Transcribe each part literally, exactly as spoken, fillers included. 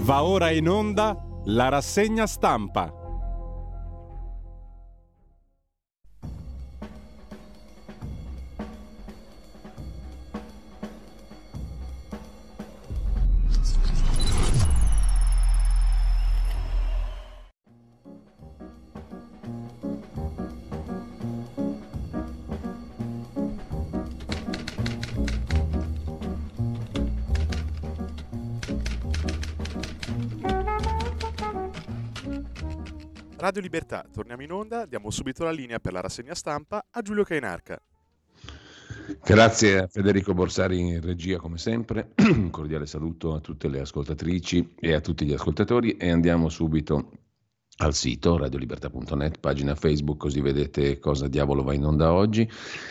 Va ora in onda la rassegna stampa. Radio Libertà, torniamo in onda, diamo subito la linea per la rassegna stampa a Giulio Cainarca. Grazie a Federico Borsari in regia come sempre, un cordiale saluto a tutte le ascoltatrici e a tutti gli ascoltatori e andiamo subito al sito radiolibertà punto net, pagina Facebook, così vedete cosa diavolo va in onda oggi.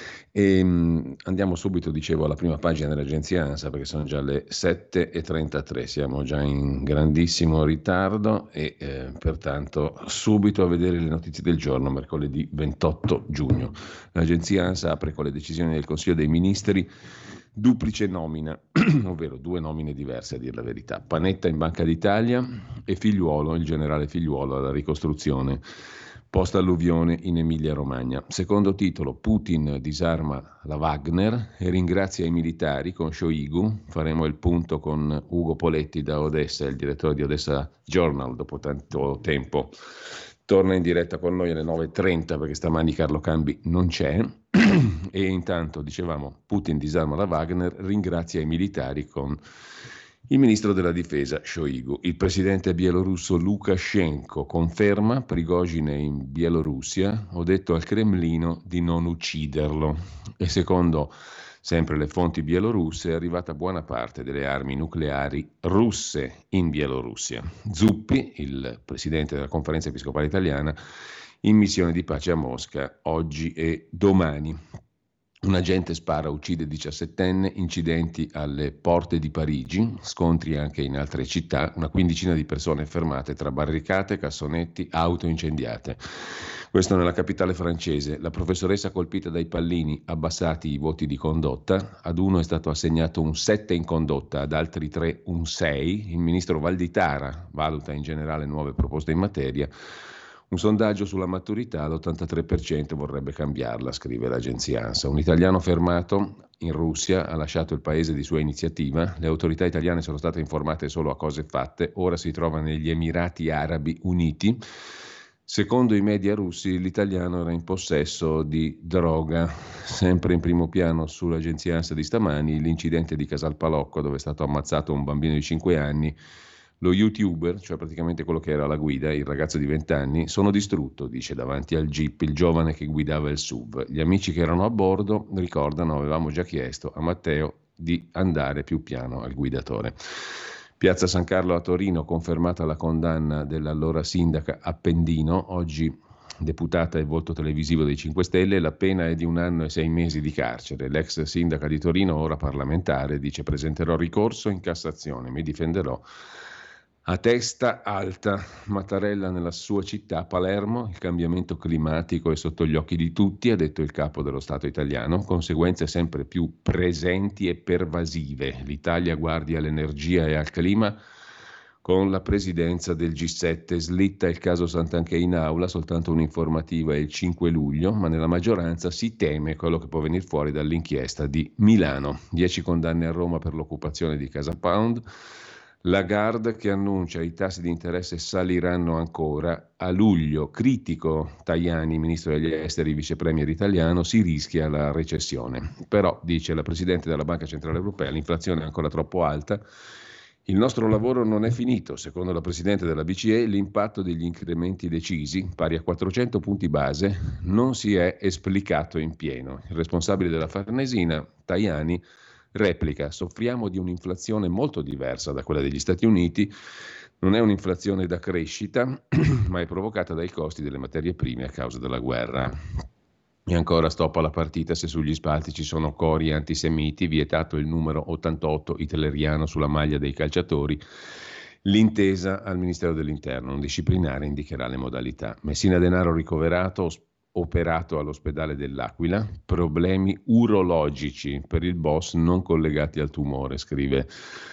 E um, andiamo subito, dicevo, alla prima pagina dell'agenzia ANSA perché sono già le sette e trentatré, siamo già in grandissimo ritardo e eh, pertanto subito a vedere le notizie del giorno, mercoledì ventotto giugno. L'agenzia ANSA apre con le decisioni del Consiglio dei Ministri, duplice nomina, ovvero due nomine diverse a dir la verità. Panetta in Banca d'Italia e Figliuolo, il generale Figliuolo alla ricostruzione post-alluvione in Emilia-Romagna. Secondo titolo, Putin disarma la Wagner e ringrazia i militari con Shoigu. Faremo il punto con Ugo Poletti da Odessa, il direttore di Odessa Journal, dopo tanto tempo. Torna in diretta con noi alle nove e trenta perché stamani Carlo Cambi non c'è. E intanto, dicevamo, Putin disarma la Wagner, ringrazia i militari con il ministro della difesa Shoigu. Il presidente bielorusso Lukashenko conferma Prigozhin in Bielorussia. Ho detto al Cremlino di non ucciderlo. E secondo sempre le fonti bielorusse è arrivata buona parte delle armi nucleari russe in Bielorussia. Zuppi, il presidente della Conferenza Episcopale Italiana, in missione di pace a Mosca oggi e domani. Un agente spara, uccide diciassettenne, incidenti alle porte di Parigi, scontri anche in altre città, una quindicina di persone fermate tra barricate, cassonetti, auto incendiate. Questo nella capitale francese. La professoressa colpita dai pallini, abbassati i voti di condotta, ad uno è stato assegnato un sette in condotta, ad altri tre un sei. Il ministro Valditara valuta in generale nuove proposte in materia. Un sondaggio sulla maturità, l'ottantatré per cento vorrebbe cambiarla, scrive l'agenzia ANSA. Un italiano fermato in Russia ha lasciato il paese di sua iniziativa. Le autorità italiane sono state informate solo a cose fatte. Ora si trova negli Emirati Arabi Uniti. Secondo i media russi, l'italiano era in possesso di droga. Sempre in primo piano sull'agenzia ANSA di stamani, l'incidente di Casalpalocco, dove è stato ammazzato un bambino di cinque anni. Lo youtuber, cioè praticamente quello che era alla guida, il ragazzo di venti anni, sono distrutto, dice davanti al jeep il giovane che guidava il S U V. Gli amici che erano a bordo ricordano, avevamo già chiesto a Matteo di andare più piano al guidatore. Piazza San Carlo a Torino, confermata la condanna dell'allora sindaca Appendino, oggi deputata e volto televisivo dei cinque Stelle, la pena è di un anno e sei mesi di carcere. L'ex sindaca di Torino, ora parlamentare, dice presenterò ricorso in Cassazione, mi difenderò a testa alta. Mattarella nella sua città, Palermo, il cambiamento climatico è sotto gli occhi di tutti, ha detto il capo dello Stato italiano, conseguenze sempre più presenti e pervasive. L'Italia guardi all'energia e al clima con la presidenza del G sette, slitta il caso Santanchè in aula, soltanto un'informativa il cinque luglio, ma nella maggioranza si teme quello che può venire fuori dall'inchiesta di Milano. Dieci condanne a Roma per l'occupazione di Casa Pound. Lagarde che annuncia i tassi di interesse saliranno ancora. A luglio, critico Tajani, ministro degli esteri, vice premier italiano, si rischia la recessione. Però, dice la Presidente della Banca Centrale Europea, l'inflazione è ancora troppo alta. Il nostro lavoro non è finito. Secondo la Presidente della B C E, l'impatto degli incrementi decisi, pari a quattrocento punti base, non si è esplicato in pieno. Il responsabile della Farnesina, Tajani, replica: soffriamo di un'inflazione molto diversa da quella degli Stati Uniti, non è un'inflazione da crescita, ma è provocata dai costi delle materie prime a causa della guerra. E ancora stop alla partita se sugli spalti ci sono cori antisemiti, vietato il numero ottantotto hitleriano sulla maglia dei calciatori. L'intesa al Ministero dell'Interno, un disciplinare indicherà le modalità. Messina Denaro ricoverato, operato all'ospedale dell'Aquila, problemi urologici per il boss non collegati al tumore, scrive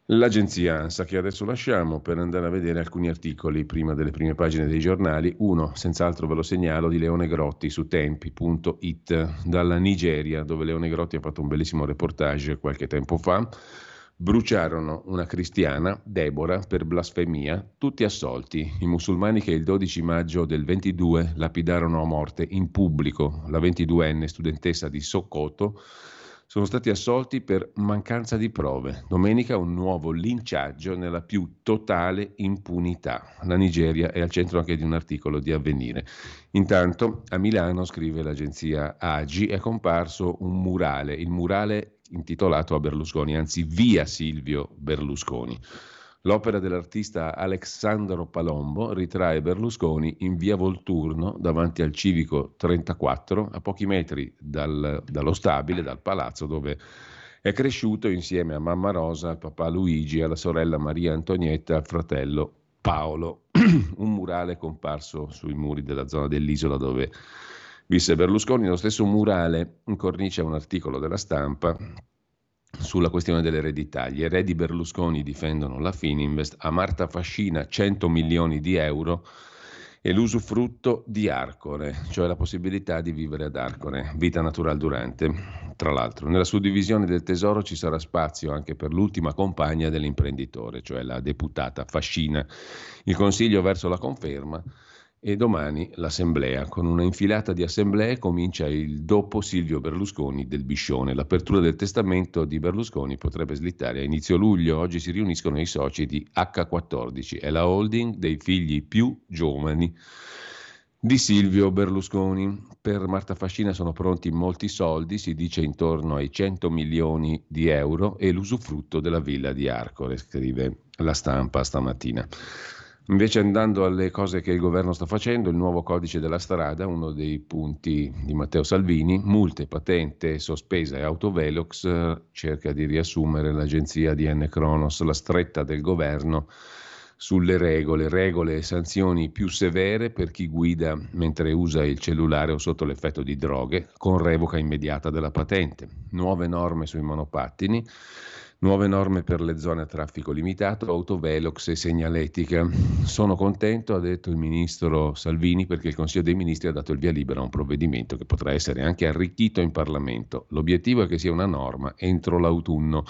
L'agenzia ANSA, che adesso lasciamo per andare a vedere alcuni articoli prima delle prime pagine dei giornali. Uno, senz'altro ve lo segnalo, di Leone Grotti su tempi punto it, dalla Nigeria, dove Leone Grotti ha fatto un bellissimo reportage qualche tempo fa. Bruciarono una cristiana, Deborah, per blasfemia, tutti assolti. I musulmani che il dodici maggio del ventidue lapidarono a morte in pubblico la ventiduenne studentessa di Sokoto sono stati assolti per mancanza di prove. Domenica un nuovo linciaggio nella più totale impunità. La Nigeria è al centro anche di un articolo di Avvenire. Intanto a Milano, scrive l'agenzia Agi, è comparso un murale, il murale intitolato a Berlusconi, anzi via Silvio Berlusconi. L'opera dell'artista Alexandro Palombo ritrae Berlusconi in via Volturno davanti al Civico trentaquattro, a pochi metri dal, dallo stabile, dal palazzo dove è cresciuto insieme a mamma Rosa, al papà Luigi, alla sorella Maria Antonietta, al fratello Paolo. Un murale comparso sui muri della zona dell'isola dove visse Berlusconi. Lo stesso murale incornicia un articolo della Stampa sulla questione dell'eredità. Gli eredi Berlusconi difendono la Fininvest, a Marta Fascina cento milioni di euro e l'usufrutto di Arcore, cioè la possibilità di vivere ad Arcore, vita natural durante. Tra l'altro, nella suddivisione del tesoro ci sarà spazio anche per l'ultima compagna dell'imprenditore, cioè la deputata Fascina. Il Consiglio verso la conferma. E domani l'assemblea. Con una infilata di assemblee comincia il dopo Silvio Berlusconi del Biscione. L'apertura del testamento di Berlusconi potrebbe slittare a inizio luglio. Oggi si riuniscono i soci di acca quattordici, è la holding dei figli più giovani di Silvio Berlusconi. Per Marta Fascina sono pronti molti soldi, si dice intorno ai cento milioni di euro, e l'usufrutto della villa di Arcore, scrive la Stampa stamattina. Invece, andando alle cose che il governo sta facendo, il nuovo codice della strada, uno dei punti di Matteo Salvini, multe, patente sospesa e autovelox, cerca di riassumere l'agenzia di N Cronos, la stretta del governo sulle regole, regole e sanzioni più severe per chi guida mentre usa il cellulare o sotto l'effetto di droghe, con revoca immediata della patente, nuove norme sui monopattini, nuove norme per le zone a traffico limitato, autovelox e segnaletica. Sono contento, ha detto il ministro Salvini, perché il Consiglio dei Ministri ha dato il via libera a un provvedimento che potrà essere anche arricchito in Parlamento. L'obiettivo è che sia una norma entro l'autunno.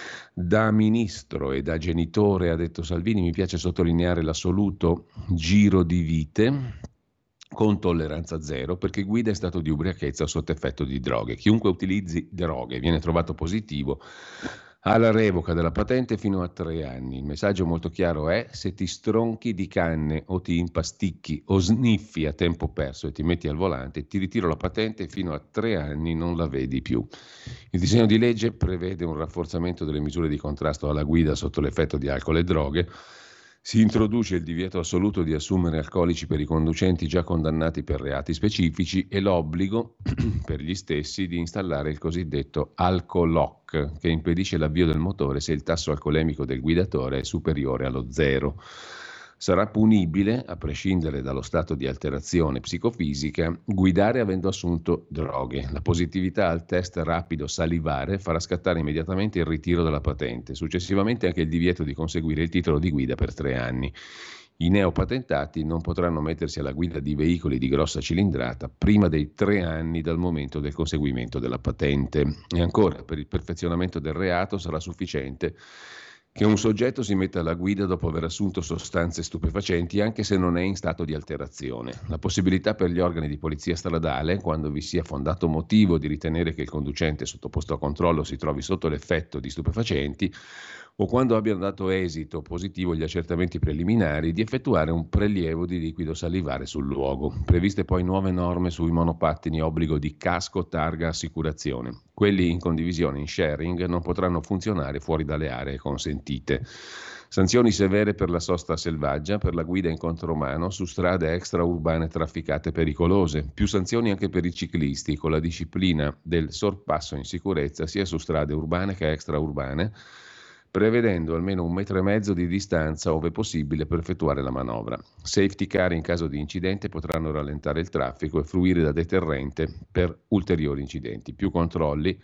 Da ministro e da genitore, ha detto Salvini, mi piace sottolineare l'assoluto giro di vite con tolleranza zero, perché guida in stato di ubriachezza o sotto effetto di droghe. Chiunque utilizzi droghe viene trovato positivo alla revoca della patente fino a tre anni. Il messaggio molto chiaro è: se ti stronchi di canne o ti impasticchi o sniffi a tempo perso e ti metti al volante, ti ritiro la patente, fino a tre anni non la vedi più. Il disegno di legge prevede un rafforzamento delle misure di contrasto alla guida sotto l'effetto di alcol e droghe. Si introduce il divieto assoluto di assumere alcolici per i conducenti già condannati per reati specifici e l'obbligo per gli stessi di installare il cosiddetto alcolock, che impedisce l'avvio del motore se il tasso alcolemico del guidatore è superiore allo zero. Sarà punibile, a prescindere dallo stato di alterazione psicofisica, guidare avendo assunto droghe. La positività al test rapido salivare farà scattare immediatamente il ritiro della patente, successivamente anche il divieto di conseguire il titolo di guida per tre anni. I neopatentati non potranno mettersi alla guida di veicoli di grossa cilindrata prima dei tre anni dal momento del conseguimento della patente. E ancora, per il perfezionamento del reato sarà sufficiente che un soggetto si metta alla guida dopo aver assunto sostanze stupefacenti, anche se non è in stato di alterazione. La possibilità per gli organi di polizia stradale, quando vi sia fondato motivo di ritenere che il conducente sottoposto a controllo si trovi sotto l'effetto di stupefacenti, o quando abbiano dato esito positivo gli accertamenti preliminari, di effettuare un prelievo di liquido salivare sul luogo. Previste poi nuove norme sui monopattini, obbligo di casco, targa, assicurazione. Quelli in condivisione, in sharing, non potranno funzionare fuori dalle aree consentite. Sanzioni severe per la sosta selvaggia, per la guida in contromano su strade extraurbane trafficate pericolose. Più sanzioni anche per i ciclisti, con la disciplina del sorpasso in sicurezza sia su strade urbane che extraurbane, prevedendo almeno un metro e mezzo di distanza ove possibile per effettuare la manovra. Safety car in caso di incidente potranno rallentare il traffico e fruire da deterrente per ulteriori incidenti. Più controlli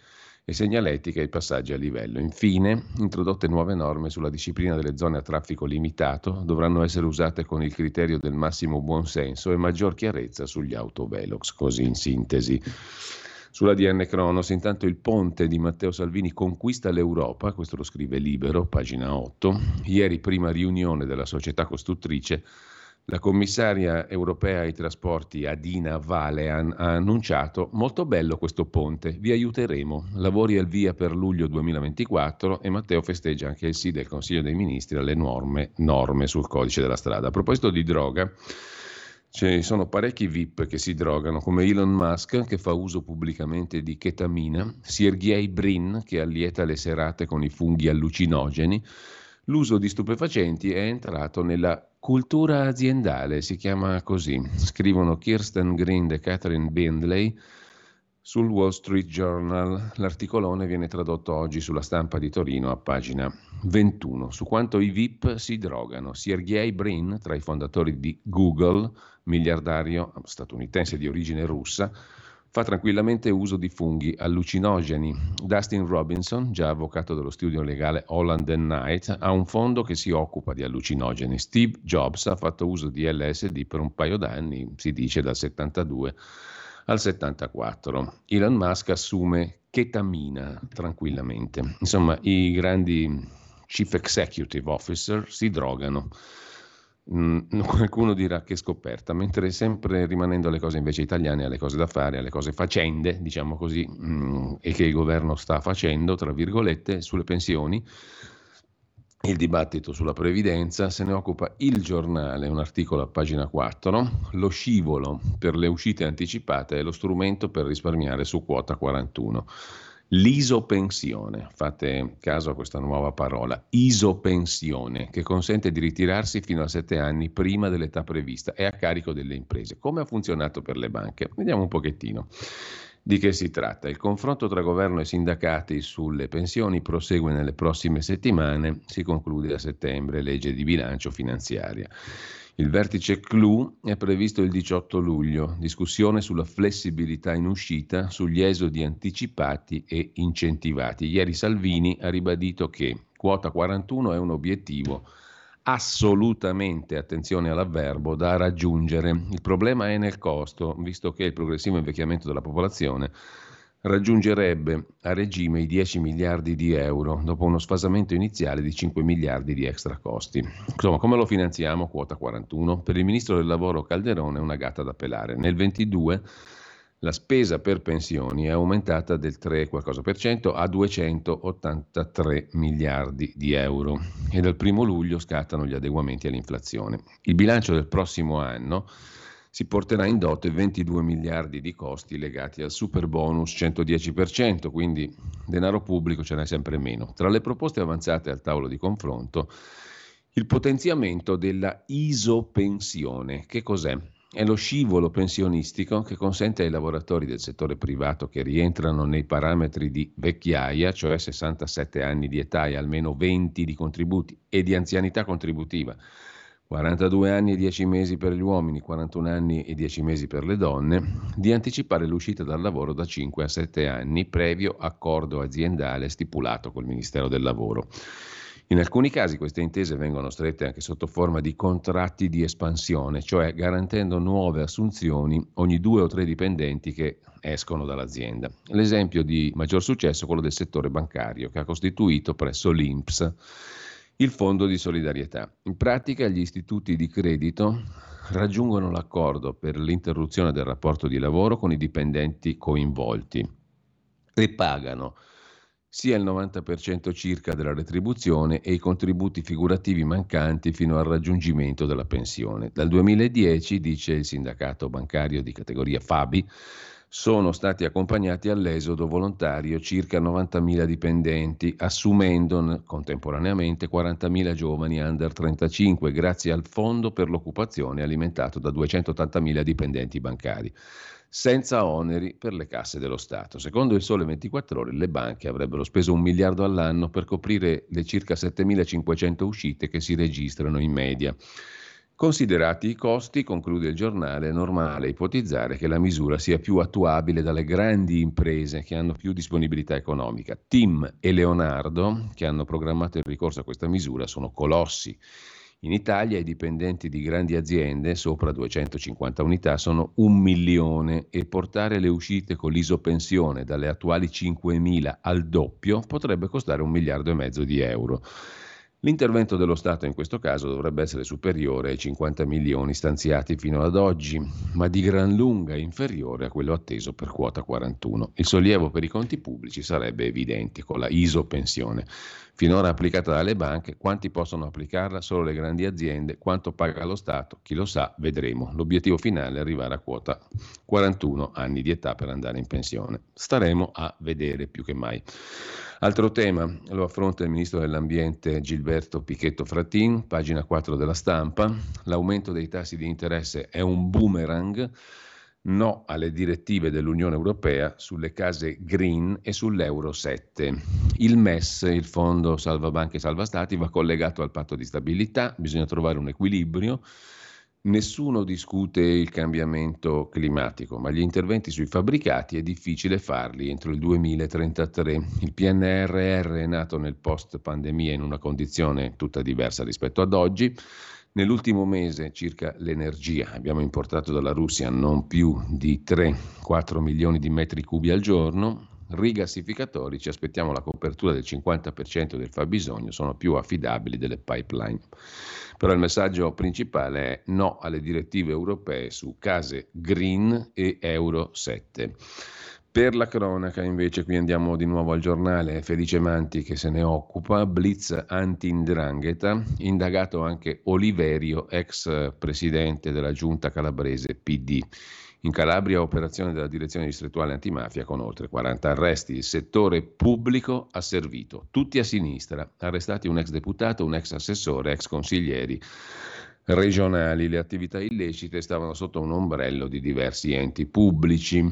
e segnaletica e i passaggi a livello. Infine, introdotte nuove norme sulla disciplina delle zone a traffico limitato, dovranno essere usate con il criterio del massimo buonsenso e maggior chiarezza sugli autovelox, così in sintesi. Sulla D N Cronos, intanto il ponte di Matteo Salvini conquista l'Europa, questo lo scrive Libero, pagina otto. Ieri prima riunione della società costruttrice. La commissaria europea ai trasporti Adina Valean ha annunciato: molto bello questo ponte, vi aiuteremo, lavori al via per luglio duemilaventiquattro, e Matteo festeggia anche il sì del Consiglio dei Ministri alle norme, norme sul codice della strada. A proposito di droga, ci sono parecchi V I P che si drogano, come Elon Musk, che fa uso pubblicamente di chetamina, Sergey Brin, che allieta le serate con i funghi allucinogeni. L'uso di stupefacenti è entrato nella cultura aziendale, si chiama così. Scrivono Kirsten Green e Catherine Bindley sul Wall Street Journal. L'articolone viene tradotto oggi sulla Stampa di Torino a pagina ventuno. Su quanto i V I P si drogano. Sergey Brin, tra i fondatori di Google, miliardario statunitense di origine russa, fa tranquillamente uso di funghi allucinogeni. Dustin Robinson, già avvocato dello studio legale Holland and Knight, ha un fondo che si occupa di allucinogeni. Steve Jobs ha fatto uso di L S D per un paio d'anni, si dice dal settantadue al settantaquattro. Elon Musk assume chetamina tranquillamente. Insomma, i grandi chief executive officer si drogano. Mm, qualcuno dirà che scoperta, mentre sempre rimanendo alle cose invece italiane, alle cose da fare, alle cose faccende, diciamo così, mm, e che il governo sta facendo, tra virgolette, sulle pensioni, il dibattito sulla previdenza, se ne occupa Il Giornale, un articolo a pagina quattro. Lo scivolo per le uscite anticipate è lo strumento per risparmiare su quota quarantuno. L'isopensione, fate caso a questa nuova parola, isopensione, che consente di ritirarsi fino a sette anni prima dell'età prevista, è a carico delle imprese. Come ha funzionato per le banche? Vediamo un pochettino di che si tratta. Il confronto tra governo e sindacati sulle pensioni prosegue nelle prossime settimane, si conclude a settembre, legge di bilancio finanziaria. Il vertice C L U è previsto il diciotto luglio, discussione sulla flessibilità in uscita, sugli esodi anticipati e incentivati. Ieri Salvini ha ribadito che quota quarantuno è un obiettivo assolutamente, attenzione all'avverbo, da raggiungere. Il problema è nel costo, visto che il progressivo invecchiamento della popolazione raggiungerebbe a regime i dieci miliardi di euro dopo uno sfasamento iniziale di cinque miliardi di extra costi. Insomma, come lo finanziamo? Quota quarantuno. Per il ministro del lavoro Calderone è una gatta da pelare. Nel ventidue la spesa per pensioni è aumentata del tre qualcosa per cento a duecentottantatré miliardi di euro e dal primo luglio scattano gli adeguamenti all'inflazione. Il bilancio del prossimo anno si porterà in dote ventidue miliardi di costi legati al super bonus centodieci per cento, quindi denaro pubblico ce n'è sempre meno. Tra le proposte avanzate al tavolo di confronto, il potenziamento della isopensione. Che cos'è? È lo scivolo pensionistico che consente ai lavoratori del settore privato che rientrano nei parametri di vecchiaia, cioè sessantasette anni di età e almeno venti di contributi, e di anzianità contributiva, quarantadue anni e dieci mesi per gli uomini, quarantuno anni e dieci mesi per le donne, di anticipare l'uscita dal lavoro da cinque a sette anni, previo accordo aziendale stipulato col Ministero del Lavoro. In alcuni casi queste intese vengono strette anche sotto forma di contratti di espansione, cioè garantendo nuove assunzioni ogni due o tre dipendenti che escono dall'azienda. L'esempio di maggior successo è quello del settore bancario, che ha costituito presso l'I N P S il Fondo di Solidarietà. In pratica gli istituti di credito raggiungono l'accordo per l'interruzione del rapporto di lavoro con i dipendenti coinvolti e pagano sia il novanta per cento circa della retribuzione e i contributi figurativi mancanti fino al raggiungimento della pensione. Dal duemiladieci, dice il sindacato bancario di categoria Fabi, sono stati accompagnati all'esodo volontario circa novantamila dipendenti, assumendo contemporaneamente quarantamila giovani under trentacinque, grazie al fondo per l'occupazione alimentato da duecentottantamila dipendenti bancari, senza oneri per le casse dello Stato. Secondo il Sole ventiquattro Ore, le banche avrebbero speso un miliardo all'anno per coprire le circa settemilacinquecento uscite che si registrano in media. Considerati i costi, conclude il giornale, è normale ipotizzare che la misura sia più attuabile dalle grandi imprese che hanno più disponibilità economica. Tim e Leonardo, che hanno programmato il ricorso a questa misura, sono colossi. In Italia i dipendenti di grandi aziende, sopra duecentocinquanta unità, sono un milione e portare le uscite con l'isopensione dalle attuali cinquemila al doppio potrebbe costare un miliardo e mezzo di euro. L'intervento dello Stato in questo caso dovrebbe essere superiore ai cinquanta milioni stanziati fino ad oggi, ma di gran lunga inferiore a quello atteso per quota quarantuno. Il sollievo per i conti pubblici sarebbe evidente con la isopensione. Finora applicata dalle banche, quanti possono applicarla? Solo le grandi aziende. Quanto paga lo Stato? Chi lo sa, vedremo. L'obiettivo finale è arrivare a quota quarantuno anni di età per andare in pensione. Staremo a vedere più che mai. Altro tema lo affronta il ministro dell'Ambiente Gilberto Pichetto Fratin, pagina quattro della Stampa. L'aumento dei tassi di interesse è un boomerang. No alle direttive dell'Unione Europea sulle case green e sull'Euro sette. Il M E S, il Fondo Salva Banche e Salva Stati, va collegato al patto di stabilità, bisogna trovare un equilibrio. Nessuno discute il cambiamento climatico, ma gli interventi sui fabbricati è difficile farli entro il duemilatrentatré. Il P N R R è nato nel post-pandemia in una condizione tutta diversa rispetto ad oggi. Nell'ultimo mese circa l'energia, abbiamo importato dalla Russia non più di tre quattro milioni di metri cubi al giorno. Rigassificatori, ci aspettiamo la copertura del cinquanta per cento del fabbisogno, sono più affidabili delle pipeline. Però il messaggio principale è no alle direttive europee su case green e Euro sette. Per la cronaca invece, qui andiamo di nuovo al giornale, Felice Manti che se ne occupa, blitz anti-'ndrangheta, indagato anche Oliverio, ex presidente della giunta calabrese P D. In Calabria operazione della direzione distrettuale antimafia con oltre quaranta arresti, il settore pubblico asservito, tutti a sinistra, arrestati un ex deputato, un ex assessore, ex consiglieri regionali, le attività illecite stavano sotto un ombrello di diversi enti pubblici.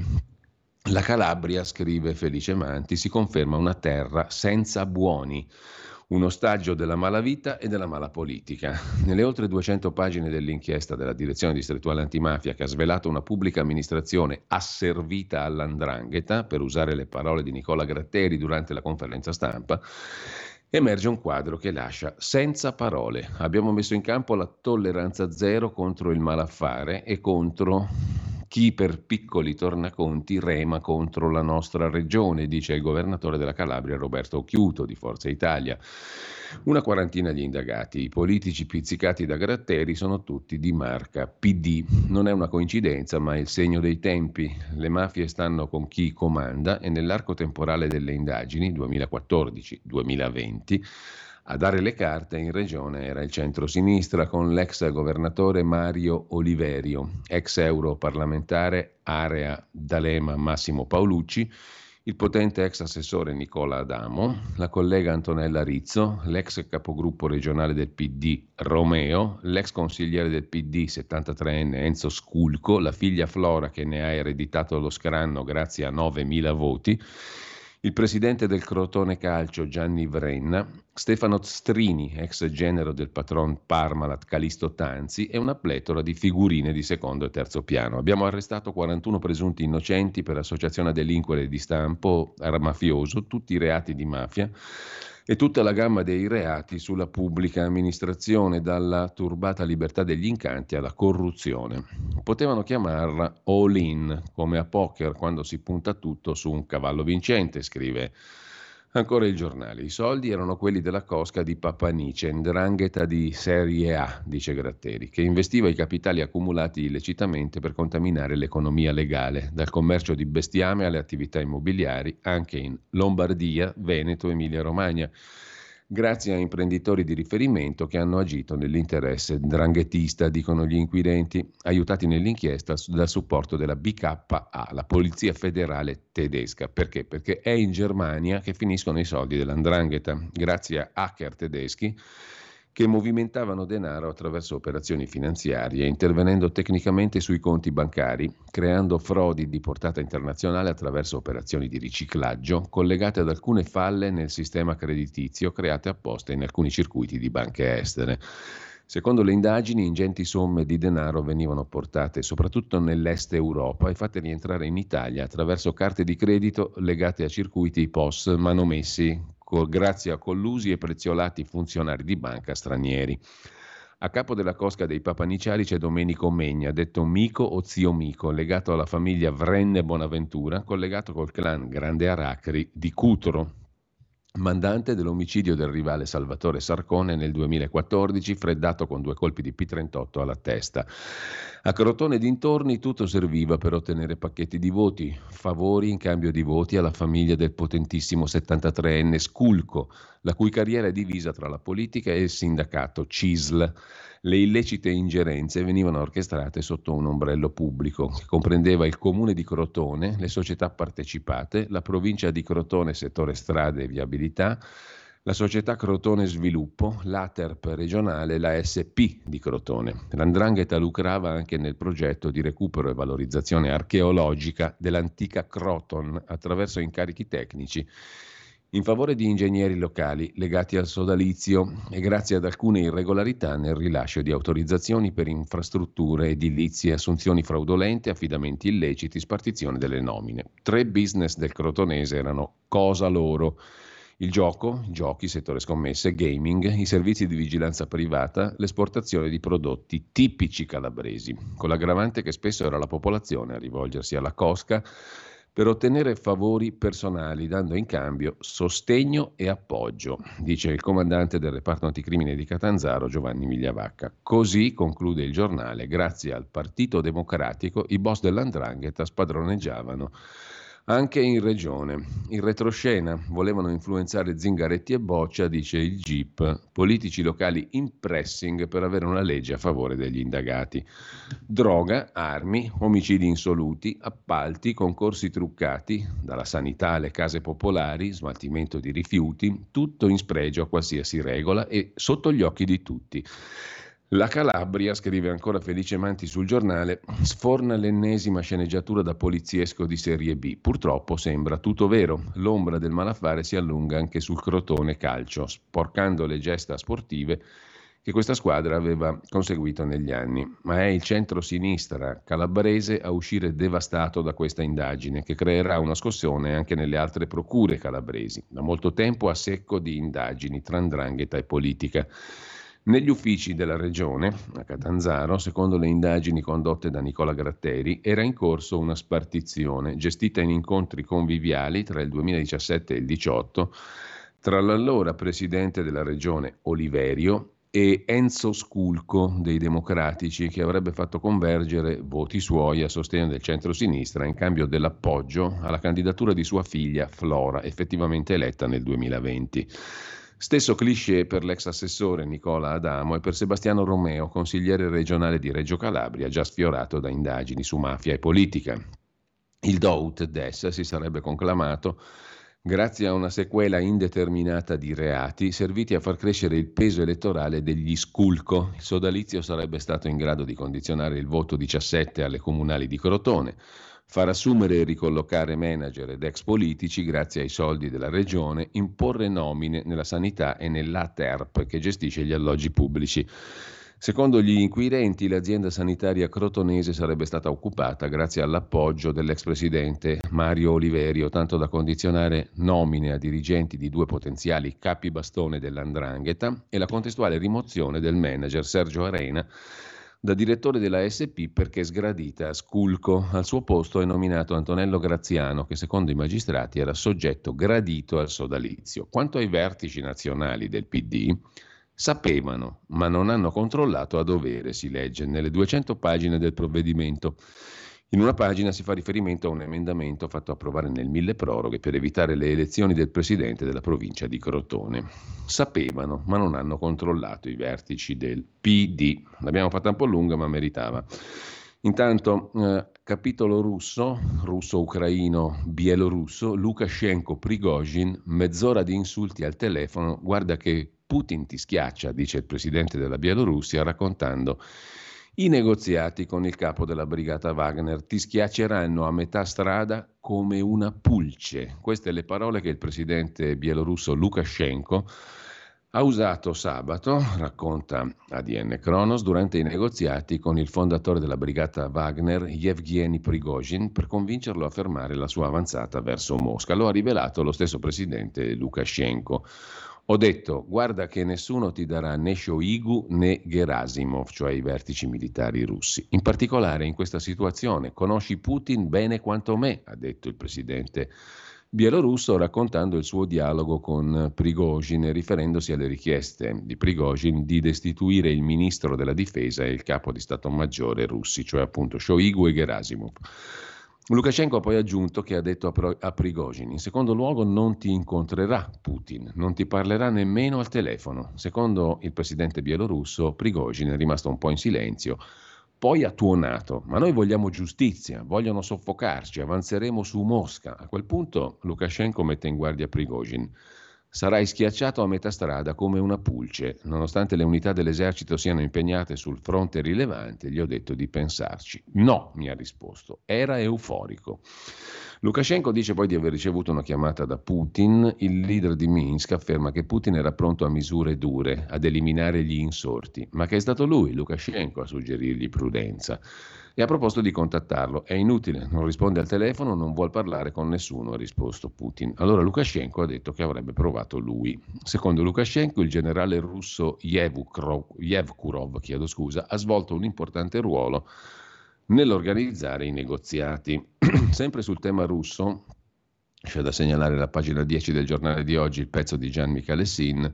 La Calabria, scrive Felice Manti, si conferma una terra senza buoni, un ostaggio della malavita e della mala politica. Nelle oltre duecento pagine dell'inchiesta della direzione distrettuale antimafia che ha svelato una pubblica amministrazione asservita all''ndrangheta, per usare le parole di Nicola Gratteri durante la conferenza stampa, emerge un quadro che lascia senza parole. Abbiamo messo in campo la tolleranza zero contro il malaffare e contro chi per piccoli tornaconti rema contro la nostra regione, dice il governatore della Calabria Roberto Occhiuto di Forza Italia. Una quarantina di indagati, i politici pizzicati da Gratteri sono tutti di marca P D. Non è una coincidenza, ma è il segno dei tempi. Le mafie stanno con chi comanda e nell'arco temporale delle indagini duemilaquattordici duemilaventi a dare le carte in regione era il centro-sinistra con l'ex governatore Mario Oliverio, ex europarlamentare area D'Alema Massimo Paolucci, il potente ex assessore Nicola Adamo, la collega Antonella Rizzo, l'ex capogruppo regionale del P D Romeo, l'ex consigliere del P D settantatreenne Enzo Sculco, la figlia Flora che ne ha ereditato lo scranno grazie a novemila voti, il presidente del Crotone Calcio Gianni Vrenna, Stefano Strini, ex genero del patron Parmalat Calisto Tanzi e una pletora di figurine di secondo e terzo piano. Abbiamo arrestato quarantuno presunti innocenti per associazione a delinquere di stampo mafioso, tutti i reati di mafia e tutta la gamma dei reati sulla pubblica amministrazione, dalla turbata libertà degli incanti alla corruzione. Potevano chiamarla all-in, come a poker quando si punta tutto su un cavallo vincente, scrive ancora il giornale. I soldi erano quelli della cosca di Papanice, 'ndrangheta di serie A, dice Gratteri, che investiva i capitali accumulati illecitamente per contaminare l'economia legale, dal commercio di bestiame alle attività immobiliari, anche in Lombardia, Veneto, Emilia-Romagna, grazie a imprenditori di riferimento che hanno agito nell'interesse 'ndranghetista, dicono gli inquirenti, aiutati nell'inchiesta dal supporto della B K A, la Polizia Federale tedesca. Perché? Perché è in Germania che finiscono i soldi della 'ndrangheta, grazie a hacker tedeschi che movimentavano denaro attraverso operazioni finanziarie, intervenendo tecnicamente sui conti bancari, creando frodi di portata internazionale attraverso operazioni di riciclaggio collegate ad alcune falle nel sistema creditizio create apposta in alcuni circuiti di banche estere. Secondo le indagini, ingenti somme di denaro venivano portate soprattutto nell'est Europa e fatte rientrare in Italia attraverso carte di credito legate a circuiti P O S manomessi, grazie a collusi e preziolati funzionari di banca stranieri. A capo della cosca dei Papaniciali c'è Domenico Megna, detto Mico o zio Mico, legato alla famiglia Vrenne Bonaventura, collegato col clan Grande Aracri di Cutro, mandante dell'omicidio del rivale Salvatore Sarcone nel duemilaquattordici, freddato con due colpi di P trentotto alla testa. A Crotone e dintorni tutto serviva per ottenere pacchetti di voti, favori in cambio di voti alla famiglia del potentissimo settantatreenne Sculco, la cui carriera è divisa tra la politica e il sindacato C I S L. Le illecite ingerenze venivano orchestrate sotto un ombrello pubblico che comprendeva il comune di Crotone, le società partecipate, la provincia di Crotone settore strade e viabilità, la società Crotone Sviluppo, l'A T E R P regionale e la S P di Crotone. L'Andrangheta lucrava anche nel progetto di recupero e valorizzazione archeologica dell'antica Croton attraverso incarichi tecnici in favore di ingegneri locali legati al sodalizio e grazie ad alcune irregolarità nel rilascio di autorizzazioni per infrastrutture edilizie, assunzioni fraudolente, affidamenti illeciti, spartizione delle nomine. Tre business del crotonese erano cosa loro: il gioco, i giochi, settore scommesse, gaming, i servizi di vigilanza privata, l'esportazione di prodotti tipici calabresi, con l'aggravante che spesso era la popolazione a rivolgersi alla cosca per ottenere favori personali, dando in cambio sostegno e appoggio, dice il comandante del reparto anticrimine di Catanzaro, Giovanni Migliavacca. Così, conclude il giornale, grazie al Partito Democratico, i boss dell'Andrangheta spadroneggiavano anche in regione. In retroscena volevano influenzare Zingaretti e Boccia, dice il G I P, politici locali in pressing per avere una legge a favore degli indagati. Droga, armi, omicidi insoluti, appalti, concorsi truccati, dalla sanità alle case popolari, smaltimento di rifiuti, tutto in spregio a qualsiasi regola e sotto gli occhi di tutti. La Calabria, scrive ancora Felice Manti sul giornale, sforna l'ennesima sceneggiatura da poliziesco di serie B. Purtroppo sembra tutto vero. L'ombra del malaffare si allunga anche sul Crotone Calcio, sporcando le gesta sportive che questa squadra aveva conseguito negli anni. Ma è il centro-sinistra calabrese a uscire devastato da questa indagine, che creerà una scossione anche nelle altre procure calabresi, da molto tempo a secco di indagini tra 'ndrangheta e politica. Negli uffici della regione, a Catanzaro, secondo le indagini condotte da Nicola Gratteri, era in corso una spartizione gestita in incontri conviviali tra il duemiladiciassette e il diciotto tra l'allora presidente della regione Oliverio e Enzo Sculco dei Democratici, che avrebbe fatto convergere voti suoi a sostegno del centro-sinistra in cambio dell'appoggio alla candidatura di sua figlia Flora, effettivamente eletta nel duemilaventi. Stesso cliché per l'ex assessore Nicola Adamo e per Sebastiano Romeo, consigliere regionale di Reggio Calabria, già sfiorato da indagini su mafia e politica. Il D O U T D E S si sarebbe conclamato grazie a una sequela indeterminata di reati serviti a far crescere il peso elettorale degli Sculco. Il sodalizio sarebbe stato in grado di condizionare il voto diciassette alle comunali di Crotone, far assumere e ricollocare manager ed ex politici grazie ai soldi della regione, imporre nomine nella sanità e nell'A T E R P che gestisce gli alloggi pubblici. Secondo gli inquirenti, l'azienda sanitaria crotonese sarebbe stata occupata grazie all'appoggio dell'ex presidente Mario Oliverio, tanto da condizionare nomine a dirigenti di due potenziali capi bastone dell'Andrangheta e la contestuale rimozione del manager Sergio Arena da direttore della S P perché sgradita a Sculco. Al suo posto è nominato Antonello Graziano, che secondo i magistrati era soggetto gradito al sodalizio. Quanto ai vertici nazionali del P D, sapevano, ma non hanno controllato a dovere, si legge nelle duecento pagine del provvedimento. In una pagina si fa riferimento a un emendamento fatto approvare nel milleproroghe per evitare le elezioni del presidente della provincia di Crotone. Sapevano, ma non hanno controllato i vertici del P D. L'abbiamo fatta un po' lunga, ma meritava. Intanto, eh, capitolo russo, russo-ucraino, bielorusso, Lukashenko, Prigozhin, mezz'ora di insulti al telefono, guarda che Putin ti schiaccia, dice il presidente della Bielorussia, raccontando i negoziati con il capo della brigata Wagner. Ti schiacceranno a metà strada come una pulce. Queste le parole che il presidente bielorusso Lukashenko Ha usato sabato, racconta A D N Kronos, durante i negoziati con il fondatore della brigata Wagner, Yevgeny Prigozhin, per convincerlo a fermare la sua avanzata verso Mosca. Lo ha rivelato lo stesso presidente Lukashenko. Ho detto, guarda che nessuno ti darà né Shoigu né Gerasimov, cioè i vertici militari russi. In particolare in questa situazione conosci Putin bene quanto me, ha detto il presidente bielorusso, raccontando il suo dialogo con Prigozhin, riferendosi alle richieste di Prigozhin di destituire il ministro della difesa e il capo di Stato Maggiore russi, cioè appunto Shoigu e Gerasimov. Lukashenko ha poi aggiunto che ha detto a, Pro- a Prigozhin: in secondo luogo non ti incontrerà Putin, non ti parlerà nemmeno al telefono. Secondo il presidente bielorusso, Prigozhin è rimasto un po' in silenzio, poi ha tuonato: ma noi vogliamo giustizia, vogliono soffocarci, avanzeremo su Mosca. A quel punto Lukashenko mette in guardia Prigozhin: sarai schiacciato a metà strada come una pulce. Nonostante le unità dell'esercito siano impegnate sul fronte rilevante, gli ho detto di pensarci. No, mi ha risposto. Era euforico. Lukashenko dice poi di aver ricevuto una chiamata da Putin. Il leader di Minsk afferma che Putin era pronto a misure dure, ad eliminare gli insorti, ma che è stato lui, Lukashenko, a suggerirgli prudenza. E ha proposto di contattarlo. È inutile, non risponde al telefono, non vuol parlare con nessuno, ha risposto Putin. Allora Lukashenko ha detto che avrebbe provato lui. Secondo Lukashenko, il generale russo Yevkurov, Yevkurov chiedo scusa, ha svolto un importante ruolo nell'organizzare i negoziati. Sempre sul tema russo, c'è da segnalare la pagina dieci del giornale di oggi, il pezzo di Gian Michalessin.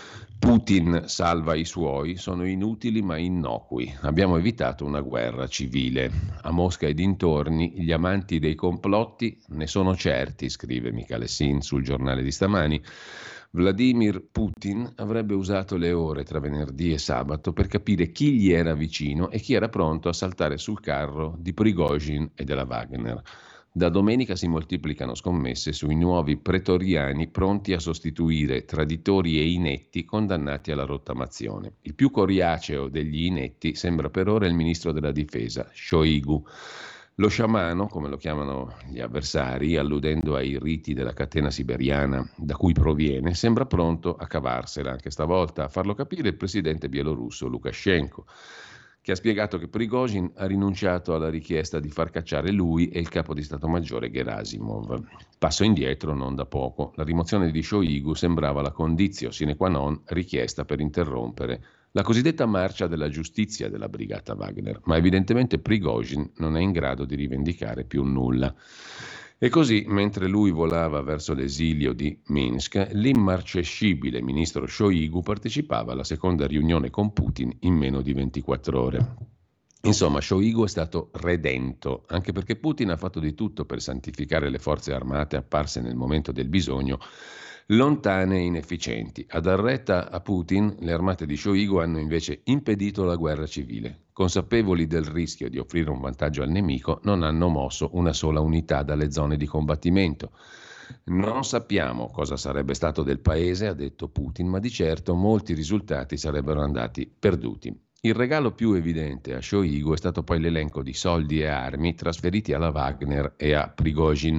Putin salva i suoi, sono inutili ma innocui. Abbiamo evitato una guerra civile. A Mosca e dintorni gli amanti dei complotti ne sono certi, scrive Michalessin sul giornale di stamani. Vladimir Putin avrebbe usato le ore tra venerdì e sabato per capire chi gli era vicino e chi era pronto a saltare sul carro di Prigozhin e della Wagner. Da domenica si moltiplicano scommesse sui nuovi pretoriani pronti a sostituire traditori e inetti condannati alla rottamazione. Il più coriaceo degli inetti sembra per ora il ministro della difesa, Shoigu. Lo sciamano, come lo chiamano gli avversari, alludendo ai riti della catena siberiana da cui proviene, sembra pronto a cavarsela anche stavolta, a farlo capire il presidente bielorusso Lukashenko, che ha spiegato che Prigozhin ha rinunciato alla richiesta di far cacciare lui e il capo di Stato Maggiore Gerasimov. Passo indietro non da poco. La rimozione di Shoigu sembrava la condizio sine qua non richiesta per interrompere la cosiddetta marcia della giustizia della brigata Wagner, ma evidentemente Prigozhin non è in grado di rivendicare più nulla. E così, mentre lui volava verso l'esilio di Minsk, l'immarcescibile ministro Shoigu partecipava alla seconda riunione con Putin in meno di ventiquattro ore. Insomma, Shoigu è stato redento, anche perché Putin ha fatto di tutto per santificare le forze armate apparse nel momento del bisogno lontane e inefficienti. A dar retta a Putin, le armate di Shoigu hanno invece impedito la guerra civile. Consapevoli del rischio di offrire un vantaggio al nemico, non hanno mosso una sola unità dalle zone di combattimento. Non sappiamo cosa sarebbe stato del paese, ha detto Putin, ma di certo molti risultati sarebbero andati perduti. Il regalo più evidente a Shoigu è stato poi l'elenco di soldi e armi trasferiti alla Wagner e a Prigozhin.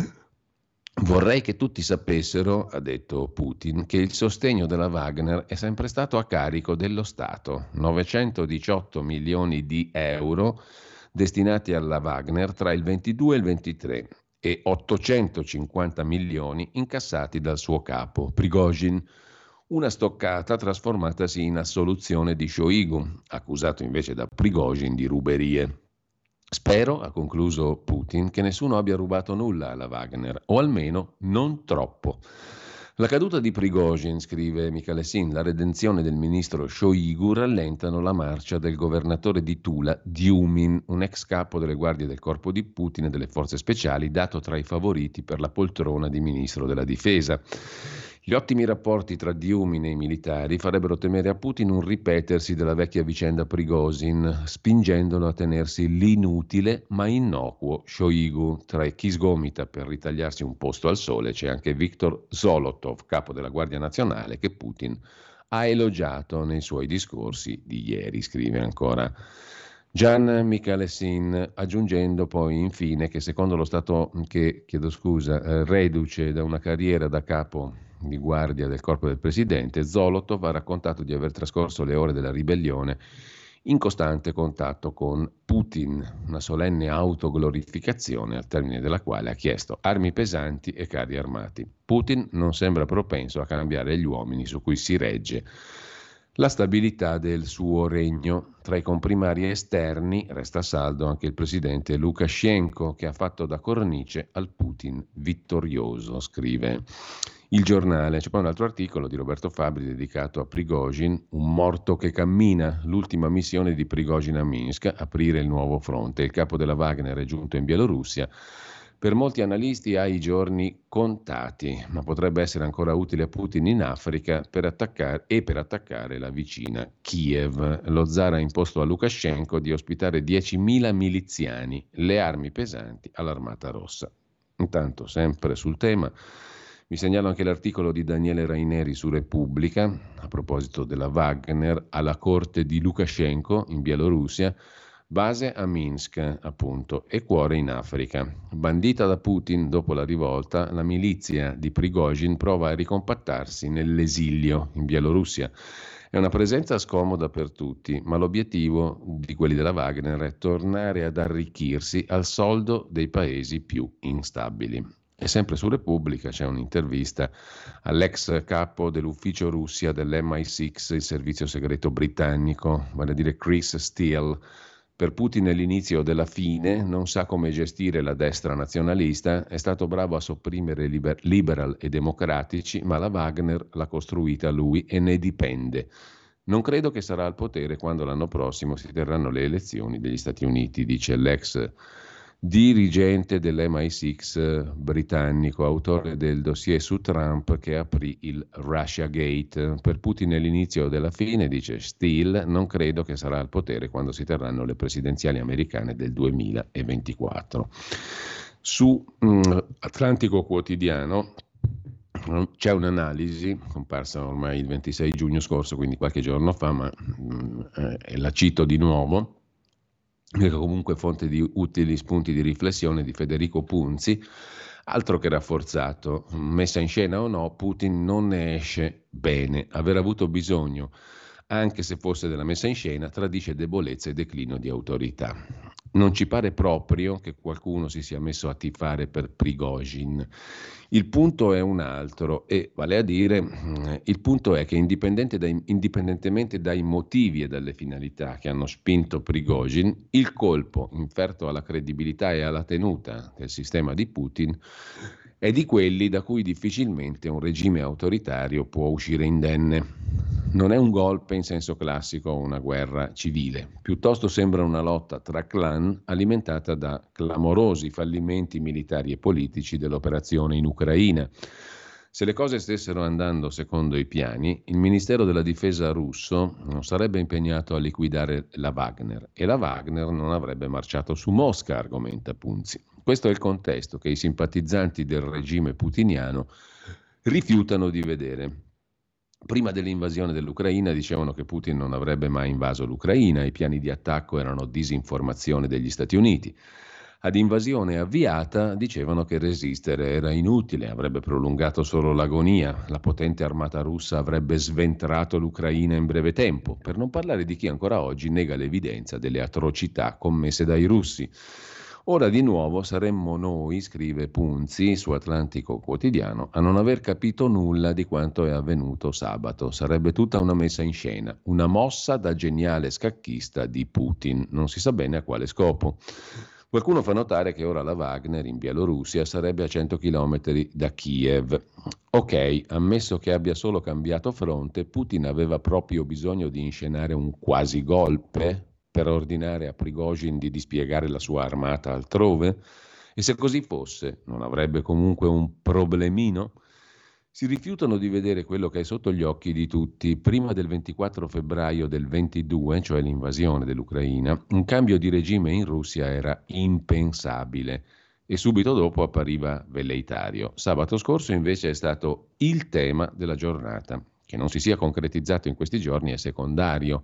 Vorrei che tutti sapessero, ha detto Putin, che il sostegno della Wagner è sempre stato a carico dello Stato. novecentodiciotto milioni di euro destinati alla Wagner tra il ventidue e il ventitré e ottocentocinquanta milioni incassati dal suo capo, Prigozhin. Una stoccata trasformatasi in assoluzione di Shoigu, accusato invece da Prigozhin di ruberie. Spero, ha concluso Putin, che nessuno abbia rubato nulla alla Wagner, o almeno non troppo. La caduta di Prigozhin, scrive Michalessin, la redenzione del ministro Shoigu rallentano la marcia del governatore di Tula, Diumin, un ex capo delle guardie del corpo di Putin e delle forze speciali, dato tra i favoriti per la poltrona di ministro della difesa. Gli ottimi rapporti tra Diumin e i militari farebbero temere a Putin un ripetersi della vecchia vicenda Prigozhin, spingendolo a tenersi l'inutile ma innocuo Shoigu. Tra chi sgomita per ritagliarsi un posto al sole c'è anche Viktor Zolotov, capo della Guardia Nazionale, che Putin ha elogiato nei suoi discorsi di ieri, scrive ancora Gian Michalessin, aggiungendo poi infine che secondo lo Stato che, chiedo scusa, eh, reduce da una carriera da capo di guardia del corpo del presidente, Zolotov ha raccontato di aver trascorso le ore della ribellione in costante contatto con Putin, una solenne autoglorificazione al termine della quale ha chiesto armi pesanti e carri armati. Putin non sembra propenso a cambiare gli uomini su cui si regge la stabilità del suo regno. Tra i comprimari esterni resta saldo anche il presidente Lukashenko, che ha fatto da cornice al Putin vittorioso, scrive il giornale. C'è poi un altro articolo di Roberto Fabbri dedicato a Prigozhin, un morto che cammina, l'ultima missione di Prigozhin a Minsk, aprire il nuovo fronte. Il capo della Wagner è giunto in Bielorussia. Per molti analisti ha i giorni contati, ma potrebbe essere ancora utile a Putin in Africa per attaccare, e per attaccare la vicina Kiev. Lo zar ha imposto a Lukashenko di ospitare diecimila miliziani, le armi pesanti all'Armata Rossa. Intanto, sempre sul tema, vi segnalo anche l'articolo di Daniele Raineri su Repubblica, a proposito della Wagner alla corte di Lukashenko in Bielorussia. Base a Minsk, appunto, e cuore in Africa. Bandita da Putin dopo la rivolta, la milizia di Prigozhin prova a ricompattarsi nell'esilio in Bielorussia. È una presenza scomoda per tutti, ma l'obiettivo di quelli della Wagner è tornare ad arricchirsi al soldo dei paesi più instabili. E sempre su Repubblica c'è un'intervista all'ex capo dell'ufficio Russia dell'M I sei, il servizio segreto britannico, vale a dire Chris Steele. Per Putin è l'inizio della fine, non sa come gestire la destra nazionalista, è stato bravo a sopprimere liber- liberal e democratici, ma la Wagner l'ha costruita lui e ne dipende. Non credo che sarà al potere quando l'anno prossimo si terranno le elezioni degli Stati Uniti, dice l'ex dirigente dell'M I sei britannico, autore del dossier su Trump che aprì il Russia Gate. Per Putin è l'inizio della fine, dice Steele, non credo che sarà al potere quando si terranno le presidenziali americane del duemilaventiquattro. Su mh, Atlantico Quotidiano c'è un'analisi comparsa ormai il ventisei giugno scorso, quindi qualche giorno fa, ma mh, eh, la cito di nuovo, che è comunque fonte di utili spunti di riflessione, di Federico Punzi. Altro che rafforzato, messa in scena o no, Putin non ne esce bene. Aver avuto bisogno, anche se fosse della messa in scena, tradisce debolezza e declino di autorità. Non ci pare proprio che qualcuno si sia messo a tifare per Prigozhin. Il punto è un altro, e vale a dire, il punto è che indipendente dai, indipendentemente dai motivi e dalle finalità che hanno spinto Prigozhin, il colpo inferto alla credibilità e alla tenuta del sistema di Putin è di quelli da cui difficilmente un regime autoritario può uscire indenne. Non è un golpe in senso classico o una guerra civile, piuttosto sembra una lotta tra clan alimentata da clamorosi fallimenti militari e politici dell'operazione in Ucraina. Se le cose stessero andando secondo i piani, il Ministero della Difesa russo non sarebbe impegnato a liquidare la Wagner e la Wagner non avrebbe marciato su Mosca, argomenta Punzi. Questo è il contesto che i simpatizzanti del regime putiniano rifiutano di vedere. Prima dell'invasione dell'Ucraina dicevano che Putin non avrebbe mai invaso l'Ucraina, i piani di attacco erano disinformazione degli Stati Uniti. Ad invasione avviata dicevano che resistere era inutile, avrebbe prolungato solo l'agonia, la potente armata russa avrebbe sventrato l'Ucraina in breve tempo, per non parlare di chi ancora oggi nega l'evidenza delle atrocità commesse dai russi. Ora di nuovo saremmo noi, scrive Punzi su Atlantico Quotidiano, a non aver capito nulla di quanto è avvenuto sabato. Sarebbe tutta una messa in scena, una mossa da geniale scacchista di Putin, non si sa bene a quale scopo. Qualcuno fa notare che ora la Wagner in Bielorussia sarebbe a cento chilometri da Kiev. Ok, ammesso che abbia solo cambiato fronte, Putin aveva proprio bisogno di inscenare un quasi golpe per ordinare a Prigozhin di dispiegare la sua armata altrove? E se così fosse, non avrebbe comunque un problemino? Si rifiutano di vedere quello che è sotto gli occhi di tutti. Prima del ventiquattro febbraio del ventidue, cioè l'invasione dell'Ucraina, un cambio di regime in Russia era impensabile e subito dopo appariva velleitario. Sabato scorso invece è stato il tema della giornata. Che non si sia concretizzato in questi giorni è secondario.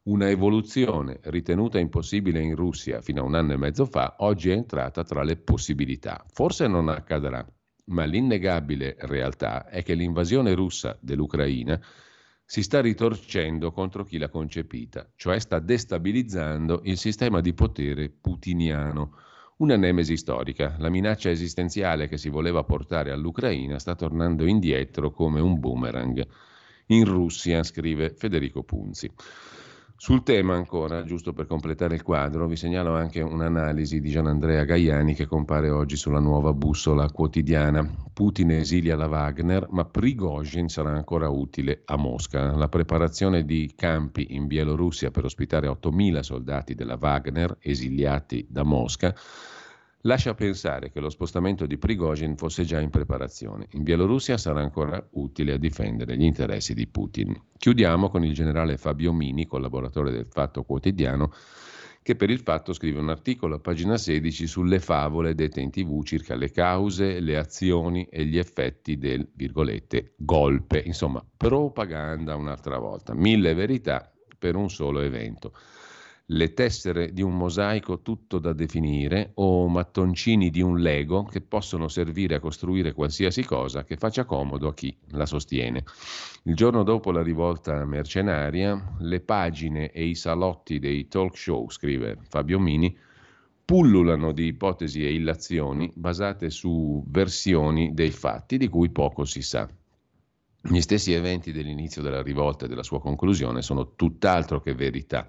Una evoluzione ritenuta impossibile in Russia fino a un anno e mezzo fa, oggi è entrata tra le possibilità. Forse non accadrà, ma l'innegabile realtà è che l'invasione russa dell'Ucraina si sta ritorcendo contro chi l'ha concepita, cioè sta destabilizzando il sistema di potere putiniano. Una nemesi storica, la minaccia esistenziale che si voleva portare all'Ucraina sta tornando indietro come un boomerang. In Russia, scrive Federico Punzi. Sul tema ancora, giusto per completare il quadro, vi segnalo anche un'analisi di Gianandrea Gaiani che compare oggi sulla Nuova Bussola Quotidiana. Putin esilia la Wagner, ma Prigozhin sarà ancora utile a Mosca. La preparazione di campi in Bielorussia per ospitare ottomila soldati della Wagner esiliati da Mosca lascia pensare che lo spostamento di Prigozhin fosse già in preparazione. In Bielorussia sarà ancora utile a difendere gli interessi di Putin. Chiudiamo con il generale Fabio Mini, collaboratore del Fatto Quotidiano, che per il Fatto scrive un articolo a pagina sedici sulle favole dette in tv circa le cause, le azioni e gli effetti del, virgolette, golpe. Insomma, propaganda un'altra volta. Mille verità per un solo evento. Le tessere di un mosaico tutto da definire o mattoncini di un Lego che possono servire a costruire qualsiasi cosa che faccia comodo a chi la sostiene. Il giorno dopo la rivolta mercenaria, le pagine e i salotti dei talk show, scrive Fabio Mini, pullulano di ipotesi e illazioni basate su versioni dei fatti di cui poco si sa. Gli stessi eventi dell'inizio della rivolta e della sua conclusione sono tutt'altro che verità.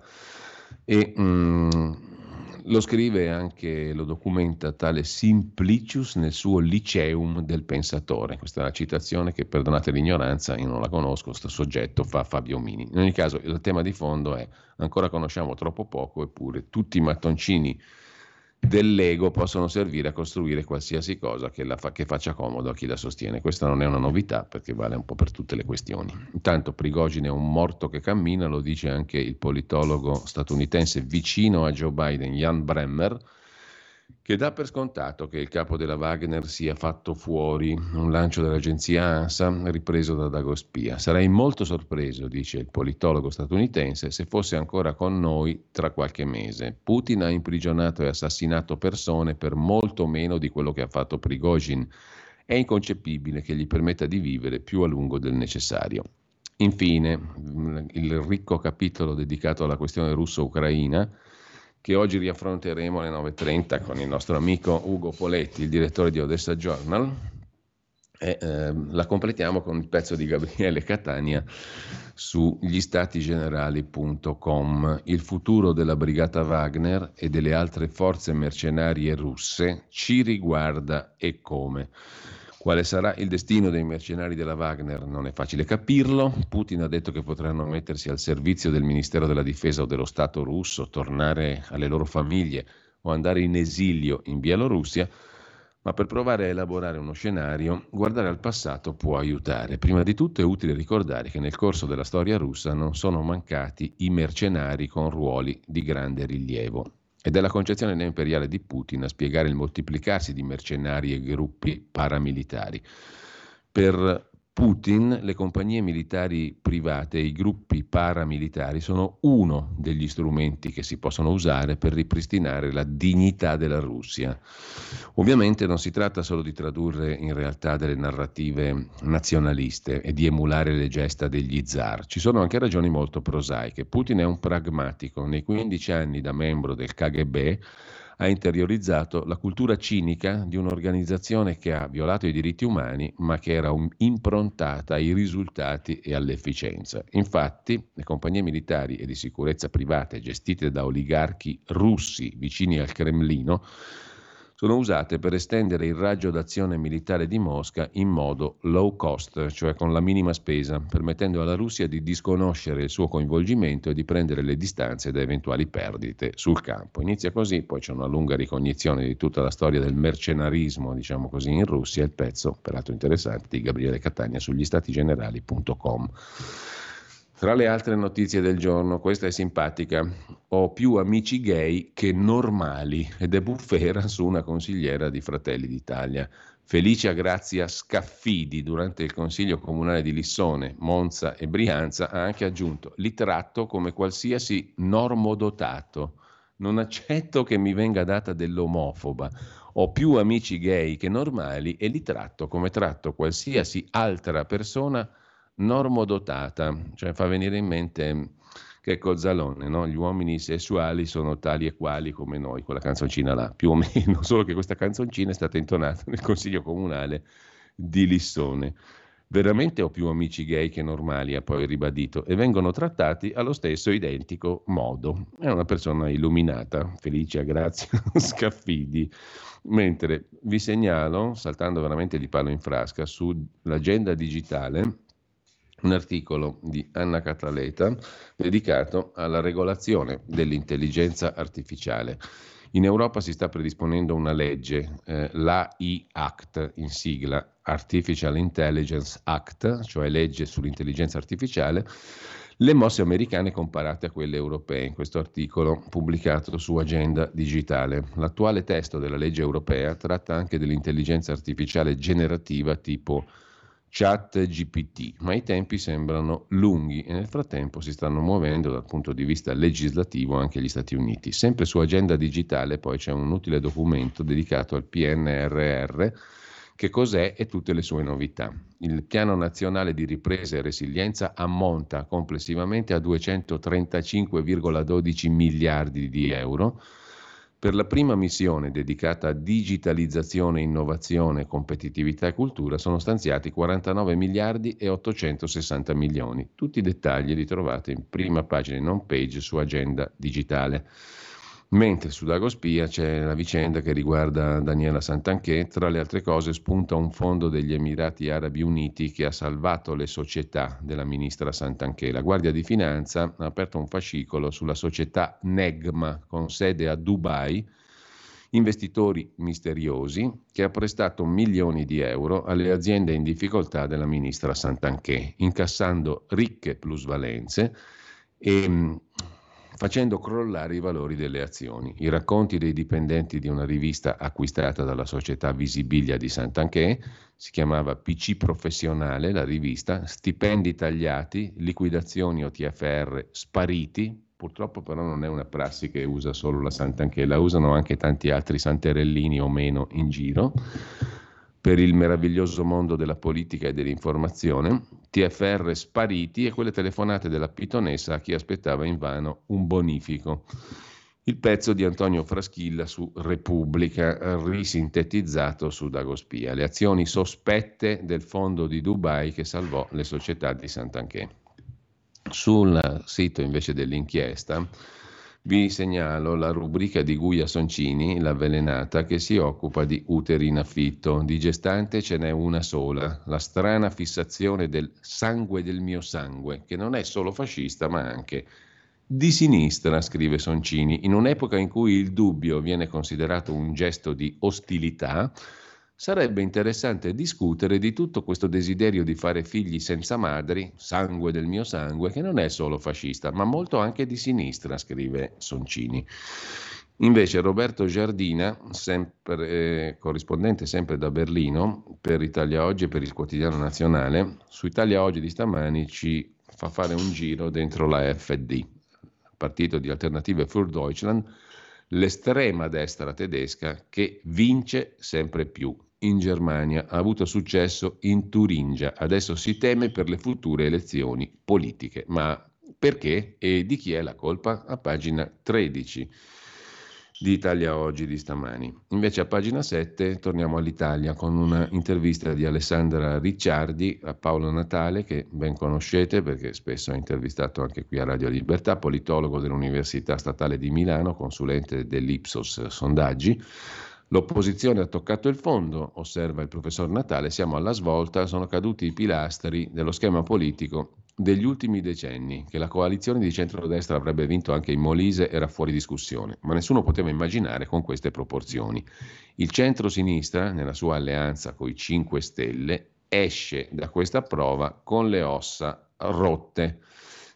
E mm, lo scrive anche, lo documenta tale Simplicius nel suo Liceum del Pensatore. Questa è una citazione che, perdonate l'ignoranza, io non la conosco, questo soggetto fa Fabio Mini. In ogni caso il tema di fondo è: ancora conosciamo troppo poco, eppure tutti i mattoncini dell'ego possono servire a costruire qualsiasi cosa che, la fa, che faccia comodo a chi la sostiene. Questa non è una novità, perché vale un po' per tutte le questioni. Intanto Prigozhin è un morto che cammina, lo dice anche il politologo statunitense vicino a Joe Biden, Jan Bremmer, che dà per scontato che il capo della Wagner sia fatto fuori, un lancio dell'agenzia ANSA ripreso da Dagospia. Sarei molto sorpreso, dice il politologo statunitense, se fosse ancora con noi tra qualche mese. Putin ha imprigionato e assassinato persone per molto meno di quello che ha fatto Prigozhin. È inconcepibile che gli permetta di vivere più a lungo del necessario. Infine, il ricco capitolo dedicato alla questione russo-ucraina, che oggi riaffronteremo alle nove e trenta con il nostro amico Ugo Poletti, il direttore di Odessa Journal, e eh, la completiamo con il pezzo di Gabriele Catania su gli stati generali punto com. Il futuro della brigata Wagner e delle altre forze mercenarie russe ci riguarda e come. Quale sarà il destino dei mercenari della Wagner non è facile capirlo. Putin ha detto che potranno mettersi al servizio del Ministero della Difesa o dello Stato russo, tornare alle loro famiglie o andare in esilio in Bielorussia, ma per provare a elaborare uno scenario, guardare al passato può aiutare. Prima di tutto è utile ricordare che nel corso della storia russa non sono mancati i mercenari con ruoli di grande rilievo. Ed è la concezione neoimperiale di Putin a spiegare il moltiplicarsi di mercenari e gruppi paramilitari. Per Putin le compagnie militari private e i gruppi paramilitari sono uno degli strumenti che si possono usare per ripristinare la dignità della Russia. Ovviamente non si tratta solo di tradurre in realtà delle narrative nazionaliste e di emulare le gesta degli zar. Ci sono anche ragioni molto prosaiche. Putin è un pragmatico. Nei quindici anni da membro del K G B ha interiorizzato la cultura cinica di un'organizzazione che ha violato i diritti umani, ma che era un, improntata ai risultati e all'efficienza. Infatti, le compagnie militari e di sicurezza private gestite da oligarchi russi vicini al Cremlino sono usate per estendere il raggio d'azione militare di Mosca in modo low cost, cioè con la minima spesa, permettendo alla Russia di disconoscere il suo coinvolgimento e di prendere le distanze da eventuali perdite sul campo. Inizia così, poi c'è una lunga ricognizione di tutta la storia del mercenarismo, diciamo così, in Russia, il pezzo, peraltro interessante, di Gabriele Catania sugli stati generali punto com. Tra le altre notizie del giorno, questa è simpatica: ho più amici gay che normali, ed è bufera su una consigliera di Fratelli d'Italia. Felicia Grazia Scaffidi, durante il Consiglio Comunale di Lissone, Monza e Brianza, ha anche aggiunto: li tratto come qualsiasi normodotato. Non accetto che mi venga data dell'omofoba. Ho più amici gay che normali e li tratto come tratto qualsiasi altra persona normodotata. Cioè fa venire in mente Checco Zalone, no? Gli uomini sessuali sono tali e quali come noi, quella canzoncina là, più o meno, solo che questa canzoncina è stata intonata nel Consiglio Comunale di Lissone. Veramente ho più amici gay che normali, ha poi ribadito, e vengono trattati allo stesso identico modo. È una persona illuminata, Felicia Grazia Scaffidi. Mentre vi segnalo, saltando veramente di palo in frasca, sull'agenda digitale, un articolo di Anna Cataleta dedicato alla regolazione dell'intelligenza artificiale. In Europa si sta predisponendo una legge, eh, l'A I Act in sigla, Artificial Intelligence Act, cioè legge sull'intelligenza artificiale, le mosse americane comparate a quelle europee, in questo articolo pubblicato su Agenda Digitale. L'attuale testo della legge europea tratta anche dell'intelligenza artificiale generativa tipo Chat G P T, ma i tempi sembrano lunghi e nel frattempo si stanno muovendo dal punto di vista legislativo anche gli Stati Uniti. Sempre su Agenda Digitale poi c'è un utile documento dedicato al P N R R, che cos'è e tutte le sue novità. Il Piano Nazionale di Ripresa e Resilienza ammonta complessivamente a duecentotrentacinque virgola dodici miliardi di euro. Per la prima missione dedicata a digitalizzazione, innovazione, competitività e cultura sono stanziati quarantanove miliardi e ottocentosessanta milioni. Tutti i dettagli li trovate in prima pagina in home page su Agenda Digitale. Mentre su Dagospia c'è la vicenda che riguarda Daniela Santanchè. Tra le altre cose spunta un fondo degli Emirati Arabi Uniti che ha salvato le società della ministra Santanchè. La Guardia di Finanza ha aperto un fascicolo sulla società Negma con sede a Dubai, investitori misteriosi, che ha prestato milioni di euro alle aziende in difficoltà della ministra Santanchè, incassando ricche plusvalenze e facendo crollare i valori delle azioni. I racconti dei dipendenti di una rivista acquistata dalla società Visibilia di Santanchè, si chiamava P C Professionale la rivista, stipendi tagliati, liquidazioni O T F R spariti. Purtroppo però non è una prassi che usa solo la Santanchè, la usano anche tanti altri santerellini o meno in giro. Per il meraviglioso mondo della politica e dell'informazione, T F R spariti e quelle telefonate della pitonessa a chi aspettava invano un bonifico. Il pezzo di Antonio Fraschilla su Repubblica, risintetizzato su Dagospia. Le azioni sospette del fondo di Dubai che salvò le società di Santanchè. Sul sito invece dell'inchiesta vi segnalo la rubrica di Guia Soncini, l'avvelenata, che si occupa di uteri in affitto. Di gestante ce n'è una sola, la strana fissazione del sangue del mio sangue, che non è solo fascista ma anche di sinistra, scrive Soncini. In un'epoca in cui il dubbio viene considerato un gesto di ostilità, sarebbe interessante discutere di tutto questo desiderio di fare figli senza madri, sangue del mio sangue, che non è solo fascista, ma molto anche di sinistra, scrive Soncini. Invece Roberto Giardina, sempre, eh, corrispondente sempre da Berlino, per Italia Oggi e per il Quotidiano Nazionale, su Italia Oggi di stamani ci fa fare un giro dentro la F D, Partito di Alternative für Deutschland, l'estrema destra tedesca che vince sempre più. In Germania ha avuto successo in Turingia, adesso si teme per le future elezioni politiche. Ma perché e di chi è la colpa? A pagina tredici di Italia Oggi di stamani. Invece a pagina sette torniamo all'Italia con una intervista di Alessandra Ricciardi a Paolo Natale, che ben conoscete perché spesso ha intervistato anche qui a Radio Libertà, politologo dell'Università Statale di Milano, consulente dell'Ipsos Sondaggi. L'opposizione ha toccato il fondo, osserva il professor Natale, siamo alla svolta, sono caduti i pilastri dello schema politico degli ultimi decenni. Che la coalizione di centrodestra avrebbe vinto anche in Molise era fuori discussione, ma nessuno poteva immaginare con queste proporzioni. Il centro-sinistra, nella sua alleanza coi cinque Stelle, esce da questa prova con le ossa rotte.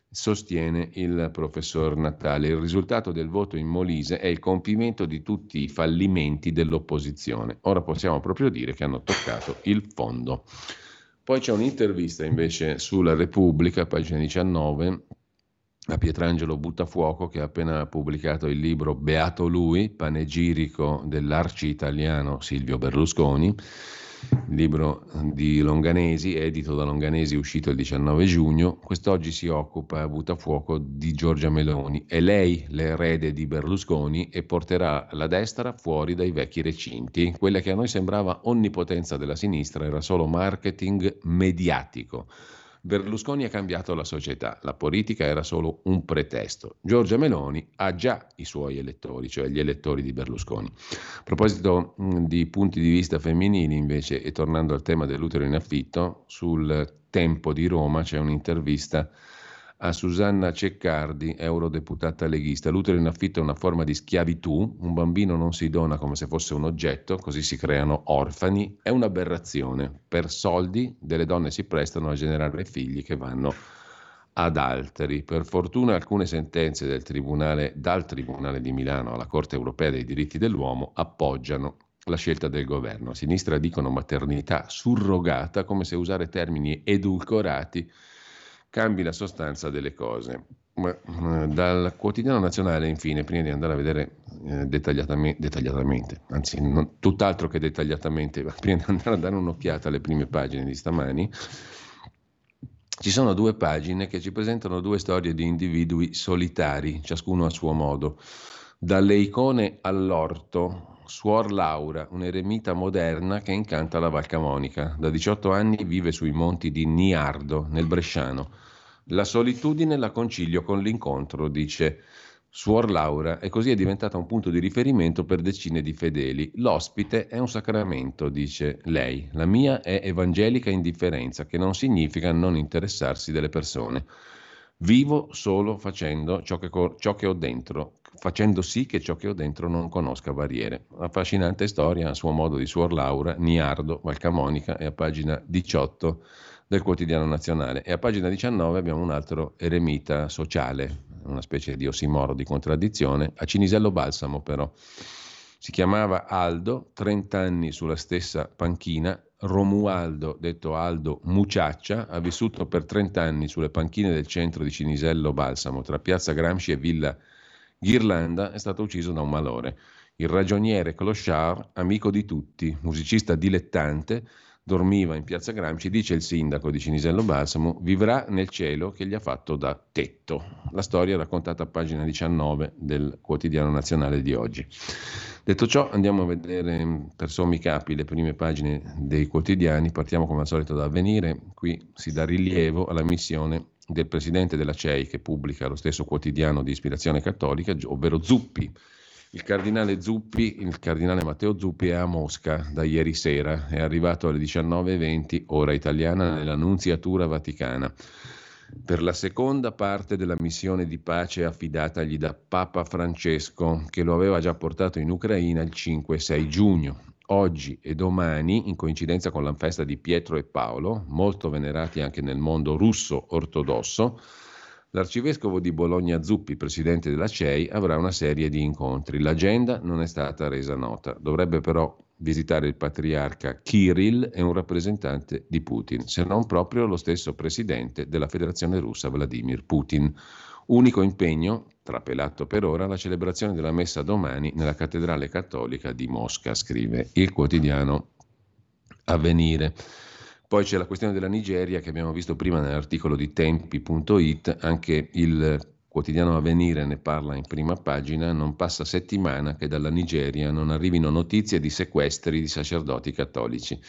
sostiene il professor Natale. Il risultato del voto in Molise è il compimento di tutti i fallimenti dell'opposizione. Ora possiamo proprio dire che hanno toccato il fondo. Poi c'è un'intervista invece sulla Repubblica, pagina diciannove, a Pietrangelo Buttafuoco, che ha appena pubblicato il libro Beato lui, panegirico dell'arci italiano Silvio Berlusconi, libro di Longanesi, edito da Longanesi, uscito il diciannove giugno. Quest'oggi si occupa a Buttafuoco di Giorgia Meloni. È lei l'erede di Berlusconi e porterà la destra fuori dai vecchi recinti. Quella che a noi sembrava onnipotenza della sinistra era solo marketing mediatico. Berlusconi ha cambiato la società, la politica era solo un pretesto. Giorgia Meloni ha già i suoi elettori, cioè gli elettori di Berlusconi. A proposito mh, di punti di vista femminili invece, e tornando al tema dell'utero in affitto, sul Tempo di Roma c'è un'intervista a Susanna Ceccardi, eurodeputata leghista. L'utero in affitto è una forma di schiavitù, un bambino non si dona come se fosse un oggetto, così si creano orfani, è un'aberrazione. Per soldi delle donne si prestano a generare figli che vanno ad altri. Per fortuna alcune sentenze del tribunale, dal Tribunale di Milano alla Corte Europea dei diritti dell'uomo appoggiano la scelta del governo. A sinistra dicono maternità surrogata, come se usare termini edulcorati cambi la sostanza delle cose. Ma, eh, dal Quotidiano Nazionale, infine, prima di andare a vedere eh, dettagliatamente, dettagliatamente, anzi non, tutt'altro che dettagliatamente, ma prima di andare a dare un'occhiata alle prime pagine di stamani, ci sono due pagine che ci presentano due storie di individui solitari, ciascuno a suo modo. Dalle icone all'orto, Suor Laura, un'eremita moderna che incanta la Val Camonica. Da diciotto anni vive sui monti di Niardo, nel Bresciano. La solitudine la concilio con l'incontro, dice Suor Laura, e così è diventata un punto di riferimento per decine di fedeli. L'ospite è un sacramento, dice lei. La mia è evangelica indifferenza, che non significa non interessarsi delle persone. Vivo solo facendo ciò che, ciò che ho dentro, facendo sì che ciò che ho dentro non conosca barriere. Affascinante storia a suo modo di Suor Laura, Niardo, Val Camonica, è a pagina diciotto del Quotidiano Nazionale. E a pagina diciannove abbiamo un altro eremita sociale, una specie di ossimoro, di contraddizione, a Cinisello Balsamo però. Si chiamava Aldo, trenta anni sulla stessa panchina. Romualdo, detto Aldo Muciaccia, ha vissuto per trenta anni sulle panchine del centro di Cinisello Balsamo, tra Piazza Gramsci e Villa Ghirlanda. È stato ucciso da un malore. Il ragioniere clochard, amico di tutti, musicista dilettante, dormiva in Piazza Gramsci, dice il sindaco di Cinisello Balsamo, vivrà nel cielo che gli ha fatto da tetto. La storia è raccontata a pagina diciannove del Quotidiano Nazionale di oggi. Detto ciò, andiamo a vedere per sommi capi le prime pagine dei quotidiani. Partiamo come al solito da Avvenire. Qui si dà rilievo alla missione del presidente della C E I, che pubblica lo stesso quotidiano di ispirazione cattolica, ovvero Zuppi. Il cardinale Zuppi, il cardinale Matteo Zuppi è a Mosca da ieri sera, è arrivato alle diciannove e venti ora italiana nella Nunziatura Vaticana per la seconda parte della missione di pace affidatagli da Papa Francesco, che lo aveva già portato in Ucraina il cinque e sei giugno. Oggi e domani, in coincidenza con la festa di Pietro e Paolo, molto venerati anche nel mondo russo ortodosso, l'arcivescovo di Bologna Zuppi, presidente della C E I, avrà una serie di incontri. L'agenda non è stata resa nota. Dovrebbe però visitare il patriarca Kirill e un rappresentante di Putin, se non proprio lo stesso presidente della Federazione Russa, Vladimir Putin. Unico impegno, trapelato per ora, la celebrazione della messa domani nella cattedrale cattolica di Mosca, scrive il quotidiano Avvenire. Poi c'è la questione della Nigeria che abbiamo visto prima nell'articolo di tempi punto it, anche il quotidiano Avvenire ne parla in prima pagina. Non passa settimana che dalla Nigeria non arrivino notizie di sequestri di sacerdoti cattolici.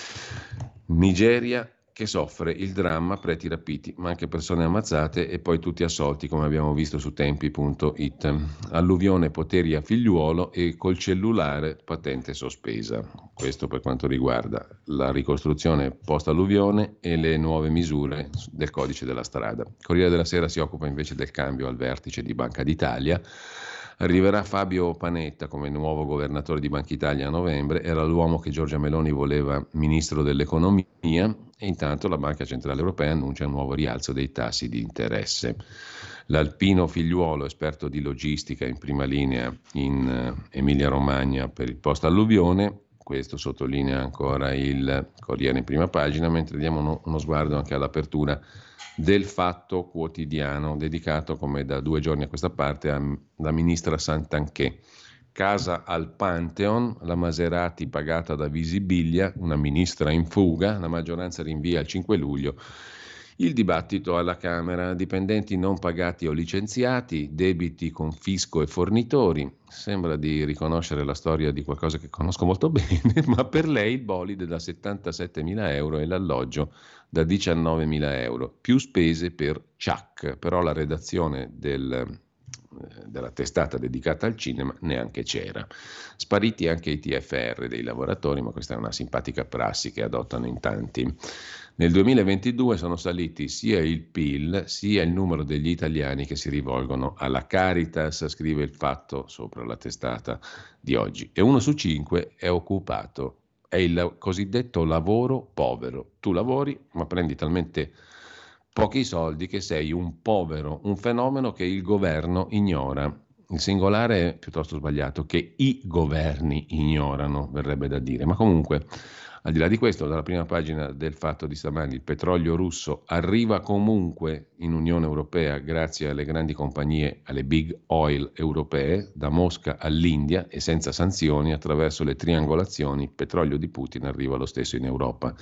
Nigeria che soffre il dramma, preti rapiti, ma anche persone ammazzate e poi tutti assolti, come abbiamo visto su tempi punto it. Alluvione, poteri a figliuolo e col cellulare patente sospesa. Questo per quanto riguarda la ricostruzione post-alluvione e le nuove misure del codice della strada. Corriere della Sera si occupa invece del cambio al vertice di Banca d'Italia. Arriverà Fabio Panetta come nuovo governatore di Banca Italia a novembre, era l'uomo che Giorgia Meloni voleva ministro dell'economia e intanto la Banca Centrale Europea annuncia un nuovo rialzo dei tassi di interesse. L'Alpino Figliuolo, esperto di logistica in prima linea in Emilia-Romagna per il post-alluvione, questo sottolinea ancora il Corriere in prima pagina, mentre diamo uno, uno sguardo anche all'apertura del Fatto Quotidiano, dedicato come da due giorni a questa parte alla ministra Santanchè. Casa al Pantheon, la Maserati pagata da Visibilia, una ministra in fuga, la maggioranza rinvia al cinque luglio il dibattito alla Camera, dipendenti non pagati o licenziati, debiti con fisco e fornitori. Sembra di riconoscere la storia di qualcosa che conosco molto bene, ma per lei il bolide da settantasettemila euro e l'alloggio da diciannovemila euro, più spese per C A C, però la redazione del, della testata dedicata al cinema neanche c'era. Spariti anche i T F R dei lavoratori, ma questa è una simpatica prassi che adottano in tanti. Nel duemilaventidue sono saliti sia il P I L sia il numero degli italiani che si rivolgono alla Caritas, scrive il Fatto sopra la testata di oggi, e uno su cinque è occupato. È il cosiddetto lavoro povero. Tu lavori ma prendi talmente pochi soldi che sei un povero, un fenomeno che il governo ignora. Il singolare è piuttosto sbagliato, che i governi ignorano, verrebbe da dire, ma comunque... Al di là di questo, dalla prima pagina del Fatto di stamani, il petrolio russo arriva comunque in Unione Europea grazie alle grandi compagnie, alle big oil europee, da Mosca all'India, e senza sanzioni, attraverso le triangolazioni, il petrolio di Putin arriva lo stesso in Europa.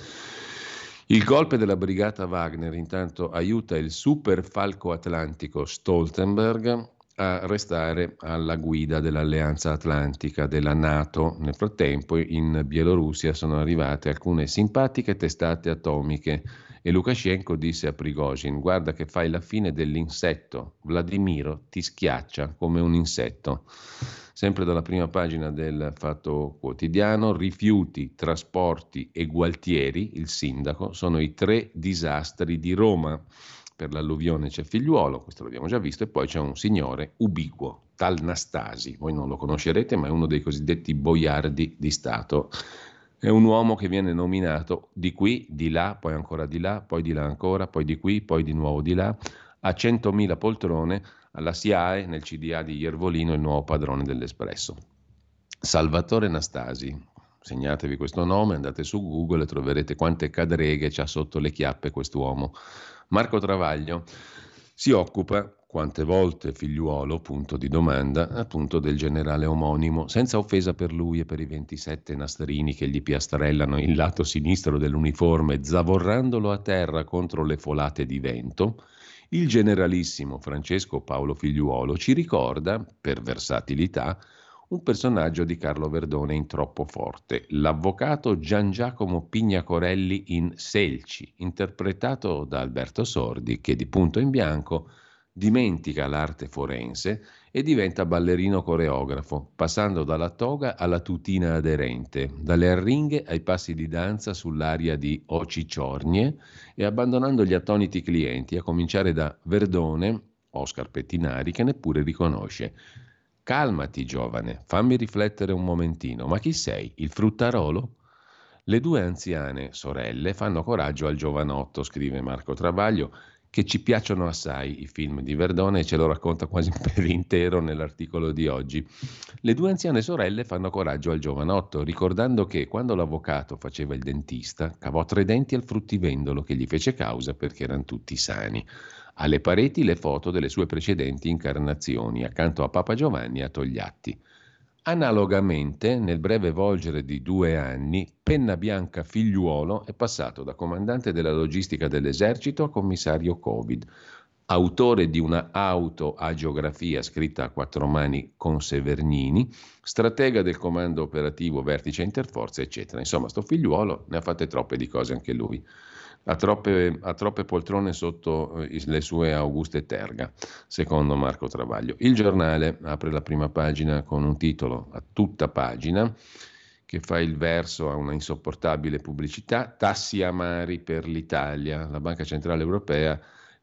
Il golpe della brigata Wagner intanto aiuta il super falco atlantico Stoltenberg a restare alla guida dell'Alleanza Atlantica della NATO. Nel frattempo in Bielorussia sono arrivate alcune simpatiche testate atomiche e Lukashenko disse a Prigozhin: guarda che fai la fine dell'insetto, Vladimiro ti schiaccia come un insetto. Sempre dalla prima pagina del Fatto Quotidiano, rifiuti, trasporti e Gualtieri, il sindaco, sono i tre disastri di Roma. Per l'alluvione c'è Figliuolo, questo l'abbiamo già visto, e poi c'è un signore ubiquo, tal Nastasi. Voi non lo conoscerete, ma è uno dei cosiddetti boiardi di Stato. È un uomo che viene nominato di qui, di là, poi ancora di là, poi di là ancora, poi di qui, poi di nuovo di là, a centomila poltrone alla S I A E, nel C D A di Iervolino, il nuovo padrone dell'Espresso. Salvatore Nastasi. Segnatevi questo nome, andate su Google e troverete quante cadreghe c'ha sotto le chiappe quest'uomo. Marco Travaglio si occupa, quante volte Figliuolo, punto di domanda, appunto del generale omonimo, senza offesa per lui e per i ventisette nastrini che gli piastrellano il lato sinistro dell'uniforme, zavorrandolo a terra contro le folate di vento. Il generalissimo Francesco Paolo Figliuolo ci ricorda, per versatilità, un personaggio di Carlo Verdone in Troppo forte, l'avvocato Gian Giacomo Pignacorelli in Selci, interpretato da Alberto Sordi, che di punto in bianco dimentica l'arte forense e diventa ballerino coreografo, passando dalla toga alla tutina aderente, dalle arringhe ai passi di danza sull'aria di O Cicciornie e abbandonando gli attoniti clienti, a cominciare da Verdone, Oscar Pettinari, che neppure riconosce. Calmati, giovane, fammi riflettere un momentino. Ma chi sei? Il fruttarolo? Le due anziane sorelle fanno coraggio al giovanotto, scrive Marco Travaglio, che ci piacciono assai i film di Verdone e ce lo racconta quasi per intero nell'articolo di oggi. Le due anziane sorelle fanno coraggio al giovanotto, ricordando che quando l'avvocato faceva il dentista, cavò tre denti al fruttivendolo che gli fece causa perché erano tutti sani. Alle pareti le foto delle sue precedenti incarnazioni, accanto a Papa Giovanni e a Togliatti. Analogamente, nel breve volgere di due anni, Penna Bianca Figliuolo è passato da comandante della logistica dell'esercito a commissario Covid, autore di una autoagiografia scritta a quattro mani con Severnini, stratega del comando operativo Vertice Interforze, eccetera. Insomma, sto Figliuolo ne ha fatte troppe di cose anche lui. Ha troppe, ha troppe poltrone sotto eh, le sue auguste terga, secondo Marco Travaglio. Il Giornale apre la prima pagina con un titolo a tutta pagina che fa il verso a una insopportabile pubblicità: tassi amari per l'Italia. La Banca Centrale Europea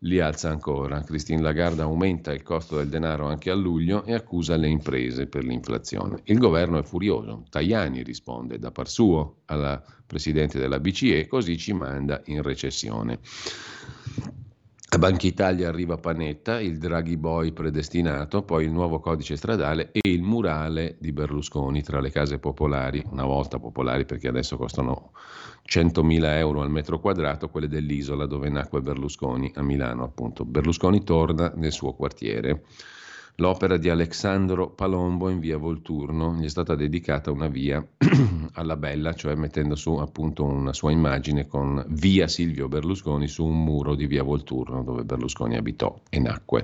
li alza ancora. Christine Lagarde aumenta il costo del denaro anche a luglio e accusa le imprese per l'inflazione. Il governo è furioso. Tajani risponde da par suo alla presidente della B C E, così ci manda in recessione. A Banca Italia arriva Panetta, il Draghi Boy predestinato, poi il nuovo codice stradale e il murale di Berlusconi tra le case popolari, una volta popolari perché adesso costano centomila euro al metro quadrato, quelle dell'Isola dove nacque Berlusconi, a Milano appunto. Berlusconi torna nel suo quartiere. L'opera di Alexandro Palombo in via Volturno, gli è stata dedicata una via alla Bella, cioè mettendo su appunto una sua immagine con via Silvio Berlusconi su un muro di via Volturno dove Berlusconi abitò e nacque.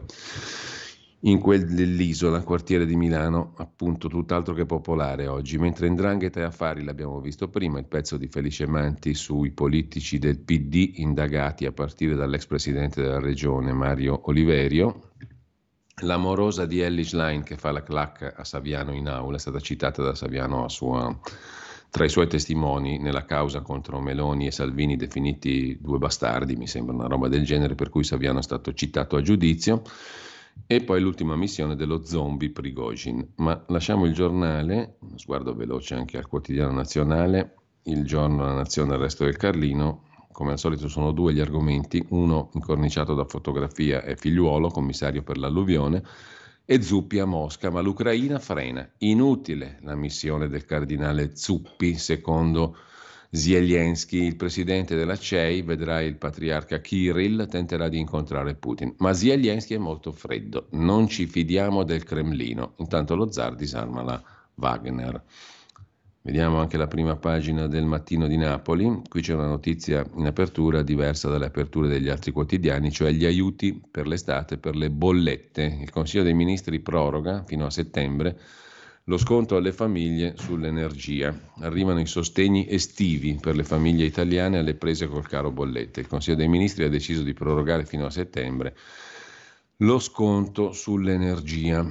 In quel dell'Isola, quartiere di Milano, appunto tutt'altro che popolare oggi, mentre in 'ndrangheta e affari, l'abbiamo visto prima, il pezzo di Felice Manti sui politici del P D indagati a partire dall'ex presidente della regione Mario Oliverio. L'amorosa di Elly Schlein che fa la clac a Saviano in aula, è stata citata da Saviano a sua, tra i suoi testimoni nella causa contro Meloni e Salvini, definiti due bastardi, mi sembra una roba del genere, per cui Saviano è stato citato a giudizio. E poi l'ultima missione dello zombie Prigozhin. Ma lasciamo il giornale, uno sguardo veloce anche al quotidiano nazionale, il giorno, la Nazione, il resto del Carlino. Come al solito sono due gli argomenti, uno incorniciato da fotografia è Figliuolo, commissario per l'alluvione, e Zuppi a Mosca, ma l'Ucraina frena. Inutile la missione del cardinale Zuppi, secondo Zelensky, il presidente della C E I, vedrà il patriarca Kirill, tenterà di incontrare Putin. Ma Zelensky è molto freddo, non ci fidiamo del Cremlino. Intanto lo zar disarma la Wagner. Vediamo anche la prima pagina del Mattino di Napoli. Qui c'è una notizia in apertura diversa dalle aperture degli altri quotidiani, cioè gli aiuti per l'estate, per le bollette. Il Consiglio dei Ministri proroga fino a settembre lo sconto alle famiglie sull'energia. Arrivano i sostegni estivi per le famiglie italiane alle prese col caro bollette. Il Consiglio dei Ministri ha deciso di prorogare fino a settembre lo sconto sull'energia.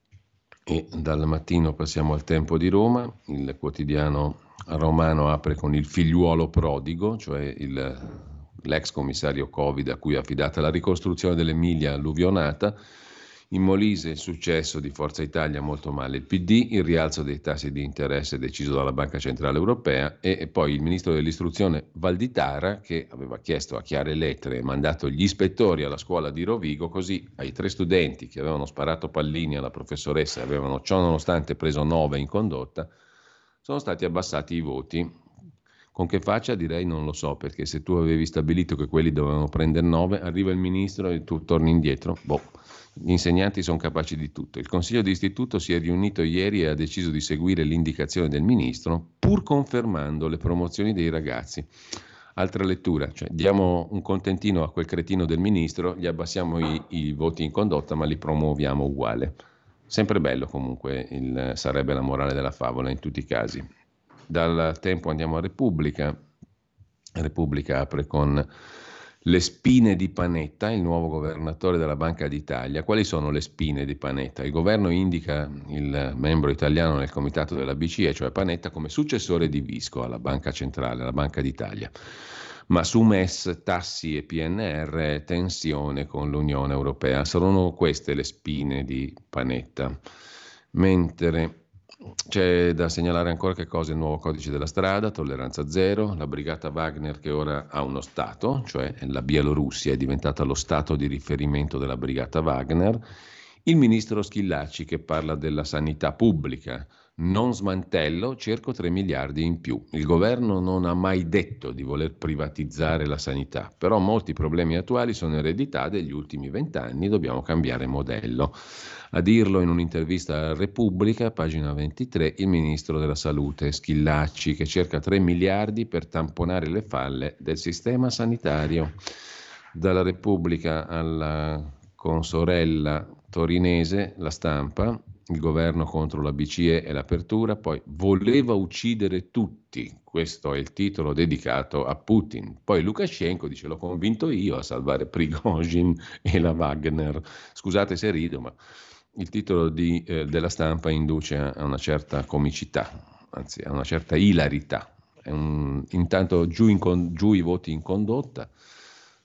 E dal Mattino passiamo al Tempo di Roma. Il quotidiano romano apre con il figliuolo prodigo, cioè il, l'ex commissario Covid a cui è affidata la ricostruzione dell'Emilia alluvionata. In Molise il successo di Forza Italia, molto male il P D, il rialzo dei tassi di interesse deciso dalla Banca Centrale Europea e, e poi il ministro dell'istruzione Valditara che aveva chiesto a chiare lettere e mandato gli ispettori alla scuola di Rovigo, così ai tre studenti che avevano sparato pallini alla professoressa e avevano ciò nonostante preso nove in condotta, sono stati abbassati i voti. Con che faccia direi non lo so, perché se tu avevi stabilito che quelli dovevano prendere nove, arriva il ministro e tu torni indietro, boh. Gli insegnanti sono capaci di tutto. Il Consiglio di Istituto si è riunito ieri e ha deciso di seguire l'indicazione del ministro, pur confermando le promozioni dei ragazzi. Altra lettura, cioè diamo un contentino a quel cretino del ministro, gli abbassiamo i, i voti in condotta, ma li promuoviamo uguale. Sempre bello comunque, il, sarebbe la morale della favola in tutti i casi. Dal Tempo andiamo a Repubblica. Repubblica apre con le spine di Panetta, il nuovo governatore della Banca d'Italia. Quali sono le spine di Panetta? Il governo indica il membro italiano nel comitato della B C E, cioè Panetta, come successore di Visco alla Banca Centrale, alla Banca d'Italia. Ma su M E S, tassi e P N R, tensione con l'Unione Europea. Saranno queste le spine di Panetta. Mentre c'è da segnalare ancora che cosa: il nuovo codice della strada, tolleranza zero, la brigata Wagner che ora ha uno stato, cioè la Bielorussia è diventata lo stato di riferimento della brigata Wagner, il ministro Schillaci che parla della sanità pubblica, non smantello, cerco tre miliardi in più. Il governo non ha mai detto di voler privatizzare la sanità, però molti problemi attuali sono eredità degli ultimi vent'anni, dobbiamo cambiare modello. A dirlo in un'intervista a Repubblica, pagina ventitré, il ministro della Salute Schillaci, che cerca tre miliardi per tamponare le falle del sistema sanitario. Dalla Repubblica alla consorella torinese, La Stampa, il governo contro la B C E e l'apertura, poi voleva uccidere tutti, questo è il titolo dedicato a Putin. Poi Lukashenko dice: l'ho convinto io a salvare Prigozhin e la Wagner. Scusate se rido, ma il titolo di, eh, della Stampa induce a una certa comicità, anzi a una certa ilarità. È un, intanto giù, in con, giù i voti in condotta,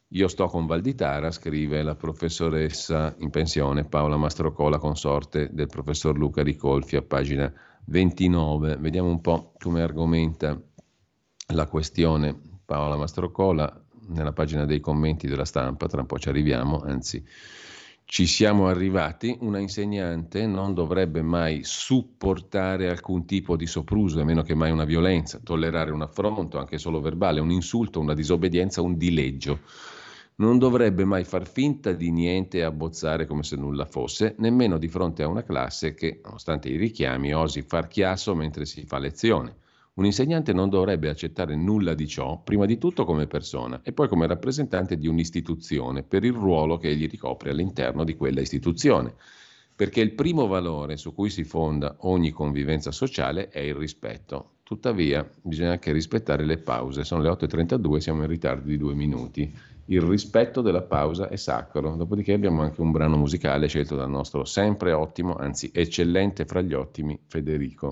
Io sto con Valditara, scrive la professoressa in pensione Paola Mastrocola, consorte del professor Luca Ricolfi, a pagina ventinove. Vediamo un po' come argomenta la questione Paola Mastrocola nella pagina dei commenti della Stampa. Tra un po' ci arriviamo, anzi ci siamo arrivati. Una insegnante non dovrebbe mai supportare alcun tipo di sopruso, a meno che mai una violenza, tollerare un affronto, anche solo verbale, un insulto, una disobbedienza, un dileggio. Non dovrebbe mai far finta di niente e abbozzare come se nulla fosse, nemmeno di fronte a una classe che, nonostante i richiami, osi far chiasso mentre si fa lezione. Un insegnante non dovrebbe accettare nulla di ciò, prima di tutto come persona e poi come rappresentante di un'istituzione, per il ruolo che egli ricopre all'interno di quella istituzione. Perché il primo valore su cui si fonda ogni convivenza sociale è il rispetto. Tuttavia, bisogna anche rispettare le pause. Sono le otto e trentadue, siamo in ritardo di due minuti. Il rispetto della pausa è sacro. Dopodiché abbiamo anche un brano musicale scelto dal nostro sempre ottimo, anzi eccellente fra gli ottimi, Federico.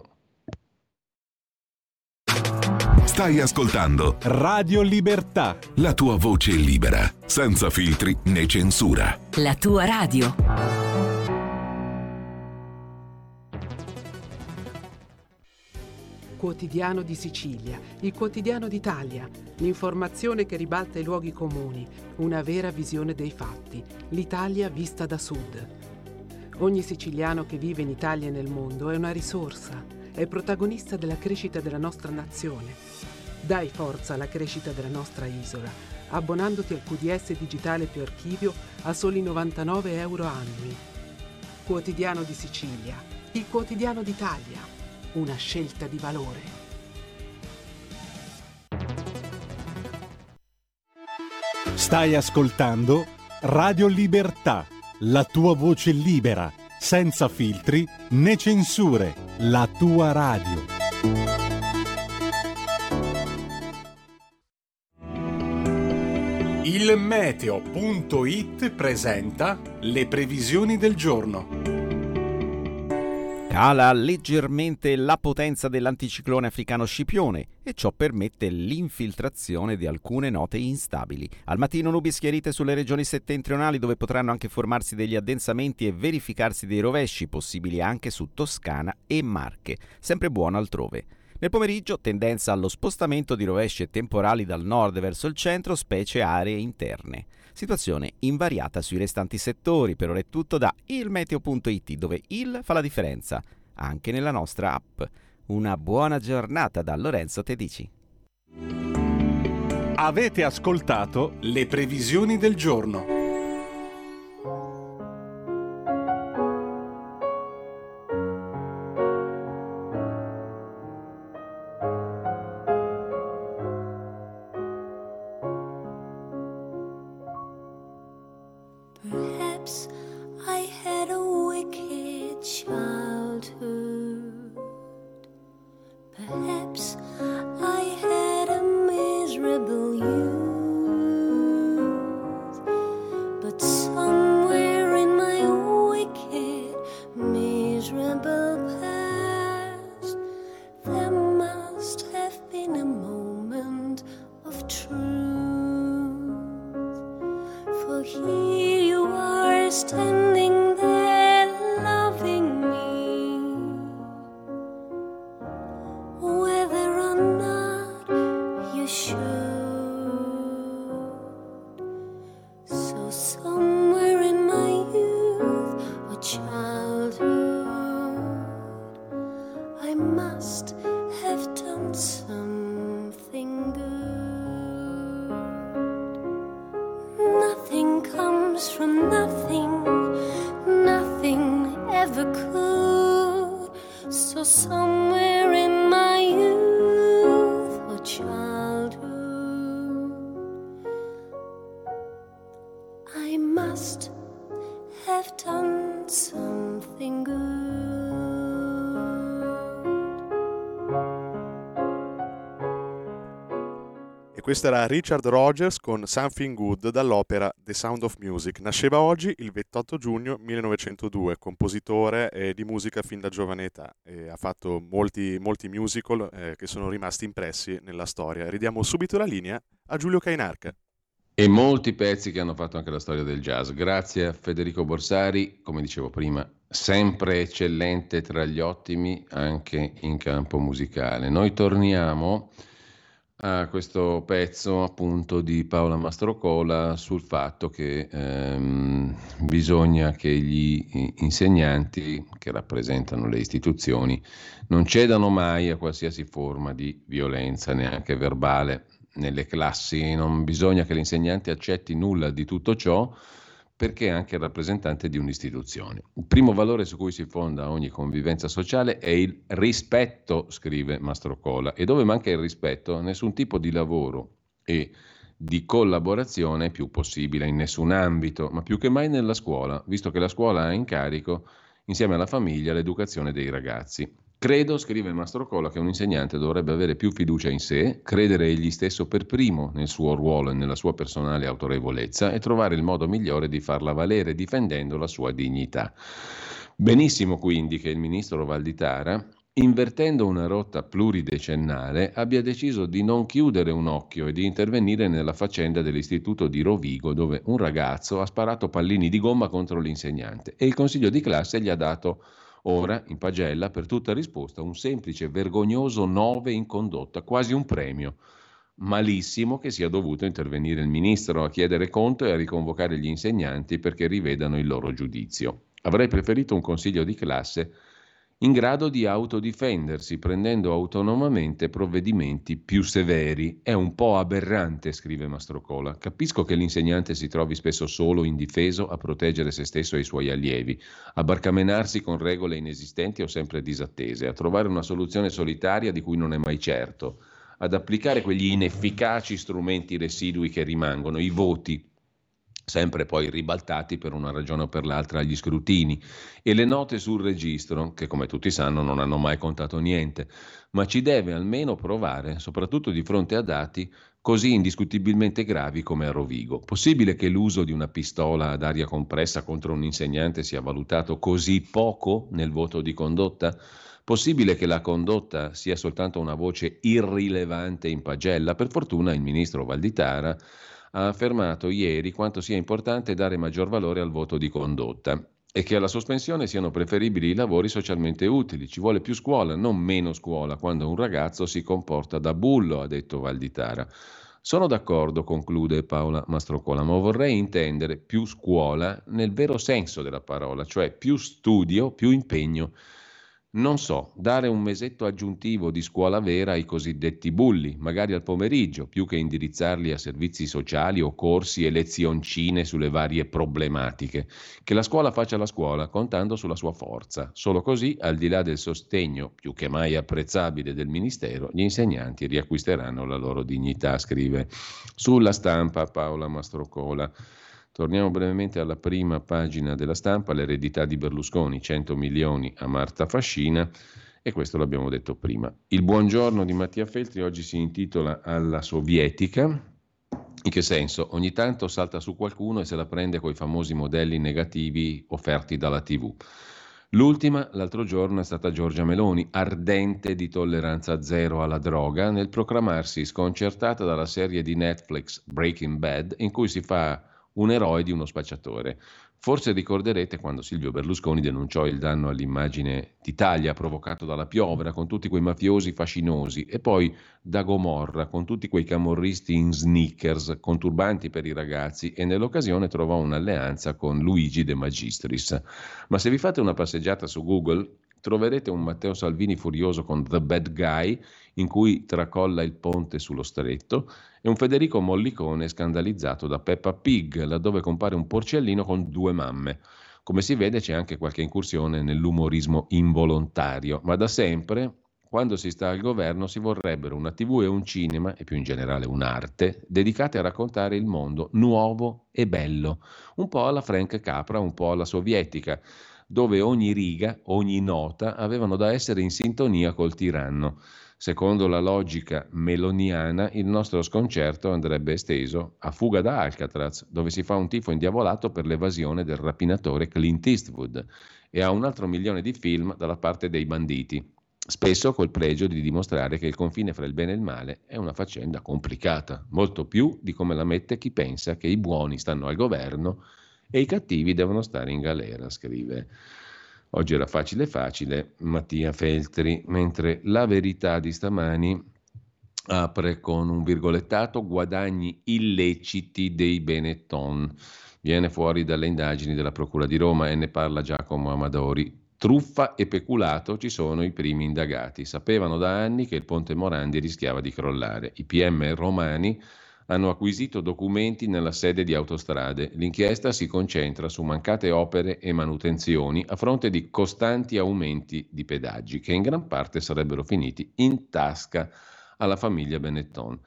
Stai ascoltando Radio Libertà, la tua voce libera, senza filtri né censura. La tua radio. Quotidiano di Sicilia, il quotidiano d'Italia, l'informazione che ribalta i luoghi comuni, una vera visione dei fatti, l'Italia vista da sud. Ogni siciliano che vive in Italia e nel mondo è una risorsa, è protagonista della crescita della nostra nazione. Dai forza alla crescita della nostra isola, abbonandoti al Q D S digitale più archivio a soli novantanove euro annui. Quotidiano di Sicilia, il quotidiano d'Italia, una scelta di valore. stai ascoltando Radio Libertà, la tua voce libera, senza filtri né censure, la tua radio. Il meteo punto it presenta le previsioni del giorno. Cala leggermente la potenza dell'anticiclone africano Scipione e ciò permette l'infiltrazione di alcune note instabili. Al mattino nubi schiarite sulle regioni settentrionali, dove potranno anche formarsi degli addensamenti e verificarsi dei rovesci, possibili anche su Toscana e Marche. Sempre buono altrove. Nel pomeriggio tendenza allo spostamento di rovesci e temporali dal nord verso il centro, specie aree interne. Situazione invariata sui restanti settori. Per ora è tutto da il meteo punto it, dove il fa la differenza, anche nella nostra app. Una buona giornata da Lorenzo Tedici. Avete ascoltato le previsioni del giorno. Questo era Richard Rogers con Something Good dall'opera The Sound of Music. Nasceva oggi il ventotto giugno millenovecentodue, compositore eh, di musica fin da giovane età e ha fatto molti, molti musical eh, che sono rimasti impressi nella storia. Ridiamo subito la linea a Giulio Cainarca. E molti pezzi che hanno fatto anche la storia del jazz. Grazie a Federico Borsari, come dicevo prima, sempre eccellente tra gli ottimi anche in campo musicale. Noi torniamo a questo pezzo appunto di Paola Mastrocola sul fatto che ehm, bisogna che gli insegnanti che rappresentano le istituzioni non cedano mai a qualsiasi forma di violenza, neanche verbale, nelle classi. Non bisogna che l'insegnante accetti nulla di tutto ciò, perché è anche il rappresentante di un'istituzione. Il primo valore su cui si fonda ogni convivenza sociale è il rispetto, scrive Mastrocola, e dove manca il rispetto, nessun tipo di lavoro e di collaborazione è più possibile in nessun ambito, ma più che mai nella scuola, visto che la scuola ha in carico, insieme alla famiglia, l'educazione dei ragazzi. Credo, scrive Mastrocola, che un insegnante dovrebbe avere più fiducia in sé, credere egli stesso per primo nel suo ruolo e nella sua personale autorevolezza e trovare il modo migliore di farla valere difendendo la sua dignità. Benissimo quindi che il ministro Valditara, invertendo una rotta pluridecennale, abbia deciso di non chiudere un occhio e di intervenire nella faccenda dell'istituto di Rovigo, dove un ragazzo ha sparato pallini di gomma contro l'insegnante e il consiglio di classe gli ha dato ora, in pagella, per tutta risposta, un semplice vergognoso nove in condotta, quasi un premio. Malissimo che sia dovuto intervenire il ministro a chiedere conto e a riconvocare gli insegnanti perché rivedano il loro giudizio. Avrei preferito un consiglio di classe in grado di autodifendersi, prendendo autonomamente provvedimenti più severi. È un po' aberrante, scrive Mastrocola. Capisco che l'insegnante si trovi spesso solo, indifeso, a proteggere se stesso e i suoi allievi, a barcamenarsi con regole inesistenti o sempre disattese, a trovare una soluzione solitaria di cui non è mai certo, ad applicare quegli inefficaci strumenti residui che rimangono, i voti, sempre poi ribaltati per una ragione o per l'altra agli scrutini, e le note sul registro, che come tutti sanno non hanno mai contato niente, ma ci deve almeno provare, soprattutto di fronte a dati così indiscutibilmente gravi come a Rovigo. Possibile che l'uso di una pistola ad aria compressa contro un insegnante sia valutato così poco nel voto di condotta? Possibile che la condotta sia soltanto una voce irrilevante in pagella? Per fortuna il ministro Valditara ha affermato ieri quanto sia importante dare maggior valore al voto di condotta e che alla sospensione siano preferibili i lavori socialmente utili. Ci vuole più scuola, non meno scuola, quando un ragazzo si comporta da bullo, ha detto Valditara. Sono d'accordo, conclude Paola Mastrocola, ma vorrei intendere più scuola nel vero senso della parola, cioè più studio, più impegno. Non so, dare un mesetto aggiuntivo di scuola vera ai cosiddetti bulli, magari al pomeriggio, più che indirizzarli a servizi sociali o corsi e lezioncine sulle varie problematiche. Che la scuola faccia la scuola, contando sulla sua forza. Solo così, al di là del sostegno più che mai apprezzabile del Ministero, gli insegnanti riacquisteranno la loro dignità, scrive sulla Stampa Paola Mastrocola. Torniamo brevemente alla prima pagina della Stampa, l'eredità di Berlusconi, cento milioni a Marta Fascina, e questo l'abbiamo detto prima. Il buongiorno di Mattia Feltri oggi si intitola Alla sovietica. In che senso? Ogni tanto salta su qualcuno e se la prende coi famosi modelli negativi offerti dalla tivù. L'ultima, l'altro giorno, è stata Giorgia Meloni, ardente di tolleranza zero alla droga, nel proclamarsi sconcertata dalla serie di Netflix Breaking Bad, in cui si fa un eroe di uno spacciatore. Forse ricorderete quando Silvio Berlusconi denunciò il danno all'immagine d'Italia provocato dalla piovra con tutti quei mafiosi fascinosi e poi da Gomorra con tutti quei camorristi in sneakers con turbanti per i ragazzi e nell'occasione trovò un'alleanza con Luigi De Magistris. Ma se vi fate una passeggiata su Google troverete un Matteo Salvini furioso con The Bad Guy in cui tracolla il ponte sullo stretto e un Federico Mollicone scandalizzato da Peppa Pig, laddove compare un porcellino con due mamme. Come si vede c'è anche qualche incursione nell'umorismo involontario, ma da sempre, quando si sta al governo, si vorrebbero una tivù e un cinema, e più in generale un'arte, dedicate a raccontare il mondo nuovo e bello, un po' alla Frank Capra, un po' alla sovietica, dove ogni riga, ogni nota avevano da essere in sintonia col tiranno. Secondo la logica meloniana, il nostro sconcerto andrebbe esteso a Fuga da Alcatraz, dove si fa un tifo indiavolato per l'evasione del rapinatore Clint Eastwood, e a un altro milione di film dalla parte dei banditi. spesso col pregio di dimostrare che il confine fra il bene e il male è una faccenda complicata, molto più di come la mette chi pensa che i buoni stanno al governo e i cattivi devono stare in galera, scrive. Oggi era facile facile Mattia Feltri, mentre La Verità di stamani apre con un virgolettato: guadagni illeciti dei Benetton. Viene fuori dalle indagini della Procura di Roma e ne parla Giacomo Amadori. Truffa e peculato, ci sono i primi indagati. Sapevano da anni che il ponte Morandi rischiava di crollare. I P M romani hanno acquisito documenti nella sede di Autostrade. L'inchiesta si concentra su mancate opere e manutenzioni a fronte di costanti aumenti di pedaggi che in gran parte sarebbero finiti in tasca alla famiglia Benetton.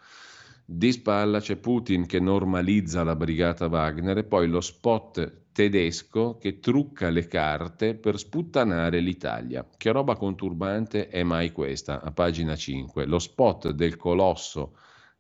Di spalla c'è Putin che normalizza la brigata Wagner e poi lo spot tedesco che trucca le carte per sputtanare l'Italia. Che roba conturbante è mai questa? A pagina cinque. Lo spot del colosso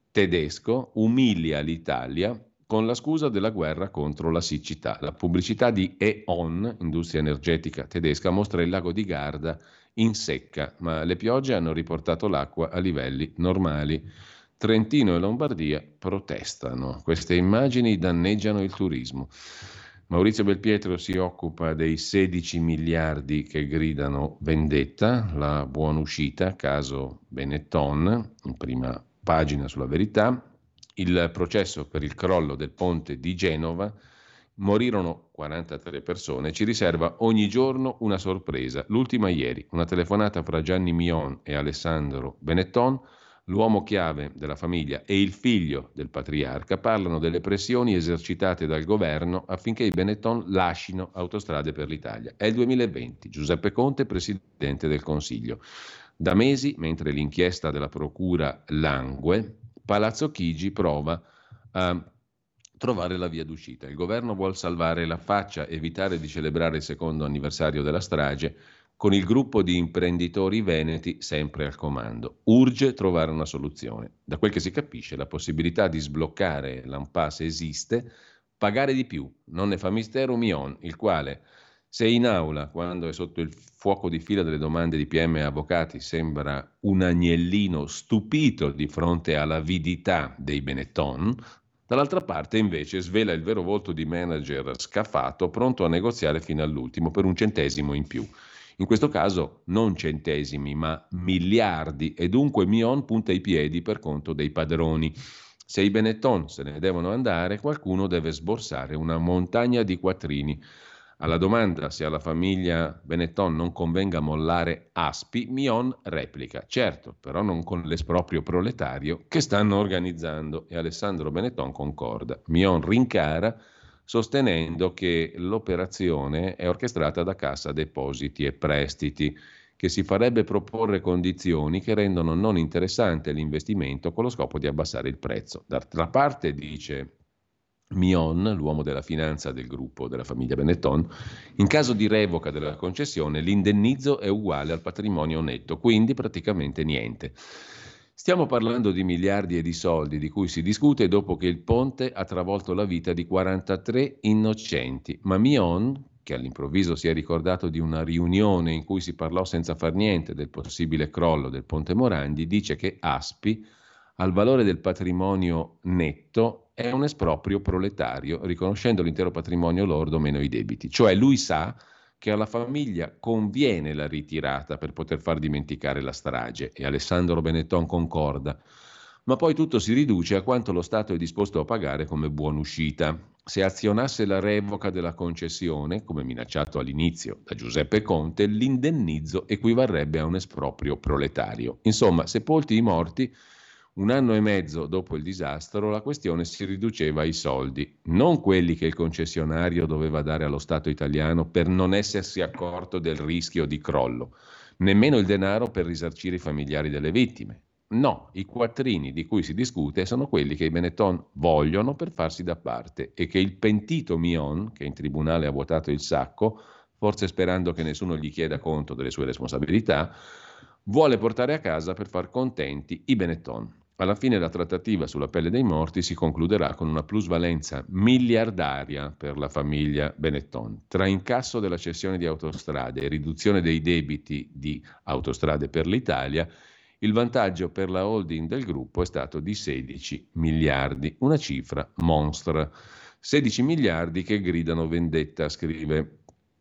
tedesco umilia l'Italia con la scusa della guerra contro la siccità. La pubblicità di E O N, industria energetica tedesca, mostra il lago di Garda in secca, ma le piogge hanno riportato l'acqua a livelli normali. Trentino e Lombardia protestano. Queste immagini danneggiano il turismo. Maurizio Belpietro si occupa dei sedici miliardi che gridano vendetta, la buonuscita, caso Benetton, in prima pagina sulla Verità. Il processo per il crollo del ponte di Genova, morirono quarantatré persone, ci riserva ogni giorno una sorpresa. L'ultima ieri, una telefonata fra Gianni Mion e Alessandro Benetton, l'uomo chiave della famiglia e il figlio del patriarca, parlano delle pressioni esercitate dal governo affinché i Benetton lascino Autostrade per l'Italia. È il duemilaventi, Giuseppe Conte, presidente del Consiglio. Da mesi, mentre l'inchiesta della procura langue, Palazzo Chigi prova a trovare la via d'uscita. Il governo vuol salvare la faccia, evitare di celebrare il secondo anniversario della strage con il gruppo di imprenditori veneti sempre al comando. Urge trovare una soluzione. Da quel che si capisce, la possibilità di sbloccare l'Ampass esiste, pagare di più. Non ne fa mistero Mion, il quale, se in aula, quando è sotto il fuoco di fila delle domande di P M e avvocati, sembra un agnellino stupito di fronte all'avidità dei Benetton, dall'altra parte invece svela il vero volto di manager scafato, pronto a negoziare fino all'ultimo per un centesimo in più. In questo caso non centesimi, ma miliardi, e dunque Mion punta i piedi per conto dei padroni. Se i Benetton se ne devono andare, qualcuno deve sborsare una montagna di quattrini. Alla domanda se alla famiglia Benetton non convenga mollare Aspi, Mion replica: certo, però non con l'esproprio proletario che stanno organizzando, e Alessandro Benetton concorda. Mion rincara sostenendo che l'operazione è orchestrata da Cassa Depositi e Prestiti, che si farebbe proporre condizioni che rendono non interessante l'investimento con lo scopo di abbassare il prezzo. D'altra parte, dice Mion, l'uomo della finanza del gruppo della famiglia Benetton, in caso di revoca della concessione l'indennizzo è uguale al patrimonio netto, quindi praticamente niente. Stiamo parlando di miliardi e di soldi di cui si discute dopo che il ponte ha travolto la vita di quarantatré innocenti, ma Mion, che all'improvviso si è ricordato di una riunione in cui si parlò senza far niente del possibile crollo del ponte Morandi, dice che Aspi, al valore del patrimonio netto, è un esproprio proletario, riconoscendo l'intero patrimonio lordo meno i debiti. Cioè lui sa che alla famiglia conviene la ritirata per poter far dimenticare la strage, e Alessandro Benetton concorda. Ma poi tutto si riduce a quanto lo Stato è disposto a pagare come buonuscita. Se azionasse la revoca della concessione, come minacciato all'inizio da Giuseppe Conte, l'indennizzo equivarrebbe a un esproprio proletario. Insomma, sepolti i morti, un anno e mezzo dopo il disastro, la questione si riduceva ai soldi, non quelli che il concessionario doveva dare allo Stato italiano per non essersi accorto del rischio di crollo, nemmeno il denaro per risarcire i familiari delle vittime. No, i quattrini di cui si discute sono quelli che i Benetton vogliono per farsi da parte e che il pentito Mion, che in tribunale ha vuotato il sacco, forse sperando che nessuno gli chieda conto delle sue responsabilità, vuole portare a casa per far contenti i Benetton. Alla fine la trattativa sulla pelle dei morti si concluderà con una plusvalenza miliardaria per la famiglia Benetton. Tra incasso della cessione di Autostrade e riduzione dei debiti di Autostrade per l'Italia, il vantaggio per la holding del gruppo è stato di sedici miliardi, una cifra monstra. sedici miliardi che gridano vendetta, scrive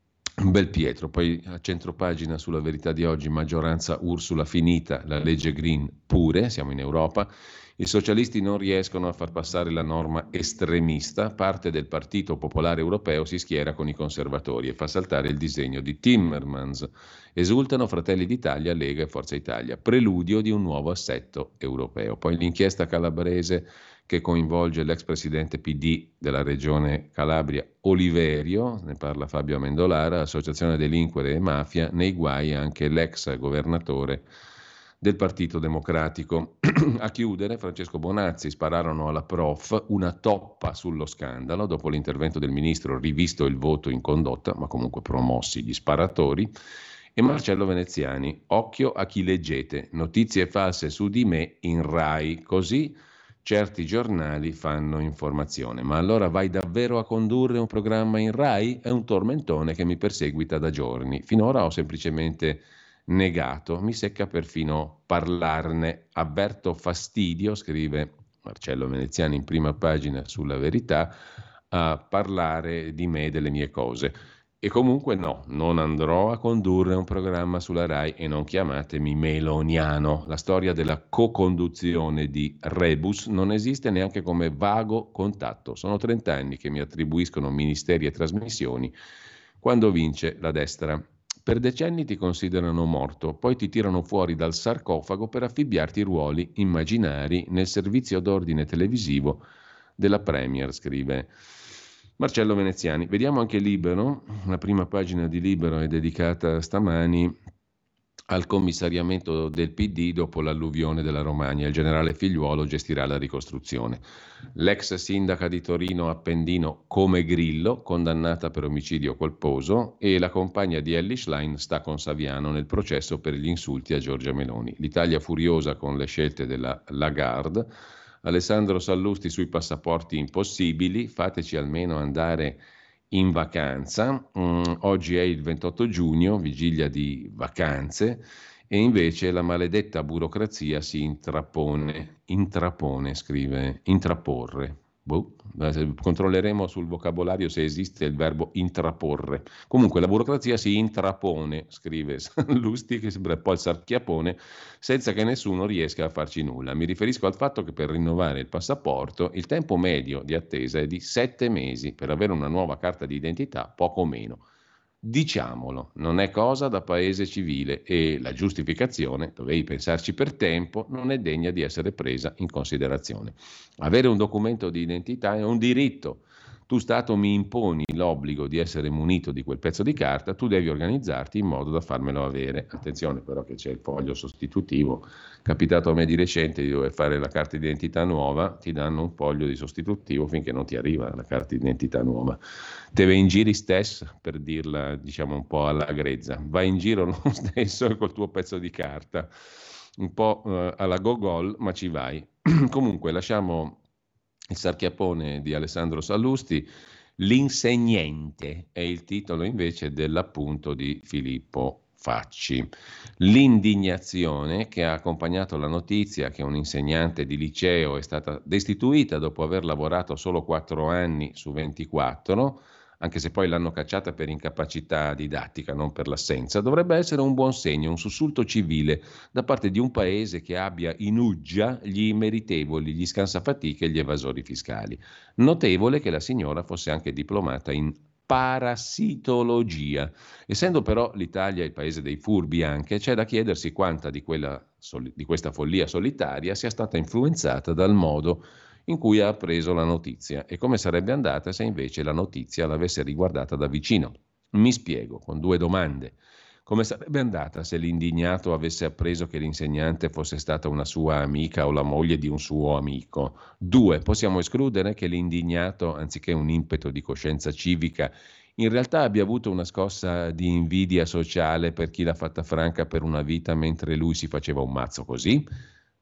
Belpietro. Poi a centropagina sulla Verità di oggi, maggioranza Ursula finita, la legge Green pure, siamo in Europa, i socialisti non riescono a far passare la norma estremista, parte del Partito Popolare Europeo si schiera con i conservatori e fa saltare il disegno di Timmermans. Esultano Fratelli d'Italia, Lega e Forza Italia, preludio di un nuovo assetto europeo. Poi l'inchiesta calabrese che coinvolge l'ex presidente P D della regione Calabria, Oliverio, ne parla Fabio Amendolara, associazione delinquere e mafia, nei guai anche l'ex governatore del Partito Democratico. A chiudere, Francesco Bonazzi, spararono alla prof, una toppa sullo scandalo, dopo l'intervento del ministro rivisto il voto in condotta, ma comunque promossi gli sparatori, e Marcello Veneziani, occhio a chi leggete, notizie false su di me in Rai, così certi giornali fanno informazione. Ma allora vai davvero a condurre un programma in Rai? È un tormentone che mi perseguita da giorni. Finora ho semplicemente negato, mi secca perfino parlarne. Avverto fastidio, scrive Marcello Veneziani in prima pagina sulla Verità, a parlare di me e delle mie cose. E comunque no, non andrò a condurre un programma sulla Rai e non chiamatemi meloniano. La storia della co-conduzione di Rebus non esiste neanche come vago contatto. Sono trent'anni che mi attribuiscono ministeri e trasmissioni quando vince la destra. Per decenni ti considerano morto, poi ti tirano fuori dal sarcofago per affibbiarti ruoli immaginari nel servizio d'ordine televisivo della Premier, scrive Marcello Veneziani. Vediamo anche Libero, la prima pagina di Libero è dedicata stamani al commissariamento del P D dopo l'alluvione della Romagna. Il generale Figliuolo gestirà la ricostruzione. L'ex sindaca di Torino Appendino come Grillo, condannata per omicidio colposo, e la compagna di Elly Schlein sta con Saviano nel processo per gli insulti a Giorgia Meloni. L'Italia furiosa con le scelte della Lagarde. Alessandro Sallusti sui passaporti impossibili, fateci almeno andare in vacanza. Mm, oggi è il ventotto giugno, vigilia di vacanze, e invece la maledetta burocrazia si intrappone, intrappone scrive, intraporre. Boh, controlleremo sul vocabolario se esiste il verbo intraporre. Comunque la burocrazia si intrappone, scrive Lusti, che sembra un po' il Sarchiapone, senza che nessuno riesca a farci nulla. Mi riferisco al fatto che per rinnovare il passaporto il tempo medio di attesa è di sette mesi, per avere una nuova carta di identità poco meno. Diciamolo, non è cosa da paese civile e la giustificazione, dovevi pensarci per tempo, non è degna di essere presa in considerazione. Avere un documento di identità è un diritto. Tu Stato mi imponi l'obbligo di essere munito di quel pezzo di carta, tu devi organizzarti in modo da farmelo avere. Attenzione però che c'è il foglio sostitutivo, capitato a me di recente di dover fare la carta d'identità nuova, ti danno un foglio di sostitutivo finché non ti arriva la carta d'identità nuova. Te vai in giri stesso, per dirla diciamo un po' alla grezza, vai in giro lo stesso col tuo pezzo di carta, un po' eh, alla gogol, ma ci vai. Comunque lasciamo il Sarchiapone di Alessandro Sallusti. L'insegnente è il titolo invece dell'appunto di Filippo Facci. L'indignazione che ha accompagnato la notizia che un insegnante di liceo è stata destituita dopo aver lavorato solo quattro anni su ventiquattro, anche se poi l'hanno cacciata per incapacità didattica, non per l'assenza, dovrebbe essere un buon segno, un sussulto civile da parte di un paese che abbia in uggia gli immeritevoli, gli scansafatiche e gli evasori fiscali. Notevole che la signora fosse anche diplomata in parassitologia. Essendo però l'Italia il paese dei furbi anche, c'è da chiedersi quanta di, quella, di questa follia solitaria sia stata influenzata dal modo in cui ha appreso la notizia e come sarebbe andata se invece la notizia l'avesse riguardata da vicino. Mi spiego con due domande. Come sarebbe andata se l'indignato avesse appreso che l'insegnante fosse stata una sua amica o la moglie di un suo amico? Due, possiamo escludere che l'indignato, anziché un impeto di coscienza civica, in realtà abbia avuto una scossa di invidia sociale per chi l'ha fatta franca per una vita mentre lui si faceva un mazzo così?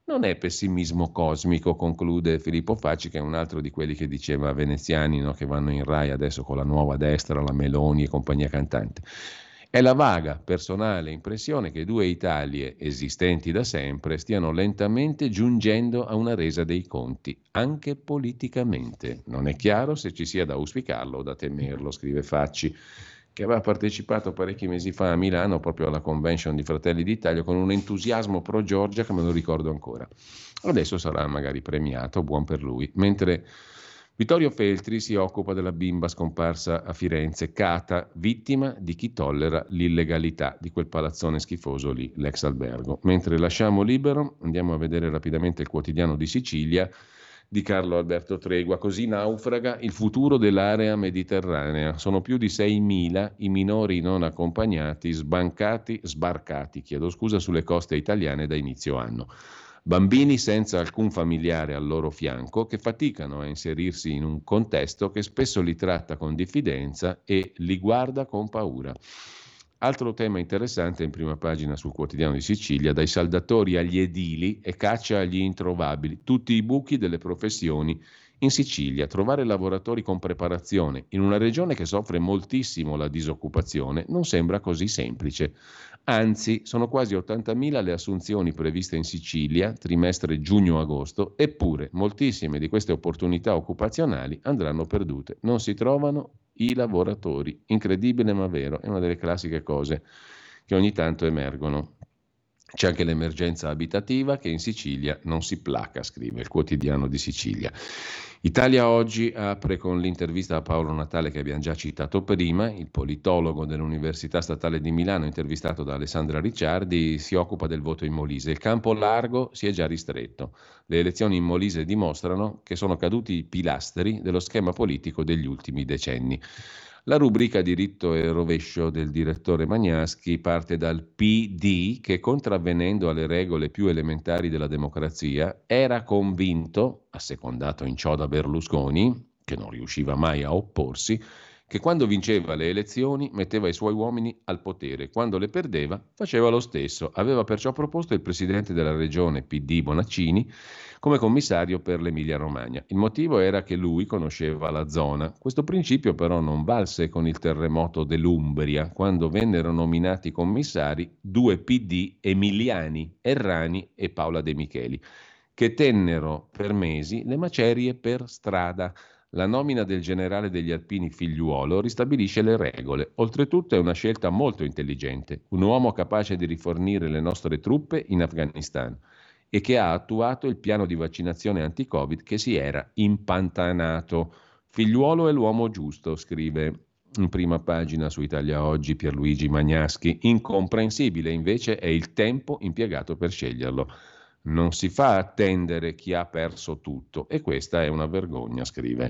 Non è pessimismo cosmico, conclude Filippo Facci, che è un altro di quelli che diceva veneziani, no, che vanno in Rai adesso con la nuova destra, la Meloni e compagnia cantante. È la vaga, personale impressione che due Italie esistenti da sempre stiano lentamente giungendo a una resa dei conti, anche politicamente. Non è chiaro se ci sia da auspicarlo o da temerlo, scrive Facci, che aveva partecipato parecchi mesi fa a Milano proprio alla convention di Fratelli d'Italia con un entusiasmo pro Giorgia che me lo ricordo ancora. Adesso sarà magari premiato, buon per lui. Mentre Vittorio Feltri si occupa della bimba scomparsa a Firenze, Cata, vittima di chi tollera l'illegalità di quel palazzone schifoso lì, l'ex albergo. Mentre lasciamo libero, andiamo a vedere rapidamente il quotidiano di Sicilia di Carlo Alberto Tregua. Così naufraga il futuro dell'area mediterranea. Sono più di seimila i minori non accompagnati sbancati, sbarcati, chiedo scusa, sulle coste italiane da inizio anno. Bambini senza alcun familiare al loro fianco che faticano a inserirsi in un contesto che spesso li tratta con diffidenza e li guarda con paura. Altro tema interessante in prima pagina sul quotidiano di Sicilia: dai saldatori agli edili e caccia agli introvabili, tutti i buchi delle professioni in Sicilia. Trovare lavoratori con preparazione in una regione che soffre moltissimo la disoccupazione non sembra così semplice. Anzi, sono quasi ottantamila le assunzioni previste in Sicilia, trimestre giugno-agosto, eppure moltissime di queste opportunità occupazionali andranno perdute. Non si trovano i lavoratori. Incredibile ma vero, è una delle classiche cose che ogni tanto emergono. C'è anche l'emergenza abitativa che in Sicilia non si placa, scrive il quotidiano di Sicilia. Italia Oggi apre con l'intervista a Paolo Natale che abbiamo già citato prima. Il politologo dell'Università Statale di Milano, intervistato da Alessandra Ricciardi, si occupa del voto in Molise. Il campo largo si è già ristretto. Le elezioni in Molise dimostrano che sono caduti i pilastri dello schema politico degli ultimi decenni. La rubrica diritto e rovescio del direttore Magnaschi parte dal P D che, contravvenendo alle regole più elementari della democrazia, era convinto, assecondato in ciò da Berlusconi, che non riusciva mai a opporsi, che quando vinceva le elezioni metteva i suoi uomini al potere, quando le perdeva faceva lo stesso. Aveva perciò proposto il presidente della regione P D Bonaccini come commissario per l'Emilia-Romagna. Il motivo era che lui conosceva la zona. Questo principio però non valse con il terremoto dell'Umbria, quando vennero nominati commissari due P D emiliani, Errani e Paola De Micheli, che tennero per mesi le macerie per strada. La nomina del generale degli Alpini Figliuolo ristabilisce le regole. Oltretutto è una scelta molto intelligente, un uomo capace di rifornire le nostre truppe in Afghanistan e che ha attuato il piano di vaccinazione anti-Covid che si era impantanato. Figliuolo è l'uomo giusto, scrive in prima pagina su Italia Oggi Pierluigi Magnaschi. Incomprensibile invece è il tempo impiegato per sceglierlo. Non si fa attendere chi ha perso tutto e questa è una vergogna, scrive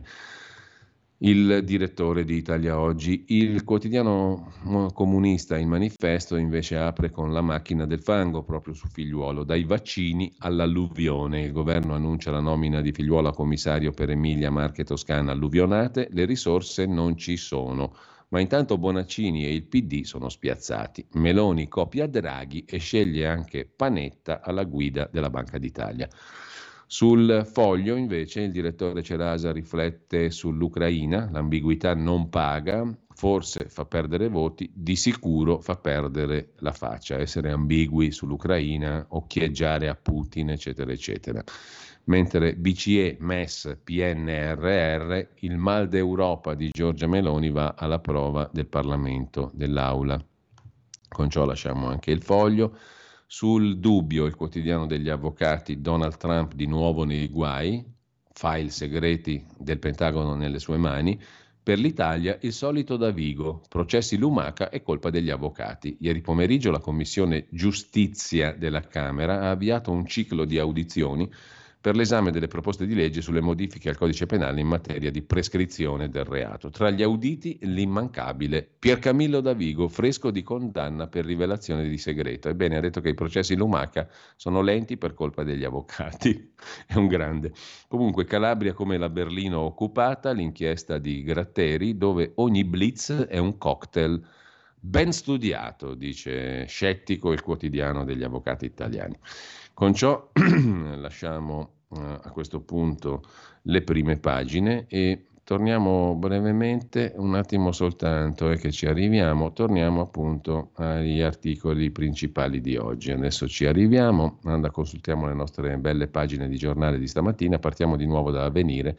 il direttore di Italia Oggi. Il quotidiano comunista Il Manifesto invece apre con la macchina del fango proprio su Figliuolo, dai vaccini all'alluvione. Il governo annuncia la nomina di Figliuolo a commissario per Emilia, Marche e Toscana alluvionate, le risorse non ci sono. Ma intanto Bonaccini e il P D sono spiazzati. Meloni copia Draghi e sceglie anche Panetta alla guida della Banca d'Italia. Sul Foglio invece il direttore Cerasa riflette sull'Ucraina, l'ambiguità non paga, forse fa perdere voti, di sicuro fa perdere la faccia, essere ambigui sull'Ucraina, occhieggiare a Putin, eccetera, eccetera. Mentre B C E, M E S, P N R R, il mal d'Europa di Giorgia Meloni va alla prova del Parlamento, dell'Aula. Con ciò lasciamo anche il Foglio. Sul Dubbio, il quotidiano degli avvocati, Donald Trump di nuovo nei guai, file segreti del Pentagono nelle sue mani. Per l'Italia il solito Davigo, processi lumaca è colpa degli avvocati. Ieri pomeriggio la Commissione Giustizia della Camera ha avviato un ciclo di audizioni per l'esame delle proposte di legge sulle modifiche al codice penale in materia di prescrizione del reato. Tra gli auditi l'immancabile Piercamillo Davigo, fresco di condanna per rivelazione di segreto. Ebbene, ha detto che i processi lumaca sono lenti per colpa degli avvocati. È un grande. Comunque Calabria come la Berlino occupata, l'inchiesta di Gratteri, dove ogni blitz è un cocktail ben studiato, dice Scettico, il quotidiano degli avvocati italiani. Con ciò lasciamo eh, a questo punto le prime pagine e torniamo brevemente, un attimo soltanto, e che ci arriviamo, torniamo appunto agli articoli principali di oggi. Adesso ci arriviamo, anda, consultiamo le nostre belle pagine di giornale di stamattina, partiamo di nuovo da Avvenire.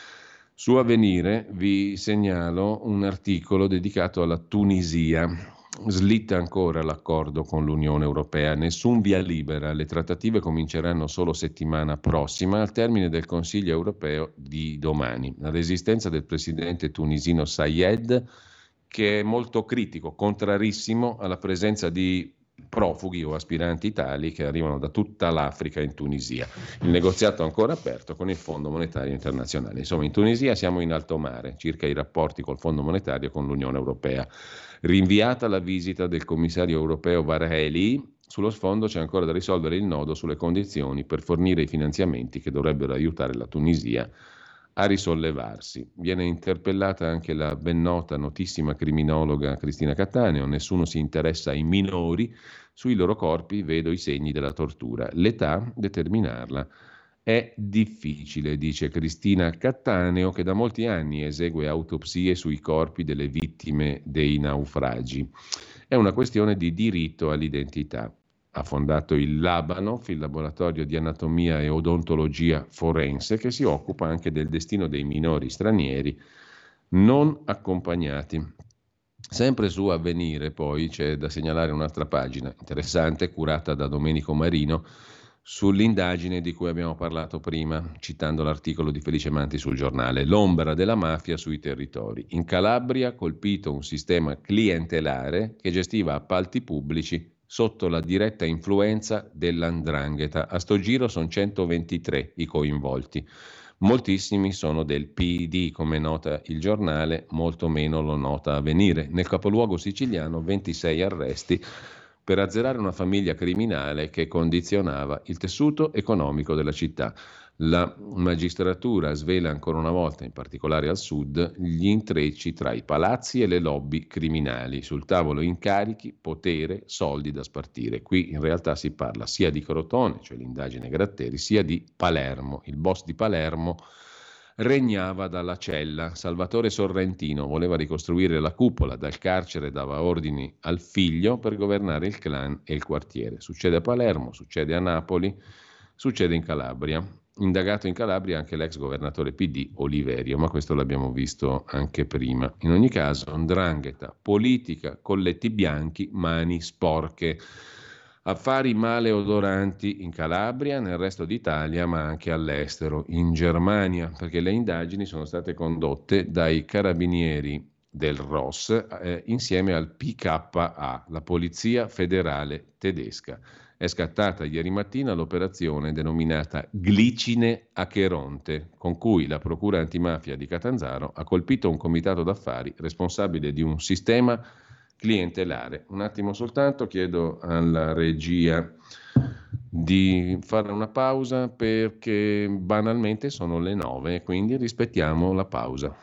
Su Avvenire vi segnalo un articolo dedicato alla Tunisia. Slitta ancora l'accordo con l'Unione Europea, nessun via libera, le trattative cominceranno solo settimana prossima al termine del Consiglio Europeo di domani. La resistenza del presidente tunisino Sayed, che è molto critico, contrarissimo alla presenza di profughi o aspiranti tali che arrivano da tutta l'Africa in Tunisia. Il negoziato è ancora aperto con il Fondo Monetario Internazionale. Insomma, in Tunisia siamo in alto mare circa i rapporti col Fondo Monetario e con l'Unione Europea. Rinviata la visita del commissario europeo Varhelyi, sullo sfondo c'è ancora da risolvere il nodo sulle condizioni per fornire i finanziamenti che dovrebbero aiutare la Tunisia a risollevarsi. Viene interpellata anche la ben nota, notissima criminologa Cristina Cattaneo. Nessuno si interessa ai minori, sui loro corpi vedo i segni della tortura. L'età, determinarla è difficile, dice Cristina Cattaneo, che da molti anni esegue autopsie sui corpi delle vittime dei naufragi. È una questione di diritto all'identità. Ha fondato il Labanov, il laboratorio di anatomia e odontologia forense, che si occupa anche del destino dei minori stranieri non accompagnati. Sempre su Avvenire, poi, c'è da segnalare un'altra pagina interessante, curata da Domenico Marino, sull'indagine di cui abbiamo parlato prima, citando l'articolo di Felice Manti sul giornale. L'ombra della mafia sui territori. In Calabria colpito un sistema clientelare che gestiva appalti pubblici sotto la diretta influenza dell'Andrangheta. A sto giro sono centoventitré i coinvolti. Moltissimi sono del P D, come nota il giornale, molto meno lo nota Avvenire. Nel capoluogo siciliano ventisei arresti per azzerare una famiglia criminale che condizionava il tessuto economico della città. La magistratura svela ancora una volta, in particolare al sud, gli intrecci tra i palazzi e le lobby criminali. Sul tavolo incarichi, potere, soldi da spartire. Qui in realtà si parla sia di Crotone, cioè l'indagine Gratteri, sia di Palermo. Il boss di Palermo regnava dalla cella. Salvatore Sorrentino voleva ricostruire la cupola, dal carcere dava ordini al figlio per governare il clan e il quartiere. Succede a Palermo, succede a Napoli, succede in Calabria. Indagato in Calabria anche l'ex governatore P D Oliverio, ma questo l'abbiamo visto anche prima. In ogni caso, 'ndrangheta, politica, colletti bianchi, mani sporche. Affari maleodoranti in Calabria, nel resto d'Italia, ma anche all'estero, in Germania, perché le indagini sono state condotte dai carabinieri del R O S eh, insieme al P K A, la Polizia Federale Tedesca. È scattata ieri mattina l'operazione denominata Glicine Acheronte, con cui la Procura Antimafia di Catanzaro ha colpito un comitato d'affari responsabile di un sistema clientelare. Un attimo soltanto, chiedo alla regia di fare una pausa perché banalmente sono le nove, quindi rispettiamo la pausa.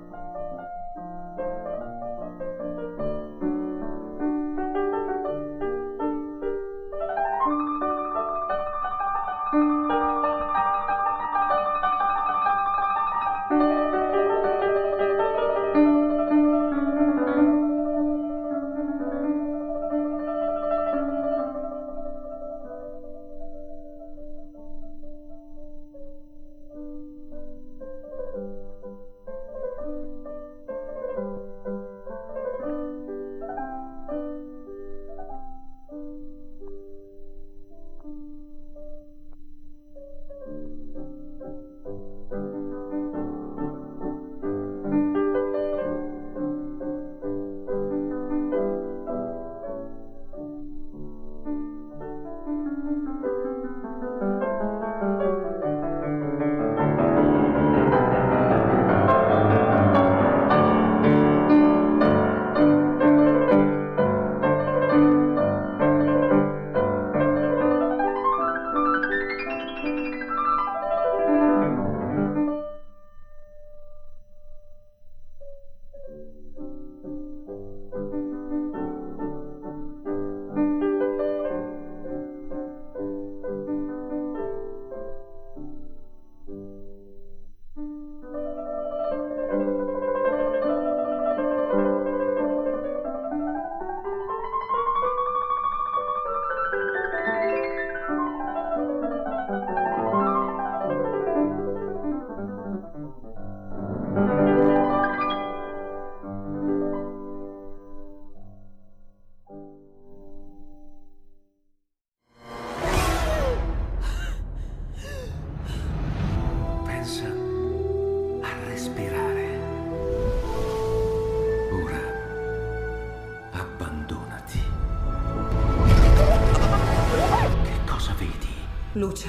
Luce,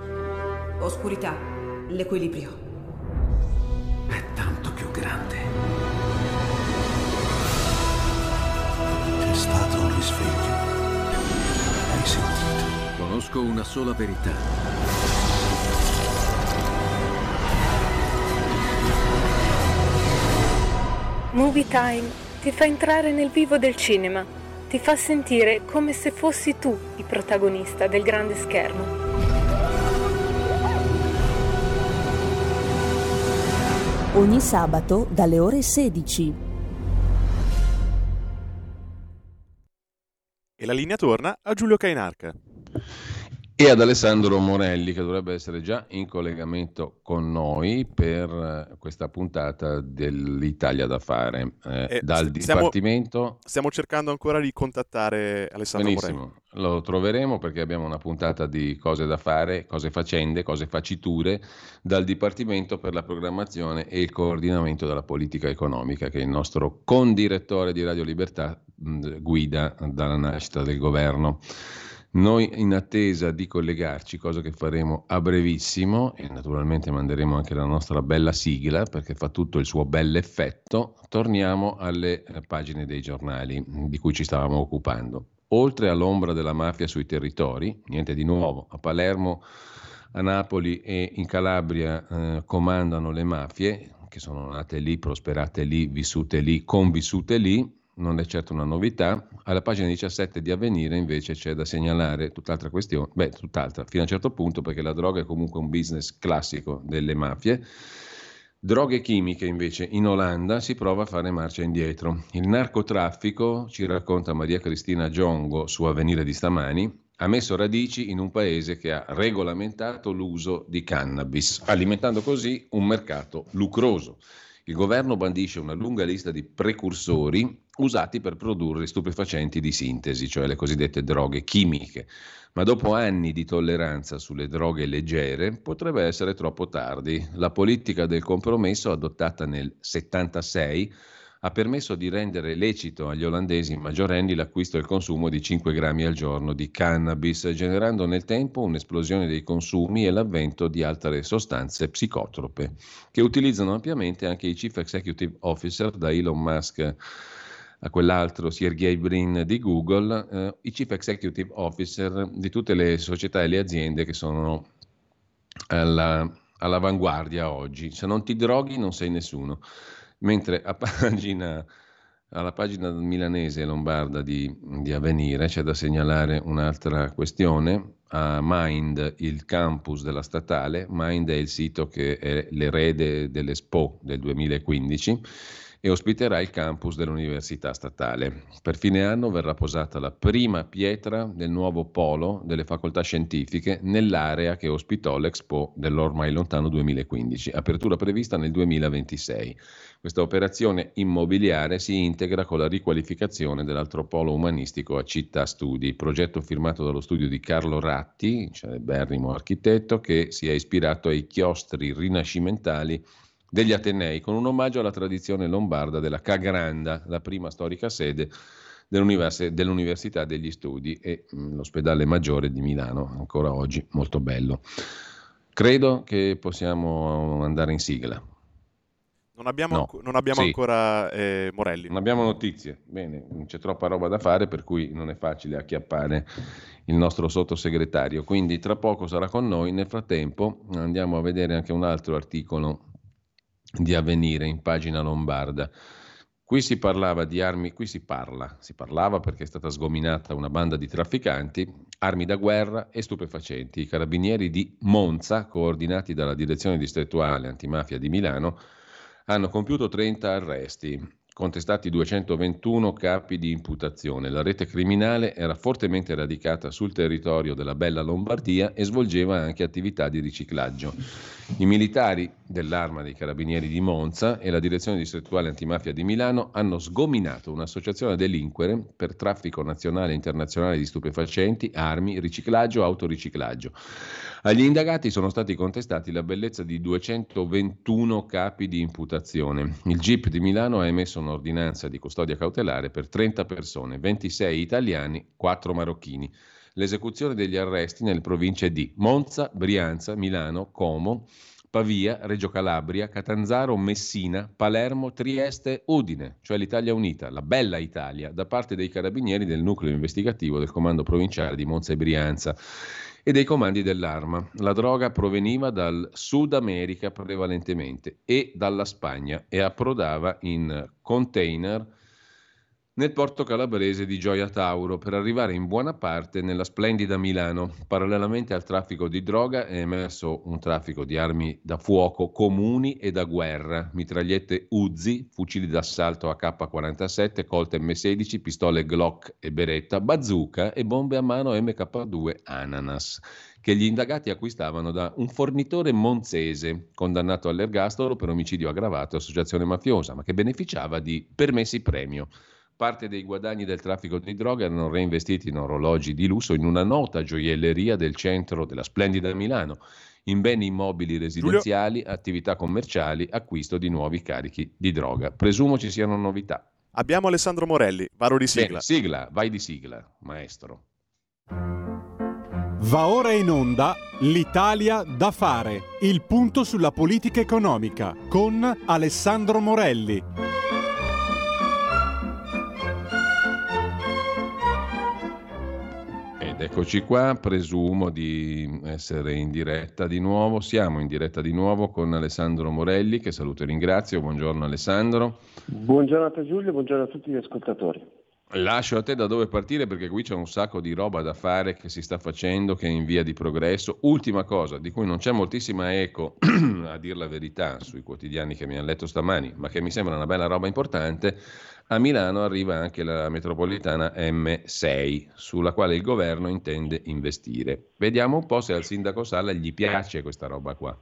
oscurità, l'equilibrio. È tanto più grande. C'è stato un risveglio. Hai sentito? Conosco una sola verità. Movie Time ti fa entrare nel vivo del cinema, ti fa sentire come se fossi tu il protagonista del grande schermo. Ogni sabato dalle ore sedici. E la linea torna a Giulio Cainarca. E ad Alessandro Morelli, che dovrebbe essere già in collegamento con noi per questa puntata dell'Italia da fare. Eh, eh, dal stiamo, Dipartimento... Stiamo cercando ancora di contattare Alessandro Benissimo, Morelli. Lo troveremo perché abbiamo una puntata di cose da fare, cose faccende, cose faciture, dal Dipartimento per la programmazione e il coordinamento della politica economica, che è il nostro condirettore di Radio Libertà mh, guida dalla nascita del governo. Noi in attesa di collegarci, cosa che faremo a brevissimo, e naturalmente manderemo anche la nostra bella sigla perché fa tutto il suo bell'effetto, torniamo alle pagine dei giornali di cui ci stavamo occupando. Oltre all'ombra della mafia sui territori, niente di nuovo, a Palermo, a Napoli e in Calabria eh, comandano le mafie, che sono nate lì, prosperate lì, vissute lì, convissute lì. Non è certo una novità. Alla pagina diciassette di Avvenire invece c'è da segnalare tutt'altra questione, beh tutt'altra, fino a un certo punto, perché la droga è comunque un business classico delle mafie. Droghe chimiche invece in Olanda si prova a fare marcia indietro. Il narcotraffico, ci racconta Maria Cristina Giongo su Avvenire di stamani, ha messo radici in un paese che ha regolamentato l'uso di cannabis, alimentando così un mercato lucroso. Il governo bandisce una lunga lista di precursori usati per produrre stupefacenti di sintesi, cioè le cosiddette droghe chimiche. Ma dopo anni di tolleranza sulle droghe leggere potrebbe essere troppo tardi. La politica del compromesso adottata nel settantasei ha permesso di rendere lecito agli olandesi maggiorenni l'acquisto e il consumo di cinque grammi al giorno di cannabis, generando nel tempo un'esplosione dei consumi e l'avvento di altre sostanze psicotrope, che utilizzano ampiamente anche i Chief Executive Officer, da Elon Musk a quell'altro Sergey Brin di Google, eh, i Chief Executive Officer di tutte le società e le aziende che sono alla, all'avanguardia oggi. Se non ti droghi non sei nessuno. mentre a pagina, alla pagina milanese e lombarda di, di Avvenire c'è da segnalare un'altra questione. A Mind, il campus della statale, Mind è il sito che è l'erede dell'Expo del duemilaquindici e ospiterà il campus dell'Università Statale. Per fine anno verrà posata la prima pietra del nuovo polo delle facoltà scientifiche nell'area che ospitò l'Expo dell'ormai lontano duemilaquindici, apertura prevista nel duemilaventisei. Questa operazione immobiliare si integra con la riqualificazione dell'altro polo umanistico a Città Studi, progetto firmato dallo studio di Carlo Ratti, celeberrimo architetto, che si è ispirato ai chiostri rinascimentali degli Atenei, con un omaggio alla tradizione lombarda della Ca' Granda, la prima storica sede dell'univers- dell'Università degli Studi, e mh, l'ospedale maggiore di Milano, ancora oggi molto bello. Credo che possiamo andare in sigla. Non abbiamo, No. anco- non abbiamo Sì. ancora eh, Morelli. Non abbiamo notizie, bene, c'è troppa roba da fare, per cui non è facile acchiappare il nostro sottosegretario, quindi tra poco sarà con noi. Nel frattempo andiamo a vedere anche un altro articolo di Avvenire in pagina lombarda. Qui si parlava di armi, qui si parla, si parlava perché è stata sgominata una banda di trafficanti, armi da guerra e stupefacenti. I carabinieri di Monza, coordinati dalla Direzione Distrettuale Antimafia di Milano, hanno compiuto trenta arresti, contestati duecentoventuno capi di imputazione. La rete criminale era fortemente radicata sul territorio della bella Lombardia e svolgeva anche attività di riciclaggio. I militari dell'Arma dei Carabinieri di Monza e la Direzione Distrettuale Antimafia di Milano hanno sgominato un'associazione a delinquere per traffico nazionale e internazionale di stupefacenti, armi, riciclaggio, autoriciclaggio. Agli indagati sono stati contestati la bellezza di duecentoventuno capi di imputazione. Il G I P di Milano ha emesso un'ordinanza di custodia cautelare per trenta persone, ventisei italiani, quattro marocchini. L'esecuzione degli arresti nelle province di Monza, Brianza, Milano, Como, Pavia, Reggio Calabria, Catanzaro, Messina, Palermo, Trieste, Udine, cioè l'Italia Unita, la bella Italia, da parte dei carabinieri del nucleo investigativo del comando provinciale di Monza e Brianza e dei comandi dell'Arma. La droga proveniva dal Sud America prevalentemente e dalla Spagna e approdava in container nel porto calabrese di Gioia Tauro per arrivare in buona parte nella splendida Milano. Parallelamente al traffico di droga è emerso un traffico di armi da fuoco comuni e da guerra, mitragliette Uzi, fucili d'assalto A K quarantasette, Colt M sedici, pistole Glock e Beretta, bazooka e bombe a mano M K due Ananas, che gli indagati acquistavano da un fornitore monzese, condannato all'ergastolo per omicidio aggravato e associazione mafiosa, ma che beneficiava di permessi premio. Parte dei guadagni del traffico di droga erano reinvestiti in orologi di lusso in una nota gioielleria del centro della splendida Milano, in beni immobili residenziali, Giulio, attività commerciali, acquisto di nuovi carichi di droga. Presumo ci siano novità. Abbiamo Alessandro Morelli, varo di sigla. Bene, sigla, vai di sigla, maestro. Va ora in onda L'Italia da fare, il punto sulla politica economica con Alessandro Morelli. Eccoci qua, presumo di essere in diretta di nuovo, siamo in diretta di nuovo con Alessandro Morelli, che saluto e ringrazio. Buongiorno Alessandro. Buongiorno a te Giulio, buongiorno a tutti gli ascoltatori. Lascio a te da dove partire perché qui c'è un sacco di roba da fare che si sta facendo, che è in via di progresso. Ultima cosa, di cui non c'è moltissima eco, a dir la verità, sui quotidiani che mi hanno letto stamani, ma che mi sembra una bella roba importante. A Milano arriva anche la metropolitana M sei, sulla quale il governo intende investire. Vediamo un po' se al sindaco Salla gli piace questa roba qua.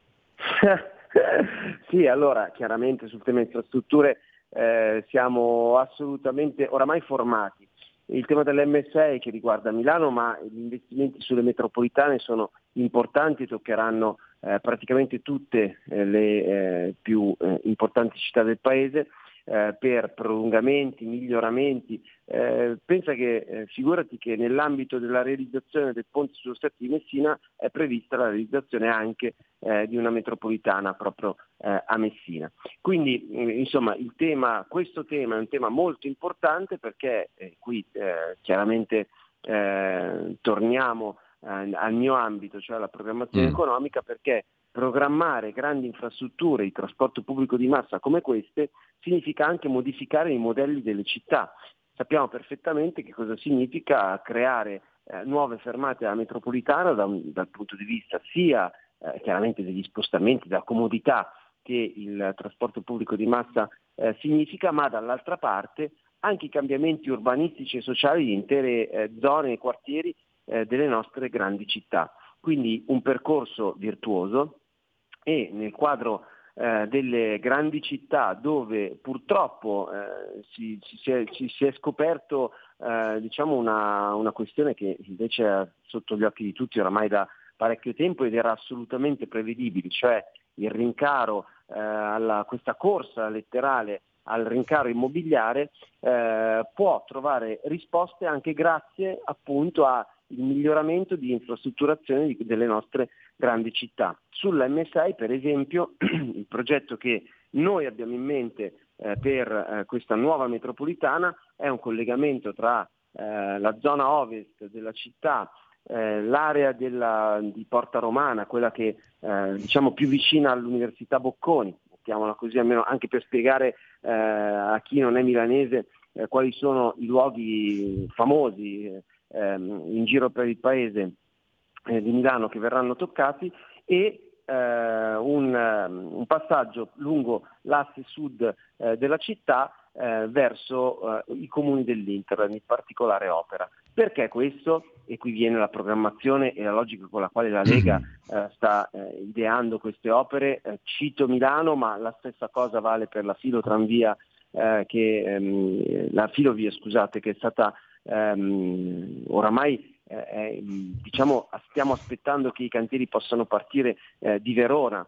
Sì, allora, chiaramente sul tema infrastrutture eh, siamo assolutamente oramai formati. Il tema dell'M sei che riguarda Milano, ma gli investimenti sulle metropolitane sono importanti, toccheranno eh, praticamente tutte eh, le eh, più eh, importanti città del paese. Eh, per prolungamenti, miglioramenti. Eh, pensa che, eh, figurati che nell'ambito della realizzazione del ponte sullo Stretto di Messina è prevista la realizzazione anche eh, di una metropolitana proprio eh, a Messina. Quindi eh, insomma il tema, questo tema è un tema molto importante perché eh, qui eh, chiaramente eh, torniamo eh, al mio ambito, cioè alla programmazione mm. economica, perché programmare grandi infrastrutture di trasporto pubblico di massa come queste significa anche modificare i modelli delle città. Sappiamo perfettamente che cosa significa creare eh, nuove fermate alla metropolitana da un, dal punto di vista sia eh, chiaramente degli spostamenti, della comodità che il trasporto pubblico di massa eh, significa, ma dall'altra parte anche i cambiamenti urbanistici e sociali di intere eh, zone e quartieri eh, delle nostre grandi città. Quindi un percorso virtuoso, e nel quadro eh, delle grandi città dove purtroppo eh, si, si, si, è, si, si è scoperto eh, diciamo una, una questione che invece è sotto gli occhi di tutti oramai da parecchio tempo ed era assolutamente prevedibile, cioè il rincaro, eh, alla, questa corsa letterale al rincaro immobiliare eh, può trovare risposte anche grazie appunto al miglioramento di infrastrutturazione di, delle nostre grandi città. Sulla M sei, per esempio, il progetto che noi abbiamo in mente eh, per eh, questa nuova metropolitana è un collegamento tra eh, la zona ovest della città, eh, l'area della, di Porta Romana, quella che eh, diciamo più vicina all'Università Bocconi, mettiamola così almeno anche per spiegare eh, a chi non è milanese eh, quali sono i luoghi famosi eh, in giro per il paese eh, di Milano che verranno toccati, e eh, un, un passaggio lungo l'asse sud eh, della città eh, verso eh, i comuni dell'Interland, in particolare Opera. Perché questo? E qui viene la programmazione e la logica con la quale la Lega eh, sta eh, ideando queste opere. Eh, cito Milano, ma la stessa cosa vale per la filotranvia eh, che ehm, la filovia, scusate, che è stata ehm, oramai eh, eh, diciamo stiamo aspettando che i cantieri possano partire eh, di Verona.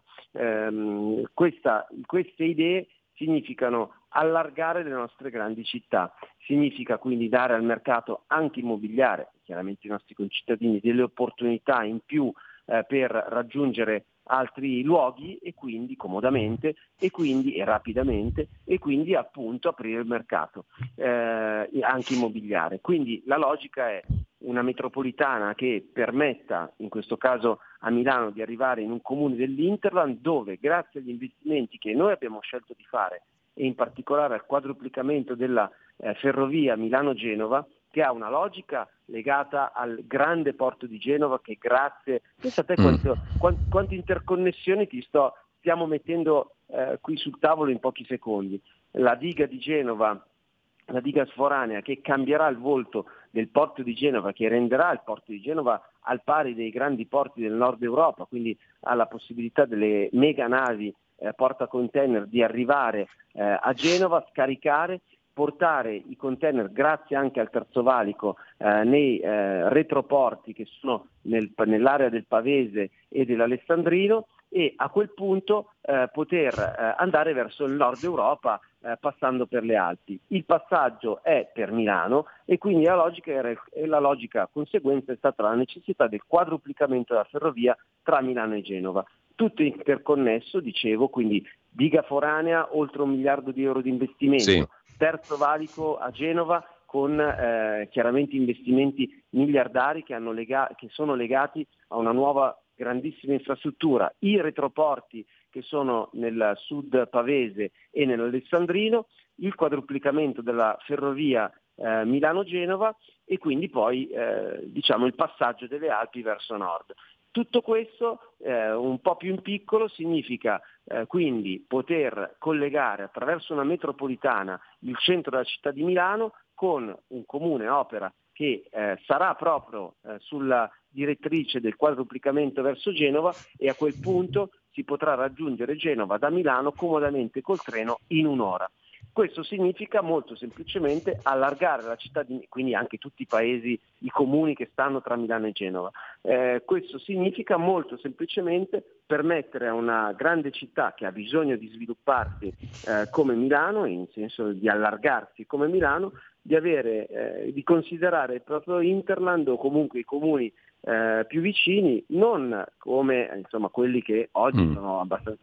Eh, questa, queste idee significano allargare le nostre grandi città, significa quindi dare al mercato anche immobiliare, chiaramente ai nostri concittadini, delle opportunità in più eh, per raggiungere altri luoghi e quindi comodamente e quindi e rapidamente e quindi appunto aprire il mercato eh, anche immobiliare. Quindi la logica è una metropolitana che permetta, in questo caso a Milano, di arrivare in un comune dell'Interland dove, grazie agli investimenti che noi abbiamo scelto di fare e in particolare al quadruplicamento della eh, ferrovia Milano-Genova, che ha una logica legata al grande porto di Genova che grazie, pensate mm. quanto, quant, quante interconnessioni ti sto, stiamo mettendo eh, qui sul tavolo in pochi secondi. La diga di Genova, la diga sforanea che cambierà il volto del porto di Genova, che renderà il porto di Genova al pari dei grandi porti del nord Europa, quindi ha la possibilità delle mega navi eh, porta container di arrivare eh, a Genova, scaricare, portare i container grazie anche al terzo valico eh, nei eh, retroporti che sono nel, nell'area del Pavese e dell'Alessandrino, e a quel punto eh, poter eh, andare verso il nord Europa eh, passando per le Alpi. Il passaggio è per Milano e quindi la logica, era, e la logica conseguenza è stata la necessità del quadruplicamento della ferrovia tra Milano e Genova. Tutto interconnesso, dicevo, quindi diga foranea, oltre un miliardo di euro di investimento, sì. Terzo valico a Genova con eh, chiaramente investimenti miliardari che, hanno lega- che sono legati a una nuova grandissima infrastruttura, i retroporti che sono nel sud pavese e nell'Alessandrino, il quadruplicamento della ferrovia eh, Milano-Genova e quindi poi eh, diciamo il passaggio delle Alpi verso nord. Tutto questo eh, un po' più in piccolo significa eh, quindi poter collegare attraverso una metropolitana il centro della città di Milano con un comune Opera che eh, sarà proprio eh, sulla direttrice del quadruplicamento verso Genova, e a quel punto si potrà raggiungere Genova da Milano comodamente col treno in un'ora. Questo significa molto semplicemente allargare la città, di, quindi anche tutti i paesi, i comuni che stanno tra Milano e Genova. Eh, questo significa molto semplicemente permettere a una grande città che ha bisogno di svilupparsi eh, come Milano, in senso di allargarsi come Milano, di avere, eh, di considerare il proprio Interland o comunque i comuni eh, più vicini non come insomma quelli che oggi mm. sono abbastanza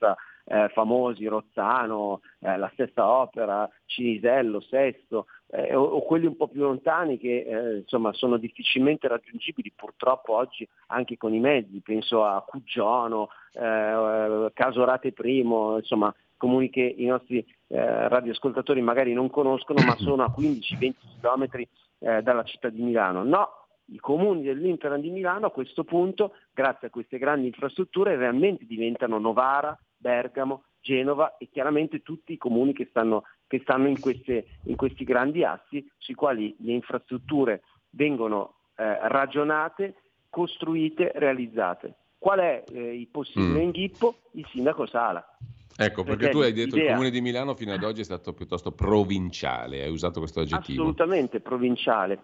eh, famosi, Rozzano, eh, la stessa Opera, Cinisello, Sesto, eh, o, o quelli un po' più lontani che eh, insomma sono difficilmente raggiungibili purtroppo oggi anche con i mezzi, penso a Cuggiono, eh, Casorate Primo, insomma comuni che i nostri eh, radioascoltatori magari non conoscono, ma sono a quindici venti chilometri eh, dalla città di Milano. No, i comuni dell'Interland di Milano a questo punto, grazie a queste grandi infrastrutture, realmente diventano Novara, Bergamo, Genova e chiaramente tutti i comuni che stanno, che stanno in, queste, in questi grandi assi sui quali le infrastrutture vengono eh, ragionate, costruite, realizzate. Qual è eh, il possibile Mm. inghippo? Il sindaco Sala. Ecco, perché Perché tu hai detto il l'idea- comune di Milano fino ad oggi è stato piuttosto provinciale, hai usato questo aggettivo. Assolutamente provinciale.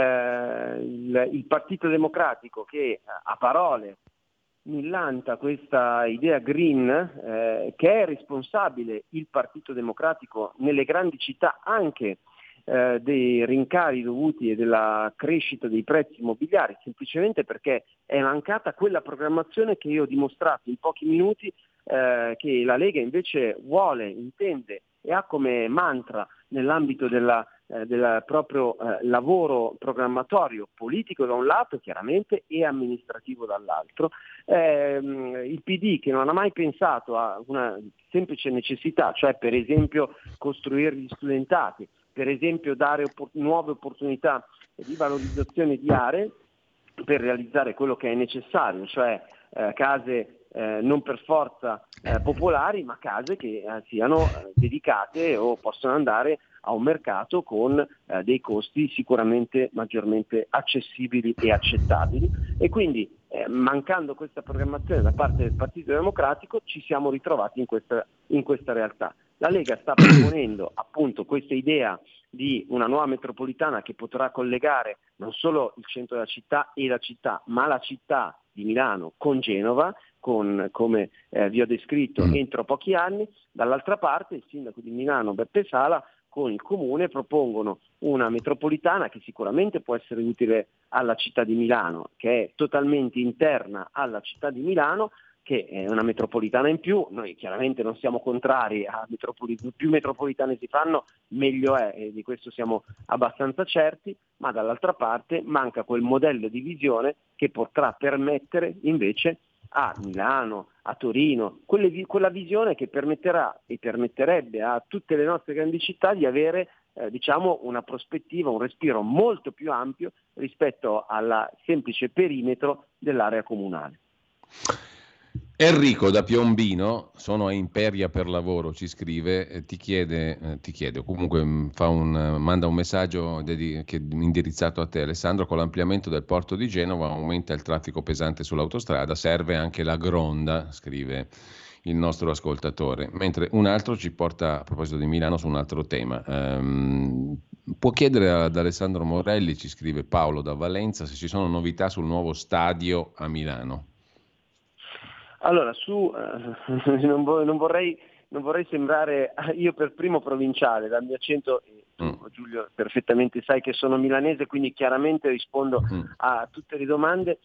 Eh, il, il Partito Democratico che a parole millanta questa idea green, eh, che è responsabile il Partito Democratico nelle grandi città anche eh, dei rincari dovuti e della crescita dei prezzi immobiliari, semplicemente perché è mancata quella programmazione che io ho dimostrato in pochi minuti eh, che la Lega invece vuole, intende e ha come mantra nell'ambito della, eh, del proprio eh, lavoro programmatorio politico da un lato chiaramente e amministrativo dall'altro. Eh, il P D che non ha mai pensato a una semplice necessità, cioè per esempio costruire gli studentati, per esempio dare oppor- nuove opportunità di valorizzazione di aree per realizzare quello che è necessario, cioè eh, case eh, non per forza eh, popolari, ma case che eh, siano eh, dedicate o possono andare a un mercato con eh, dei costi sicuramente maggiormente accessibili e accettabili. E quindi eh, mancando questa programmazione da parte del Partito Democratico ci siamo ritrovati in questa, in questa realtà. La Lega sta proponendo appunto questa idea di una nuova metropolitana che potrà collegare non solo il centro della città e la città, ma la città di Milano con Genova, con, come eh, vi ho descritto, entro pochi anni. Dall'altra parte il sindaco di Milano, Beppe Sala, con il comune propongono una metropolitana che sicuramente può essere utile alla città di Milano, che è totalmente interna alla città di Milano, che è una metropolitana in più. Noi chiaramente non siamo contrari a metropolitane, più metropolitane si fanno meglio è, e di questo siamo abbastanza certi, ma dall'altra parte manca quel modello di visione che potrà permettere invece a Milano, a Torino, quelle, quella visione che permetterà e permetterebbe a tutte le nostre grandi città di avere eh, diciamo una prospettiva, un respiro molto più ampio rispetto al semplice perimetro dell'area comunale. Enrico da Piombino, sono a Imperia per lavoro, ci scrive, eh, ti chiede, eh, ti chiede o comunque mh, fa un, eh, manda un messaggio dedi- che, indirizzato a te Alessandro: con l'ampliamento del porto di Genova aumenta il traffico pesante sull'autostrada, serve anche la Gronda, scrive il nostro ascoltatore, mentre un altro ci porta a proposito di Milano su un altro tema. Um, può chiedere ad Alessandro Morelli, ci scrive Paolo da Valenza, se ci sono novità sul nuovo stadio a Milano. Allora, su eh, non, vo- non, vorrei, non vorrei sembrare io per primo provinciale, dal mio accento, e tu Mm. Giulio perfettamente sai che sono milanese, quindi chiaramente rispondo Mm. a tutte le domande,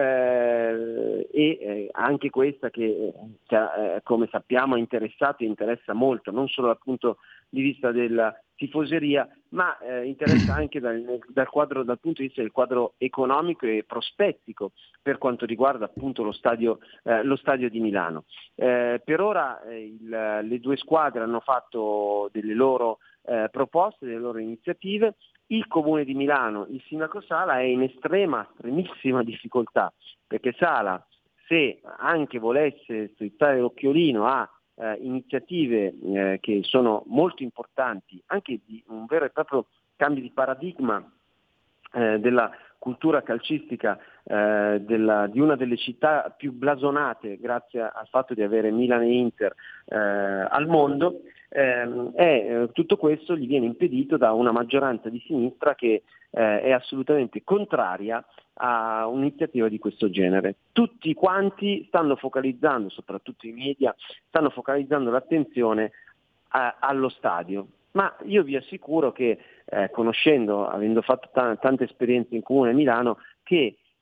eh, e eh, anche questa che, che eh, come sappiamo è interessato e interessa molto, non solo dal punto di vista della tifoseria, ma eh, interessa anche dal, dal, quadro, dal punto di vista del quadro economico e prospettico per quanto riguarda appunto lo stadio, eh, lo stadio di Milano. Eh, per ora eh, il, le due squadre hanno fatto delle loro eh, proposte, delle loro iniziative. Il Comune di Milano, il sindaco Sala, è in estrema, estremissima difficoltà, perché Sala, se anche volesse strizzare l'occhiolino a eh, iniziative eh, che sono molto importanti, anche di un vero e proprio cambio di paradigma eh, della cultura calcistica eh, della, di una delle città più blasonate grazie al fatto di avere Milan e Inter eh, al mondo, eh, e tutto questo gli viene impedito da una maggioranza di sinistra che eh, è assolutamente contraria a un'iniziativa di questo genere. Tutti quanti stanno focalizzando, soprattutto i media, stanno focalizzando l'attenzione a, allo stadio. Ma io vi assicuro che, eh, conoscendo, avendo fatto t- tante esperienze in Comune a Milano, che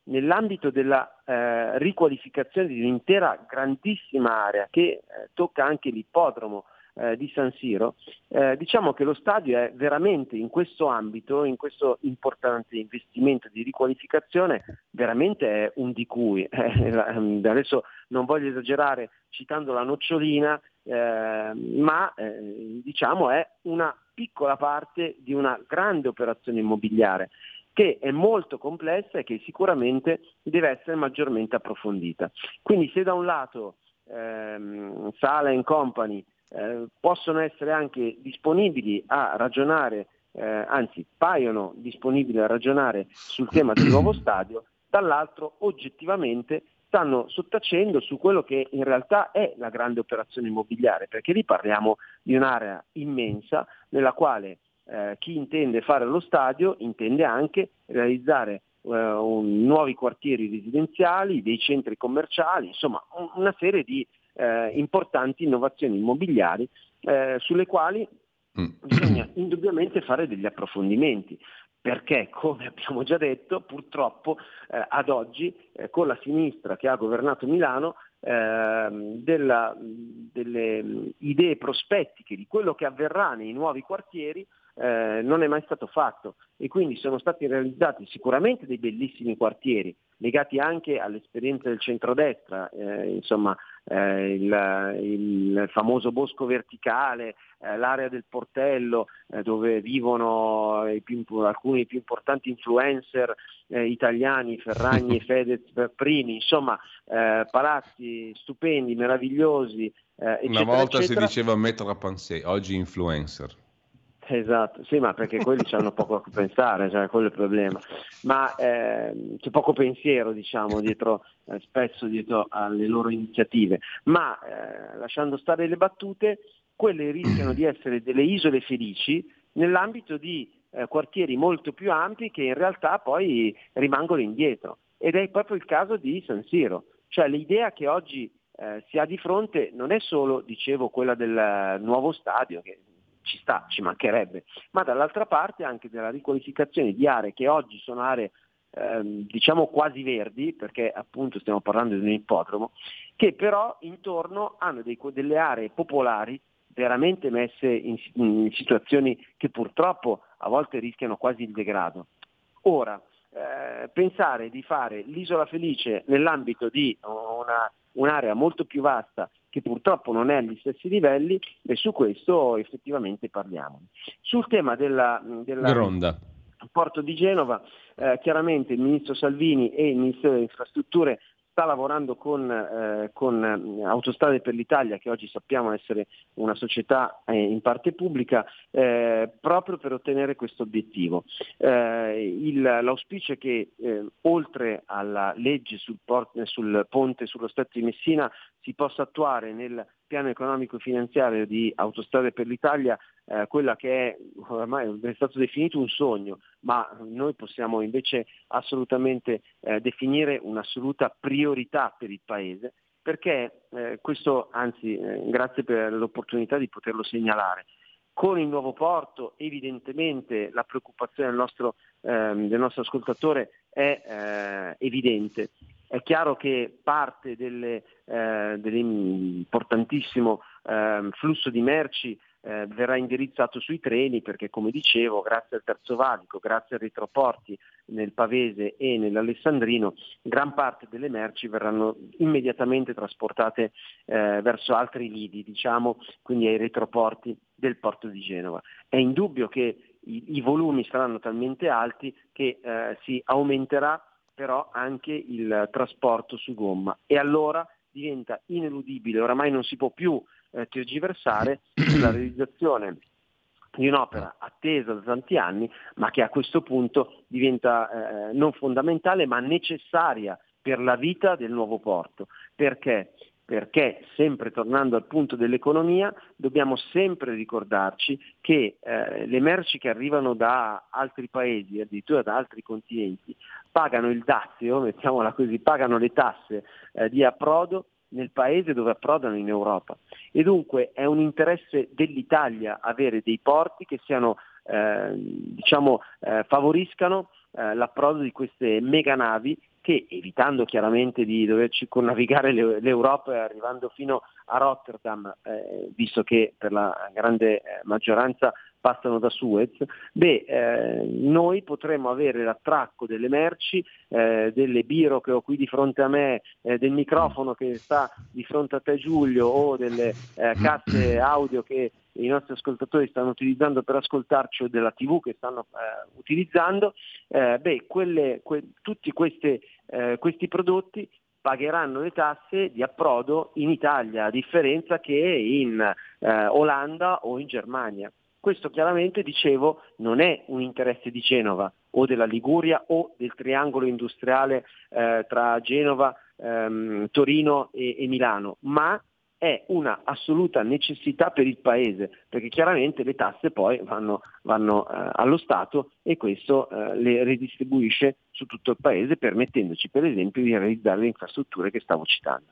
nell'ambito della eh, riqualificazione di un'intera grandissima area che eh, tocca anche l'ippodromo eh, di San Siro, eh, diciamo che lo stadio è veramente in questo ambito, in questo importante investimento di riqualificazione, veramente è un di cui. Eh, adesso non voglio esagerare citando la nocciolina, eh, ma eh, diciamo è una piccola parte di una grande operazione immobiliare che è molto complessa e che sicuramente deve essere maggiormente approfondita. Quindi se da un lato ehm, Sala and Company eh, possono essere anche disponibili a ragionare, eh, anzi paiono disponibili a ragionare sul tema del nuovo stadio, dall'altro oggettivamente stanno sottacendo su quello che in realtà è la grande operazione immobiliare, perché lì parliamo di un'area immensa nella quale Eh, chi intende fare lo stadio intende anche realizzare eh, un, nuovi quartieri residenziali, dei centri commerciali, insomma un, una serie di eh, importanti innovazioni immobiliari eh, sulle quali mm. bisogna indubbiamente fare degli approfondimenti, perché come abbiamo già detto purtroppo eh, ad oggi eh, con la sinistra che ha governato Milano eh, della, delle idee prospettiche di quello che avverrà nei nuovi quartieri Eh, non è mai stato fatto, e quindi sono stati realizzati sicuramente dei bellissimi quartieri legati anche all'esperienza del centrodestra, eh, insomma eh, il, il famoso bosco verticale, eh, l'area del Portello eh, dove vivono i più, alcuni dei più importanti influencer eh, italiani, Ferragni e Fedez per primi, insomma eh, palazzi stupendi, meravigliosi, eh, eccetera, una volta eccetera. Si diceva mettere a pensée, oggi influencer. Esatto, sì, ma perché quelli hanno poco a pensare, cioè quello è il problema, ma eh, c'è poco pensiero, diciamo, dietro eh, spesso dietro alle loro iniziative, ma eh, lasciando stare le battute, quelle rischiano di essere delle isole felici nell'ambito di eh, quartieri molto più ampi che in realtà poi rimangono indietro, ed è proprio il caso di San Siro, cioè l'idea che oggi eh, si ha di fronte non è solo, dicevo, quella del nuovo stadio, che ci sta, ci mancherebbe, ma dall'altra parte anche della riqualificazione di aree che oggi sono aree ehm, diciamo quasi verdi, perché appunto stiamo parlando di un ippodromo, che però intorno hanno dei, delle aree popolari veramente messe in, in situazioni che purtroppo a volte rischiano quasi il degrado. Ora, eh, pensare di fare l'Isola Felice nell'ambito di una, un'area molto più vasta che purtroppo non è agli stessi livelli, e su questo effettivamente parliamo. Sul tema della, della Gronda. Porto di Genova, eh, chiaramente il ministro Salvini e il Ministero delle Infrastrutture sta lavorando con, eh, con Autostrade per l'Italia, che oggi sappiamo essere una società eh, in parte pubblica, eh, proprio per ottenere questo obiettivo. Eh, il, l'auspicio è che eh, oltre alla legge sul, port, sul ponte sullo Stretto di Messina si possa attuare nel piano economico finanziario di Autostrade per l'Italia eh, quella che è ormai è stato definito un sogno, ma noi possiamo invece assolutamente eh, definire un'assoluta priorità per il Paese, perché eh, questo, anzi eh, grazie per l'opportunità di poterlo segnalare, con il nuovo porto evidentemente la preoccupazione del nostro, ehm, del nostro ascoltatore è eh, evidente. È chiaro che parte delle, eh, dell'importantissimo eh, flusso di merci eh, verrà indirizzato sui treni, perché come dicevo, grazie al Terzo Valico, grazie ai retroporti nel Pavese e nell'Alessandrino, gran parte delle merci verranno immediatamente trasportate eh, verso altri lidi, diciamo, quindi ai retroporti del porto di Genova. È indubbio che i, i volumi saranno talmente alti che eh, si aumenterà però anche il trasporto su gomma, e allora diventa ineludibile, oramai non si può più eh, tergiversare sulla realizzazione di un'opera attesa da tanti anni, ma che a questo punto diventa eh, non fondamentale ma necessaria per la vita del nuovo porto. Perché? Perché, sempre tornando al punto dell'economia, dobbiamo sempre ricordarci che eh, le merci che arrivano da altri paesi, addirittura da altri continenti, pagano il dazio, mettiamola così, pagano le tasse eh, di approdo nel paese dove approdano in Europa. E dunque è un interesse dell'Italia avere dei porti che siano, eh, diciamo, eh, favoriscano eh, l'approdo di queste mega navi che, evitando chiaramente di dover circonnavigare l'Europa arrivando fino a Rotterdam, eh, visto che per la grande eh, maggioranza passano da Suez, beh, eh, noi potremmo avere l'attracco delle merci, eh, delle biro che ho qui di fronte a me, eh, del microfono che sta di fronte a te Giulio, o delle eh, casse audio che i nostri ascoltatori stanno utilizzando per ascoltarci, o della tivù che stanno eh, utilizzando, eh, beh, quelle, que- tutti queste, eh, questi prodotti pagheranno le tasse di approdo in Italia, a differenza che in eh, Olanda o in Germania. Questo chiaramente, dicevo, non è un interesse di Genova o della Liguria o del triangolo industriale eh, tra Genova, ehm, Torino e, e Milano, ma è una assoluta necessità per il Paese, perché chiaramente le tasse poi vanno, vanno eh, allo Stato, e questo eh, le ridistribuisce su tutto il Paese, permettendoci per esempio di realizzare le infrastrutture che stavo citando.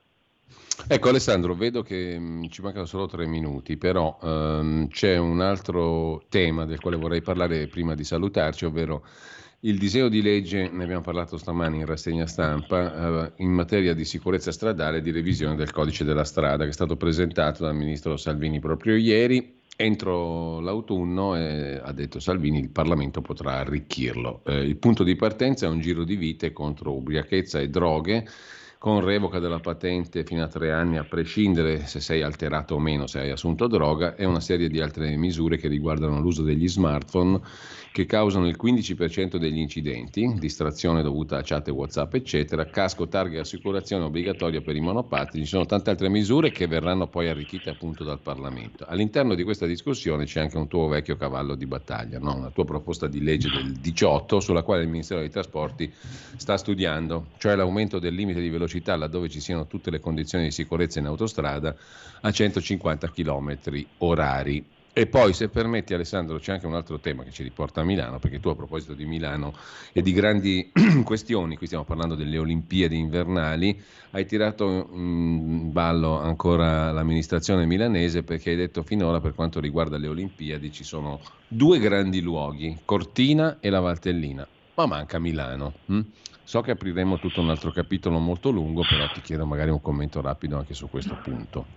Ecco Alessandro, vedo che mh, ci mancano solo tre minuti, però ehm, c'è un altro tema del quale vorrei parlare prima di salutarci, ovvero il disegno di legge, ne abbiamo parlato stamani in rassegna stampa, eh, in materia di sicurezza stradale e di revisione del codice della strada, che è stato presentato dal ministro Salvini proprio ieri. Entro l'autunno, eh, ha detto Salvini, il Parlamento potrà arricchirlo. Eh, il punto di partenza è un giro di vite contro ubriachezza e droghe, con revoca della patente fino a tre anni a prescindere se sei alterato o meno, se hai assunto droga, e una serie di altre misure che riguardano l'uso degli smartphone, che causano il quindici per cento degli incidenti, distrazione dovuta a chat e WhatsApp eccetera, casco, targa e assicurazione obbligatoria per i monopattini. Ci sono tante altre misure che verranno poi arricchite appunto dal Parlamento. All'interno di questa discussione c'è anche un tuo vecchio cavallo di battaglia, no? Una tua proposta di legge del diciotto sulla quale il Ministero dei Trasporti sta studiando, cioè l'aumento del limite di velocità laddove ci siano tutte le condizioni di sicurezza in autostrada a centocinquanta chilometri orari. E poi, se permetti Alessandro, c'è anche un altro tema che ci riporta a Milano, perché tu, a proposito di Milano e di grandi questioni, qui stiamo parlando delle Olimpiadi invernali, hai tirato in ballo ancora l'amministrazione milanese, perché hai detto finora, per quanto riguarda le Olimpiadi, ci sono due grandi luoghi, Cortina e la Valtellina, ma manca Milano. Hm? So che apriremo tutto un altro capitolo molto lungo, però ti chiedo magari un commento rapido anche su questo punto.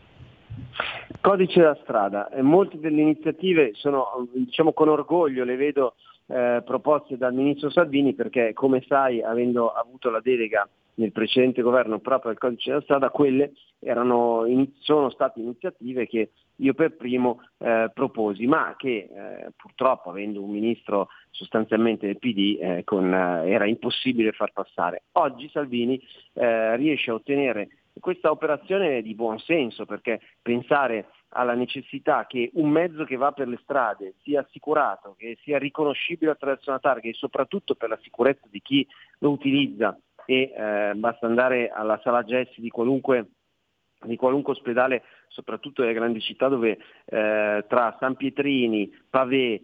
Codice della strada, eh, molte delle iniziative sono, diciamo con orgoglio, le vedo eh, proposte dal ministro Salvini, perché come sai, avendo avuto la delega nel precedente governo proprio del codice della strada, quelle erano, sono state iniziative che io per primo eh, proposi, ma che eh, purtroppo, avendo un ministro sostanzialmente del P D, eh, con, eh, era impossibile far passare. Oggi Salvini eh, riesce a ottenere questa operazione di buon senso, perché pensare alla necessità che un mezzo che va per le strade sia assicurato, che sia riconoscibile attraverso una targa, e soprattutto per la sicurezza di chi lo utilizza, e eh, basta andare alla sala gessi di qualunque di qualunque ospedale, soprattutto nelle grandi città, dove eh, tra San Pietrini, Pavé,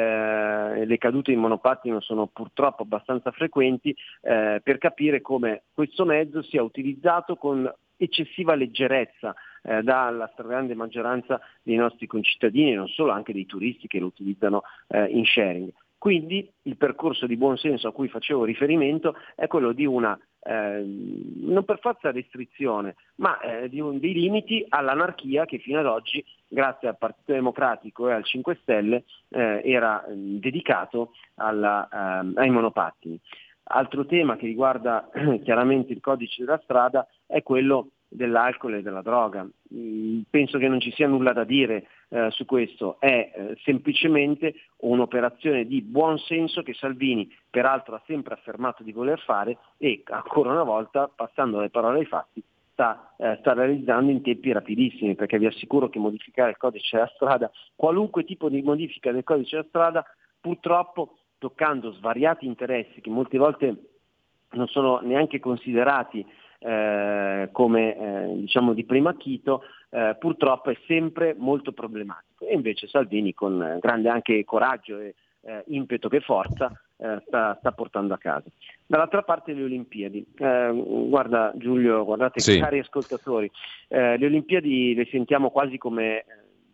eh, le cadute in monopattino sono purtroppo abbastanza frequenti, eh, per capire come questo mezzo sia utilizzato con eccessiva leggerezza eh, dalla stragrande maggioranza dei nostri concittadini, e non solo, anche dei turisti che lo utilizzano eh, in sharing. Quindi il percorso di buon senso a cui facevo riferimento è quello di una, eh, non per forza restrizione, ma eh, di un, dei limiti all'anarchia che fino ad oggi, grazie al Partito Democratico e al cinque Stelle, eh, era eh, dedicato alla, eh, ai monopattini. Altro tema che riguarda eh, chiaramente il codice della strada è quello dell'alcol e della droga. Mm, penso che non ci sia nulla da dire eh, su questo, è eh, semplicemente un'operazione di buon senso che Salvini peraltro ha sempre affermato di voler fare, e ancora una volta, passando dalle parole ai fatti, sta, eh, sta realizzando in tempi rapidissimi, perché vi assicuro che modificare il codice della strada, qualunque tipo di modifica del codice della strada, purtroppo toccando svariati interessi che molte volte non sono neanche considerati eh, come eh, diciamo di primo acchito, eh, purtroppo è sempre molto problematico. E invece Salvini, con grande anche coraggio e eh, impeto che forza, eh, sta, sta portando a casa. Dall'altra parte le Olimpiadi, eh, guarda Giulio, guardate, sì, cari ascoltatori, eh, le Olimpiadi le sentiamo quasi come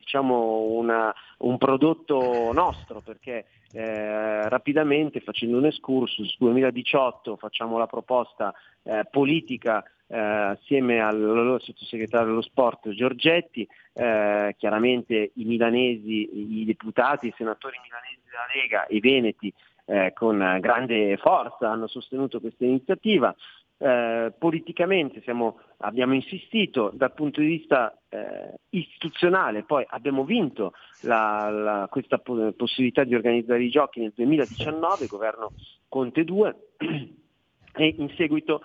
diciamo una, un prodotto nostro, perché eh, rapidamente, facendo un excursus, duemiladiciotto facciamo la proposta eh, politica eh, assieme al sottosegretario dello sport Giorgetti, eh, chiaramente i milanesi, i deputati, i senatori milanesi della Lega e i veneti eh, con grande forza hanno sostenuto questa iniziativa. Eh, politicamente siamo, abbiamo insistito, dal punto di vista eh, istituzionale poi abbiamo vinto la, la, questa po- possibilità di organizzare i giochi nel duemiladiciannove, governo Conte due, e in seguito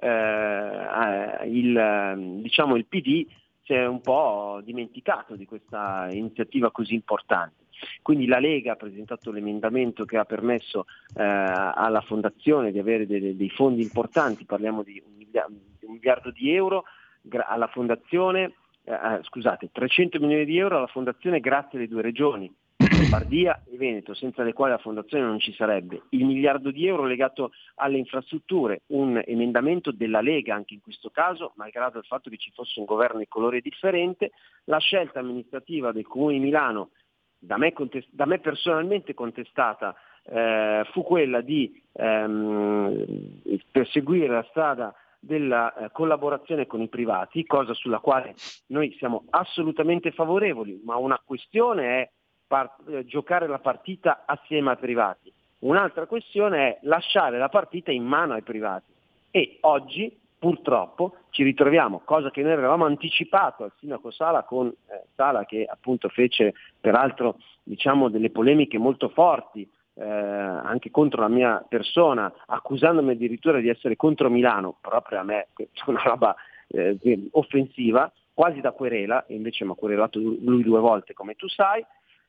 eh, il, diciamo, il P D si è un po' dimenticato di questa iniziativa così importante. Quindi la Lega ha presentato l'emendamento che ha permesso eh, alla Fondazione di avere dei, dei fondi importanti, parliamo di un miliardo, un miliardo di euro gra- alla Fondazione, eh, scusate, trecento milioni di euro alla Fondazione grazie alle due regioni, Lombardia e Veneto, senza le quali la Fondazione non ci sarebbe. Il miliardo di euro legato alle infrastrutture, un emendamento della Lega anche in questo caso, malgrado il fatto che ci fosse un governo di colore differente. La scelta amministrativa del Comune di Milano, da me, contest- da me personalmente contestata, eh, fu quella di ehm, perseguire la strada della eh, collaborazione con i privati, cosa sulla quale noi siamo assolutamente favorevoli, ma una questione è par- eh, giocare la partita assieme ai privati, un'altra questione è lasciare la partita in mano ai privati, e oggi purtroppo ci ritroviamo, cosa che noi avevamo anticipato al sindaco Sala, con eh, Sala che appunto fece peraltro diciamo delle polemiche molto forti eh, anche contro la mia persona, accusandomi addirittura di essere contro Milano, proprio a me, una roba eh, offensiva, quasi da querela, e invece mi ha querelato lui due volte come tu sai.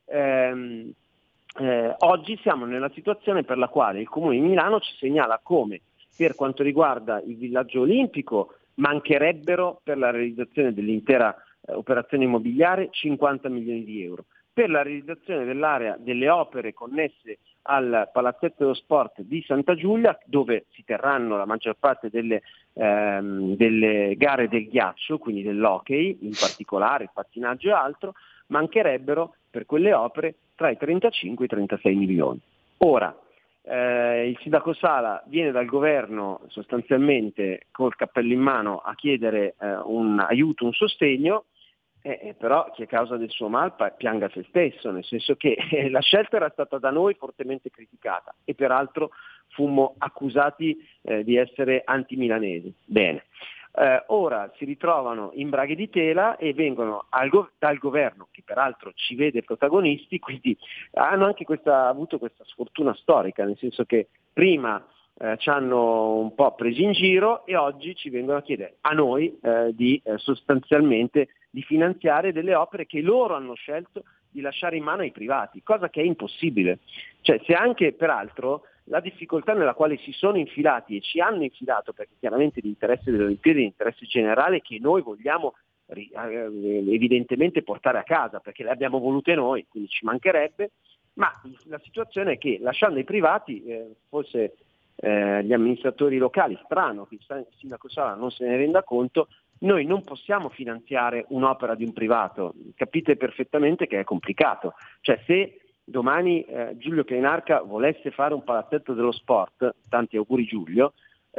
Ehm, eh, oggi siamo nella situazione per la quale il Comune di Milano ci segnala come per quanto riguarda il villaggio olimpico mancherebbero per la realizzazione dell'intera eh, operazione immobiliare cinquanta milioni di euro. Per la realizzazione dell'area delle opere connesse al Palazzetto dello Sport di Santa Giulia, dove si terranno la maggior parte delle, ehm, delle gare del ghiaccio, quindi dell'hockey, in particolare il pattinaggio e altro, mancherebbero per quelle opere tra i trentacinque e i trentasei milioni. Ora, Eh, il sindaco Sala viene dal governo sostanzialmente col cappello in mano a chiedere eh, un aiuto, un sostegno, eh, però chi è causa del suo mal pianga se stesso, nel senso che eh, la scelta era stata da noi fortemente criticata e peraltro fummo accusati eh, di essere antimilanesi. Bene. Eh, ora si ritrovano in braghe di tela e vengono al go- dal governo, che peraltro ci vede protagonisti, quindi hanno anche questa, avuto questa sfortuna storica, nel senso che prima eh, ci hanno un po' presi in giro e oggi ci vengono a chiedere a noi eh, di eh, sostanzialmente di finanziare delle opere che loro hanno scelto di lasciare in mano ai privati, cosa che è impossibile. Cioè, se anche peraltro la difficoltà nella quale si sono infilati e ci hanno infilato, perché chiaramente l'interesse delle Olimpiadi è l'interesse generale che noi vogliamo evidentemente portare a casa, perché le abbiamo volute noi, quindi ci mancherebbe, ma la situazione è che lasciando i privati, eh, forse eh, gli amministratori locali, strano che il sindaco Sala non se ne renda conto, noi non possiamo finanziare un'opera di un privato, capite perfettamente che è complicato, cioè se domani eh, Giulio Cainarca volesse fare un palazzetto dello sport, tanti auguri Giulio,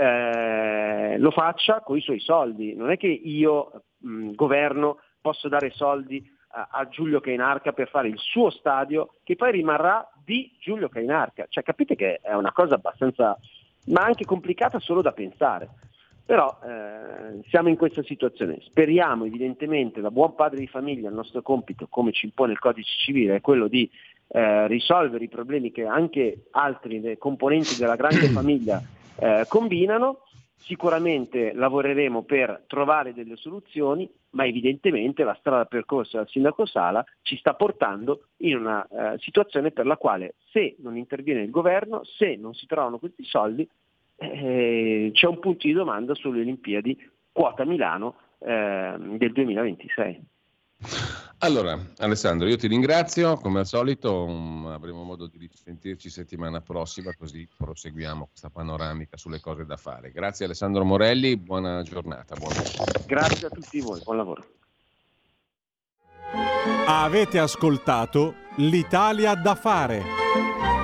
eh, lo faccia con i suoi soldi, non è che io mh, governo posso dare soldi a, a Giulio Cainarca per fare il suo stadio che poi rimarrà di Giulio Cainarca, cioè capite che è una cosa abbastanza, ma anche complicata solo da pensare. Però eh, siamo in questa situazione, speriamo evidentemente, da buon padre di famiglia, il nostro compito, come ci impone il codice civile, è quello di eh, risolvere i problemi che anche altri componenti della grande famiglia eh, combinano. Sicuramente lavoreremo per trovare delle soluzioni, ma evidentemente la strada percorsa dal sindaco Sala ci sta portando in una eh, situazione per la quale, se non interviene il governo, se non si trovano questi soldi, Eh, c'è un punto di domanda sulle Olimpiadi quota Milano eh, del duemilaventisei. Allora, Alessandro, io ti ringrazio, come al solito um, avremo modo di risentirci settimana prossima, così proseguiamo questa panoramica sulle cose da fare. Grazie Alessandro Morelli, buona giornata. Buon Grazie a tutti voi, buon lavoro. Avete ascoltato L'Italia da fare.